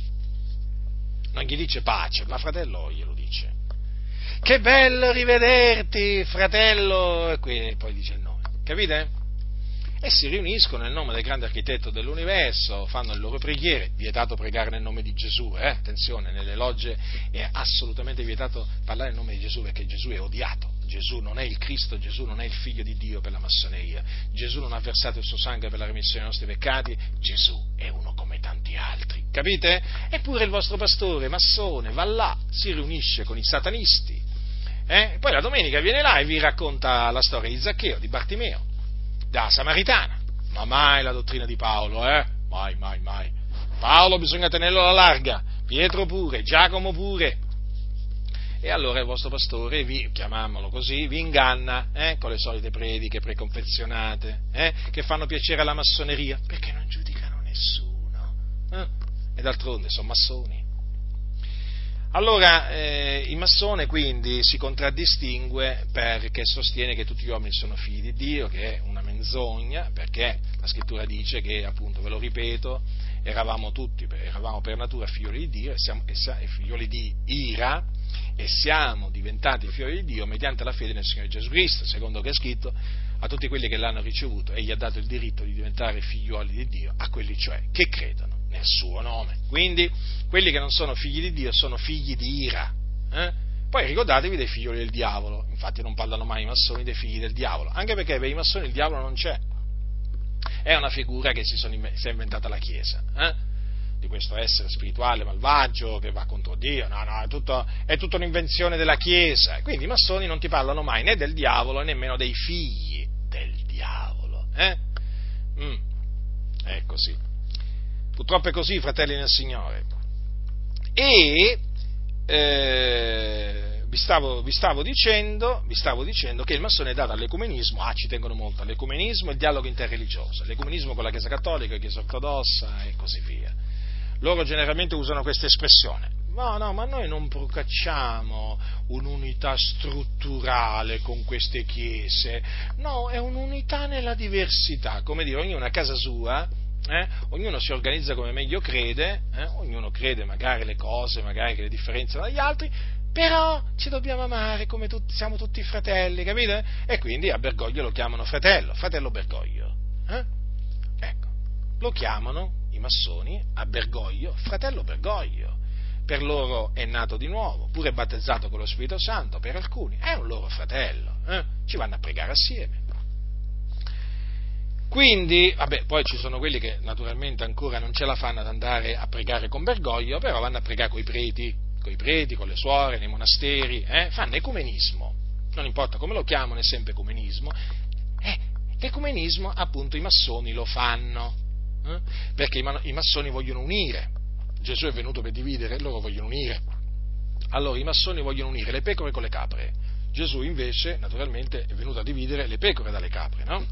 [SPEAKER 1] Non gli dice pace, ma fratello glielo dice. Che bello rivederti, fratello, e poi dice il nome, capite? E si riuniscono nel nome del grande architetto dell'universo, fanno le loro preghiere, vietato pregare nel nome di Gesù, attenzione, nelle logge è assolutamente vietato parlare nel nome di Gesù perché Gesù è odiato, Gesù non è il Cristo, Gesù non è il Figlio di Dio per la massoneria, Gesù non ha versato il suo sangue per la remissione dei nostri peccati, Gesù è uno come tanti altri, capite? Eppure il vostro pastore massone va là, si riunisce con i satanisti, poi la domenica viene là e vi racconta la storia di Zaccheo, di Bartimeo, da Samaritana, ma mai la dottrina di Paolo, mai. Paolo bisogna tenerlo alla larga, Pietro pure, Giacomo pure. E allora il vostro pastore, chiamiamolo così, vi inganna con le solite prediche preconfezionate, che fanno piacere alla massoneria, perché non giudicano nessuno. E d'altronde sono massoni. Allora, il massone quindi si contraddistingue perché sostiene che tutti gli uomini sono figli di Dio, che è una menzogna, perché la scrittura dice che, appunto, ve lo ripeto, eravamo per natura figlioli di Dio e figlioli di ira, e siamo diventati figlioli di Dio mediante la fede nel Signore Gesù Cristo, secondo che è scritto, a tutti quelli che l'hanno ricevuto egli ha dato il diritto di diventare figlioli di Dio, a quelli cioè che credono nel suo nome. Quindi quelli che non sono figli di Dio sono figli di ira. Poi ricordatevi dei figlioli del diavolo, infatti non parlano mai i massoni dei figli del diavolo, anche perché per i massoni il diavolo non c'è, è una figura che si è inventata la Chiesa, di questo essere spirituale malvagio che va contro Dio, no, è tutto un'invenzione della Chiesa, quindi i massoni non ti parlano mai né del diavolo né nemmeno dei figli del diavolo, È così. Purtroppo è così, fratelli nel Signore. E vi stavo dicendo che il massone è dato all'ecumenismo, ci tengono molto all'ecumenismo e il dialogo interreligioso, l'ecumenismo con la Chiesa Cattolica, la Chiesa Ortodossa e così via. Loro generalmente usano questa espressione, No, ma noi non procacciamo un'unità strutturale con queste chiese, no, è un'unità nella diversità, come dire, ognuno a casa sua, ognuno si organizza come meglio crede, ognuno crede magari le cose, magari che le differenziano dagli altri, però ci dobbiamo amare come tutti, siamo tutti fratelli, capite? E quindi a Bergoglio lo chiamano fratello Bergoglio, ecco, lo chiamano i massoni a Bergoglio fratello Bergoglio. Per loro è nato di nuovo, pure battezzato con lo Spirito Santo, per alcuni è un loro fratello, ci vanno a pregare assieme. Quindi, poi ci sono quelli che naturalmente ancora non ce la fanno ad andare a pregare con Bergoglio, però vanno a pregare coi preti, con le suore, nei monasteri, fanno ecumenismo, non importa come lo chiamano, è sempre ecumenismo, l'ecumenismo appunto i massoni lo fanno, perché i massoni vogliono unire. Gesù è venuto per dividere, loro vogliono unire. Allora i massoni vogliono unire le pecore con le capre. Gesù invece, naturalmente, è venuto a dividere le pecore dalle capre, no?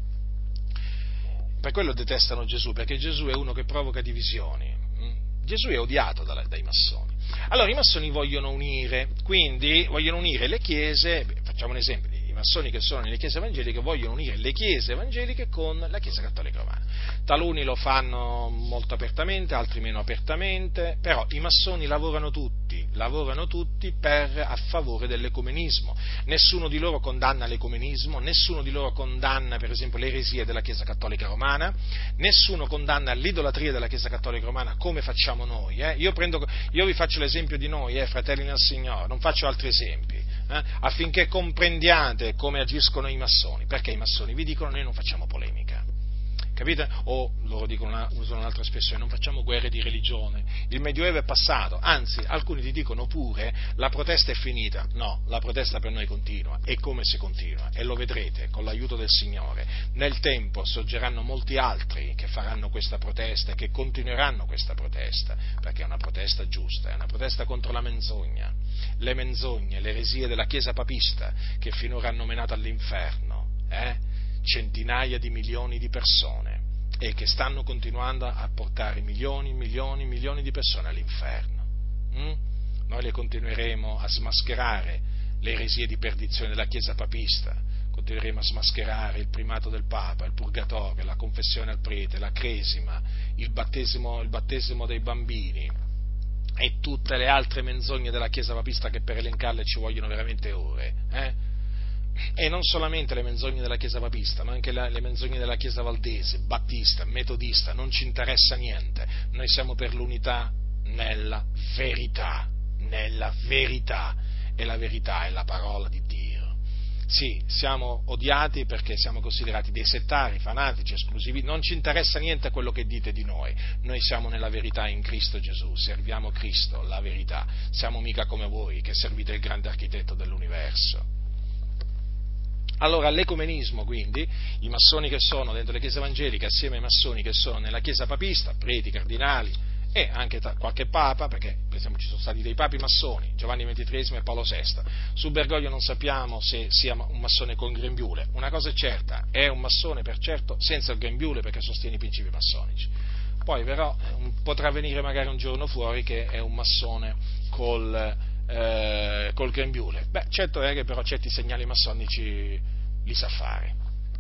[SPEAKER 1] Per quello detestano Gesù, perché Gesù è uno che provoca divisioni. Gesù è odiato dai massoni. Allora i massoni vogliono unire, quindi vogliono unire le chiese, facciamo un esempio, i massoni che sono nelle chiese evangeliche vogliono unire le chiese evangeliche con la Chiesa Cattolica Romana. Taluni lo fanno molto apertamente, altri meno apertamente, però i massoni lavorano tutti a favore dell'ecumenismo. Nessuno di loro condanna l'ecumenismo, nessuno di loro condanna per esempio le eresie della Chiesa Cattolica Romana, nessuno condanna l'idolatria della Chiesa Cattolica Romana come facciamo noi. Io vi faccio l'esempio di noi, fratelli nel Signore, non faccio altri esempi, affinché comprendiate come agiscono i massoni, perché i massoni vi dicono noi non facciamo polemica. Capite? O loro usano un'altra espressione, non facciamo guerre di religione, il Medioevo è passato, anzi alcuni ti dicono pure la protesta è finita. No, la protesta per noi continua, e come se continua, e lo vedrete con l'aiuto del Signore. Nel tempo sorgeranno molti altri che faranno questa protesta e che continueranno questa protesta, perché è una protesta giusta, è una protesta contro la menzogna, le menzogne, le eresie della Chiesa papista che finora hanno menato all'inferno, centinaia di milioni di persone, e che stanno continuando a portare milioni di persone all'inferno. Noi le continueremo a smascherare le eresie di perdizione della Chiesa papista, continueremo a smascherare il primato del Papa, il purgatorio, la confessione al prete, la cresima, il battesimo dei bambini e tutte le altre menzogne della Chiesa papista che per elencarle ci vogliono veramente ore. E non solamente le menzogne della Chiesa papista, ma anche le menzogne della Chiesa valdese, battista, metodista, non ci interessa niente. Noi siamo per l'unità nella verità, e la verità è la parola di Dio. Sì, siamo odiati perché siamo considerati dei settari, fanatici, esclusivi, non ci interessa niente quello che dite di noi siamo nella verità in Cristo Gesù, serviamo Cristo, la verità, siamo mica come voi che servite il grande architetto dell'universo. Allora l'ecumenismo, quindi, i massoni che sono dentro le chiese evangeliche assieme ai massoni che sono nella chiesa papista, preti, cardinali e anche qualche papa, perché per esempio ci sono stati dei papi massoni, Giovanni XXIII e Paolo VI, su Bergoglio non sappiamo se sia un massone con grembiule, una cosa è certa, è un massone per certo senza il grembiule perché sostiene i principi massonici, poi però potrà venire magari un giorno fuori che è un massone col grembiule. Certo è che però certi segnali massonici li sa fare,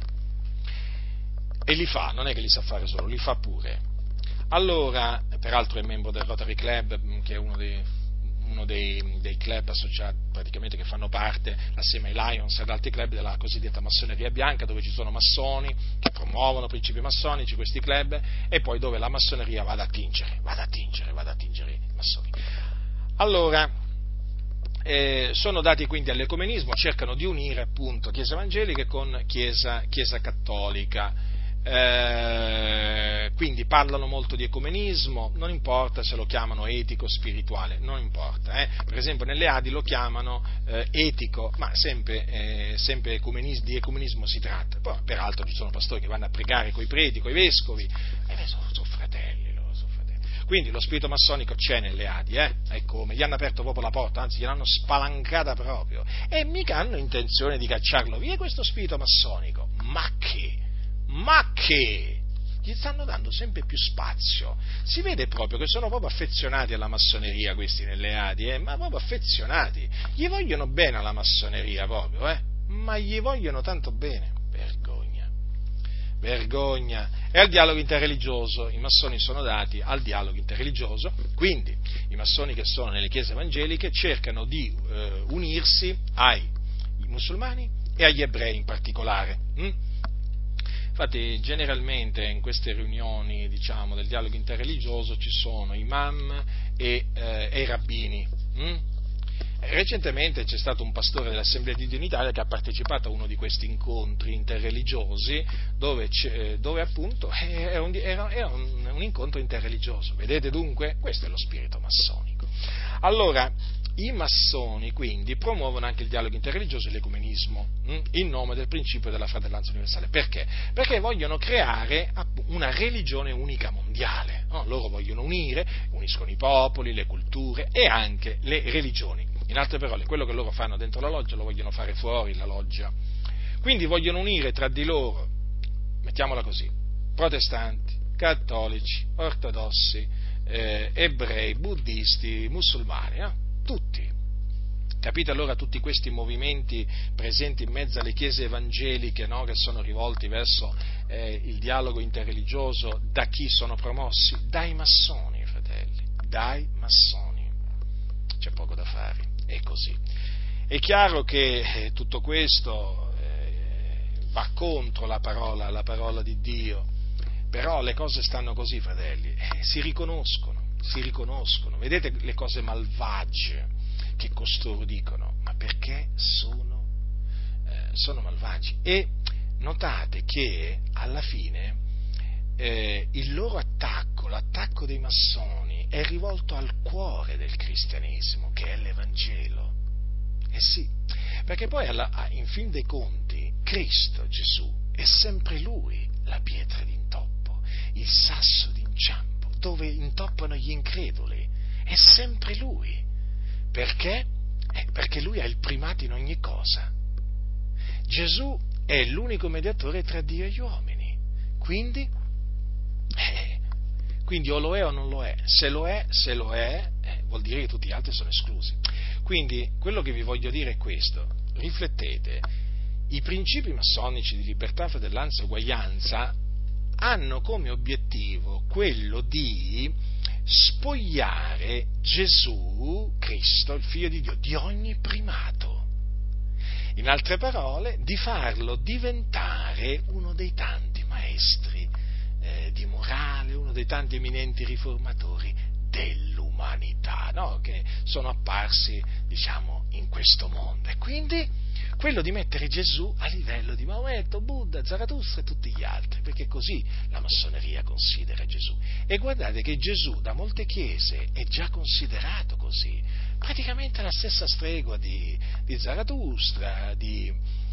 [SPEAKER 1] e li fa, non è che li sa fare solo, li fa pure. Allora, peraltro è membro del Rotary Club, che è uno dei club associati praticamente che fanno parte, assieme ai Lions ed altri club, della cosiddetta massoneria bianca, dove ci sono massoni che promuovono principi massonici, questi club, e poi dove la massoneria va ad attingere i massoni. Allora, sono dati quindi all'ecumenismo, cercano di unire appunto Chiesa evangelica con Chiesa cattolica, quindi parlano molto di ecumenismo, non importa se lo chiamano etico, spirituale, non importa, per esempio nelle Adi lo chiamano etico, ma sempre di ecumenismo si tratta. Poi peraltro ci sono pastori che vanno a pregare coi preti, coi vescovi, e sono fratelli. Quindi lo spirito massonico c'è nelle Adi, come? Gli hanno aperto proprio la porta, anzi gliel'hanno spalancata proprio, e mica hanno intenzione di cacciarlo via questo spirito massonico, ma che? gli stanno dando sempre più spazio. Si vede proprio che sono proprio affezionati alla massoneria questi nelle Adi, ma proprio affezionati. Gli vogliono bene alla massoneria proprio, ma gli vogliono tanto bene. Vergogna. E al dialogo interreligioso, i massoni sono dati al dialogo interreligioso, quindi i massoni che sono nelle chiese evangeliche cercano di unirsi ai musulmani e agli ebrei in particolare. Infatti generalmente in queste riunioni, diciamo, del dialogo interreligioso ci sono imam e i rabbini. Recentemente c'è stato un pastore dell'Assemblea di Dio in Italia che ha partecipato a uno di questi incontri interreligiosi dove appunto era un incontro interreligioso. Vedete dunque? Questo è lo spirito massonico. Allora, i massoni quindi promuovono anche il dialogo interreligioso e l'ecumenismo in nome del principio della fratellanza universale. Perché? Perché vogliono creare una religione unica mondiale. No? Loro vogliono uniscono i popoli, le culture e anche le religioni. In altre parole, quello che loro fanno dentro la loggia lo vogliono fare fuori la loggia. Quindi vogliono unire tra di loro, mettiamola così, protestanti, cattolici, ortodossi, ebrei, buddisti, musulmani, tutti. Capite allora tutti questi movimenti presenti in mezzo alle chiese evangeliche, no, che sono rivolti verso il dialogo interreligioso, da chi sono promossi? Dai massoni, fratelli, dai massoni. C'è poco da fare, è così. È chiaro che tutto questo va contro la parola di Dio, però le cose stanno così, fratelli, si riconoscono, vedete le cose malvagie che costoro dicono, ma perché sono malvagi? E notate che alla fine il loro l'attacco dei massoni è rivolto al cuore del cristianesimo, che è l'Evangelo. Sì, perché poi in fin dei conti Cristo Gesù è sempre Lui la pietra d'intoppo, il sasso d'inciampo, dove intoppano gli increduli, è sempre Lui. Perché? Perché Lui ha il primato in ogni cosa. Gesù è l'unico mediatore tra Dio e gli uomini, quindi o lo è o non lo è. Se lo è, vuol dire che tutti gli altri sono esclusi. Quindi quello che vi voglio dire è questo: riflettete, i principi massonici di libertà, fratellanza e uguaglianza hanno come obiettivo quello di spogliare Gesù Cristo, il Figlio di Dio, di ogni primato. In altre parole, di farlo diventare uno dei tanti maestri di morale, uno dei tanti eminenti riformatori dell'umanità, no? Che sono apparsi, diciamo, in questo mondo. E quindi quello di mettere Gesù a livello di Maometto, Buddha, Zarathustra e tutti gli altri, perché così la massoneria considera Gesù. E guardate che Gesù da molte chiese è già considerato così, praticamente alla stessa stregua di Zarathustra, di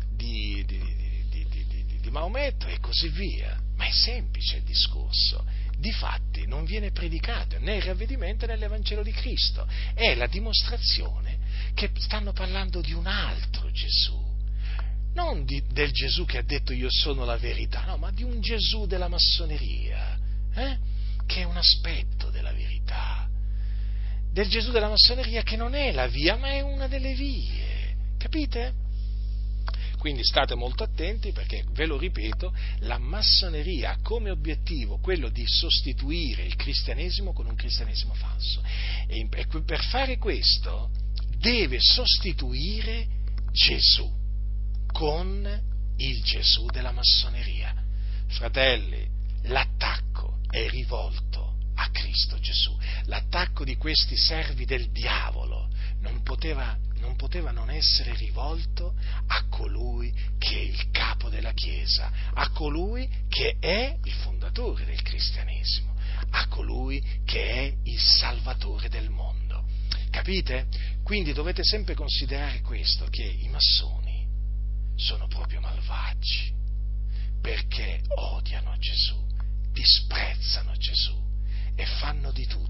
[SPEAKER 1] Maometto e così via. Ma è semplice il discorso. Difatti non viene predicato né il ravvedimento né l'Evangelo di Cristo. È la dimostrazione che stanno parlando di un altro Gesù. Non del Gesù che ha detto io sono la verità, no, ma di un Gesù della massoneria, che è un aspetto della verità. Del Gesù della massoneria che non è la via, ma è una delle vie. Capite? Quindi state molto attenti perché, ve lo ripeto, la massoneria ha come obiettivo quello di sostituire il cristianesimo con un cristianesimo falso. E per fare questo deve sostituire Gesù con il Gesù della massoneria. Fratelli, l'attacco è rivolto a Cristo Gesù. L'attacco di questi servi del diavolo non poteva non essere rivolto a colui che è il capo della Chiesa, a colui che è il fondatore del cristianesimo, a colui che è il salvatore del mondo. Capite? Quindi dovete sempre considerare questo, che i massoni sono proprio malvagi, perché odiano Gesù, disprezzano Gesù e fanno di tutto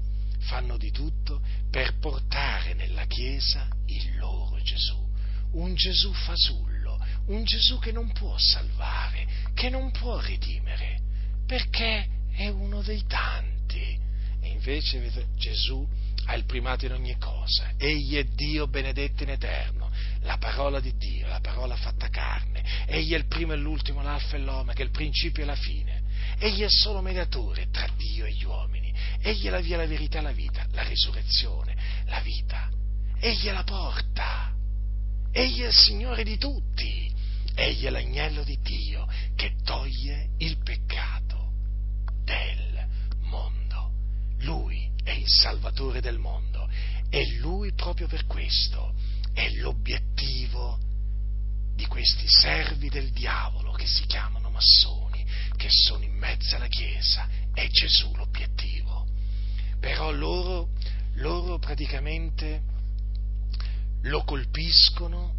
[SPEAKER 1] per portare nella Chiesa il loro Gesù, un Gesù fasullo, un Gesù che non può salvare, che non può redimere. perché è uno dei tanti. E invece Gesù ha il primato in ogni cosa. Egli è Dio benedetto in eterno, la parola di Dio, la parola fatta carne. Egli è il primo e l'ultimo, l'alfa e l'omega, il principio e la fine. Egli è solo mediatore tra Dio e gli uomini. Egli è la via, la verità e la vita, la risurrezione, la vita. Egli è la porta. Egli è il Signore di tutti. Egli è l'agnello di Dio che toglie il peccato del mondo. Lui è il Salvatore del mondo e Lui proprio per questo è l'obiettivo di questi servi del diavolo che si chiamano massoni, che sono in mezzo alla Chiesa. È Gesù l'obiettivo. Però loro praticamente lo colpiscono,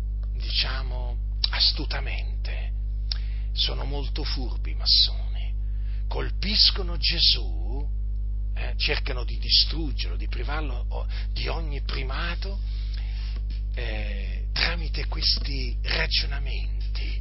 [SPEAKER 1] astutamente. Sono molto furbi i massoni. Colpiscono Gesù, cercano di distruggerlo, di privarlo di ogni primato, tramite questi ragionamenti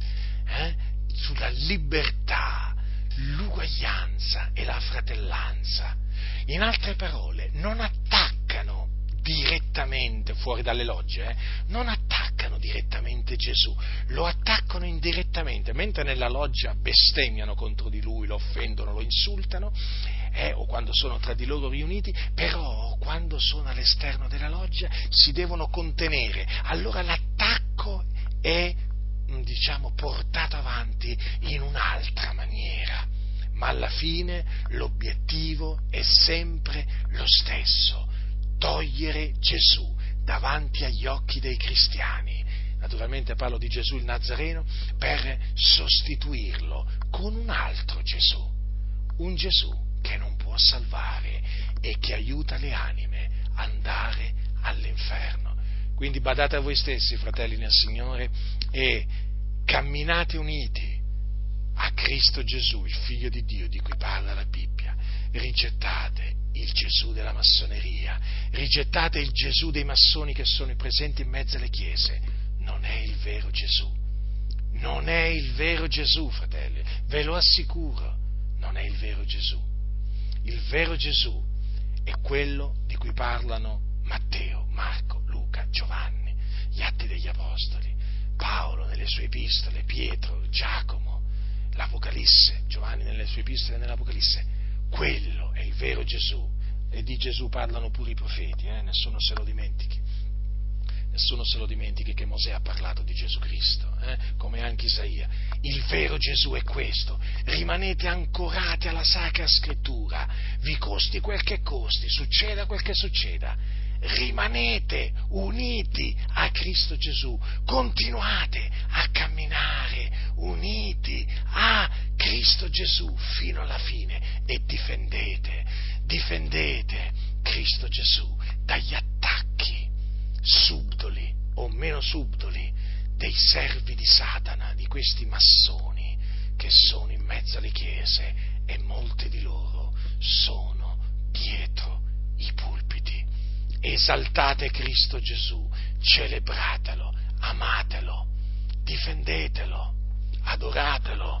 [SPEAKER 1] sulla libertà, l'uguaglianza e la fratellanza. In altre parole, non attaccano direttamente, fuori dalle logge, non attaccano direttamente Gesù, lo attaccano indirettamente, mentre nella loggia bestemmiano contro di lui, lo offendono, lo insultano, o quando sono tra di loro riuniti, però quando sono all'esterno della loggia si devono contenere, allora l'attacco è, portato avanti in un'altra maniera, ma alla fine l'obiettivo è sempre lo stesso: togliere Gesù davanti agli occhi dei cristiani. Naturalmente parlo di Gesù il Nazareno, per sostituirlo con un altro Gesù, un Gesù che non può salvare e che aiuta le anime ad andare all'inferno. Quindi badate a voi stessi, fratelli nel Signore, e camminate uniti a Cristo Gesù, il Figlio di Dio di cui parla la Bibbia. Rigettate il Gesù della massoneria, rigettate il Gesù dei massoni che sono presenti in mezzo alle chiese. Non è il vero Gesù, non è il vero Gesù, fratelli, ve lo assicuro, non è il vero Gesù. Il vero Gesù è quello di cui parlano Matteo, Marco, Luca, Giovanni, gli Atti degli Apostoli, Paolo nelle sue epistole, Pietro, Giacomo, l'Apocalisse, Giovanni nelle sue epistole e nell'Apocalisse. Quello è il vero Gesù, e di Gesù parlano pure i profeti, nessuno se lo dimentichi. Nessuno se lo dimentichi che Mosè ha parlato di Gesù Cristo, come anche Isaia. Il vero Gesù è questo: rimanete ancorati alla Sacra Scrittura, vi costi quel che costi, succeda quel che succeda, rimanete uniti a Cristo Gesù, continuate a camminare uniti a Cristo Gesù fino alla fine e difendete Cristo Gesù dagli attacchi subdoli o meno subdoli dei servi di Satana, di questi massoni che sono in mezzo alle chiese, e molti di loro sono dietro i pulpiti. Esaltate Cristo Gesù, celebratelo, amatelo, difendetelo, adoratelo,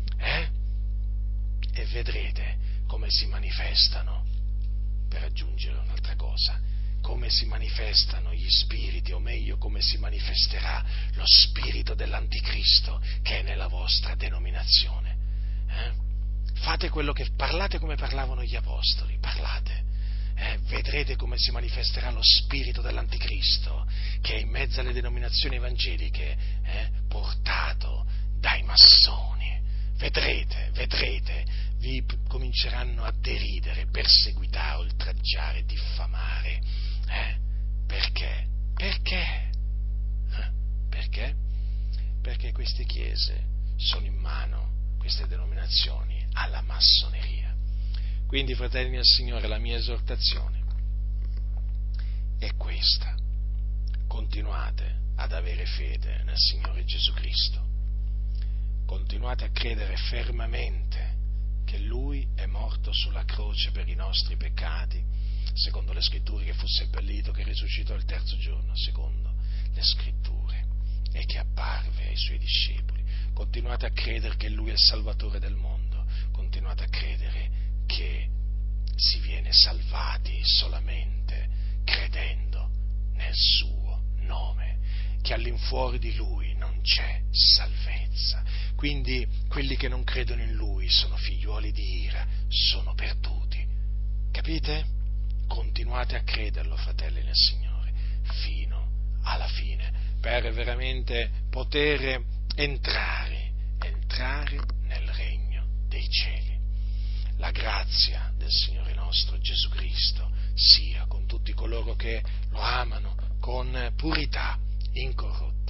[SPEAKER 1] e vedrete come si manifestano, per aggiungere un'altra cosa, come si manifestano gli spiriti, o meglio come si manifesterà lo spirito dell'anticristo che è nella vostra denominazione. Fate quello che parlate, come parlavano gli apostoli, parlate. Vedrete come si manifesterà lo spirito dell'anticristo che è in mezzo alle denominazioni evangeliche, portato dai massoni. Vedrete, vi cominceranno a deridere, perseguitare, oltraggiare, diffamare. Perché? Perché? Perché queste chiese sono in mano, queste denominazioni, alla massoneria. Quindi, fratelli del Signore, la mia esortazione è questa: continuate ad avere fede nel Signore Gesù Cristo, continuate a credere fermamente che Lui è morto sulla croce per i nostri peccati, secondo le Scritture, che fu seppellito, che risuscitò il terzo giorno, secondo le Scritture, e che apparve ai Suoi discepoli. Continuate a credere che Lui è il Salvatore del mondo, continuate salvati solamente credendo nel suo nome, che all'infuori di Lui non c'è salvezza. Quindi quelli che non credono in Lui sono figliuoli di ira, sono perduti. Capite? Continuate a crederlo, fratelli nel Signore, fino alla fine, per veramente poter entrare nel regno dei cieli. La grazia del Signore nostro Gesù Cristo sia con tutti coloro che lo amano con purità incorrotta.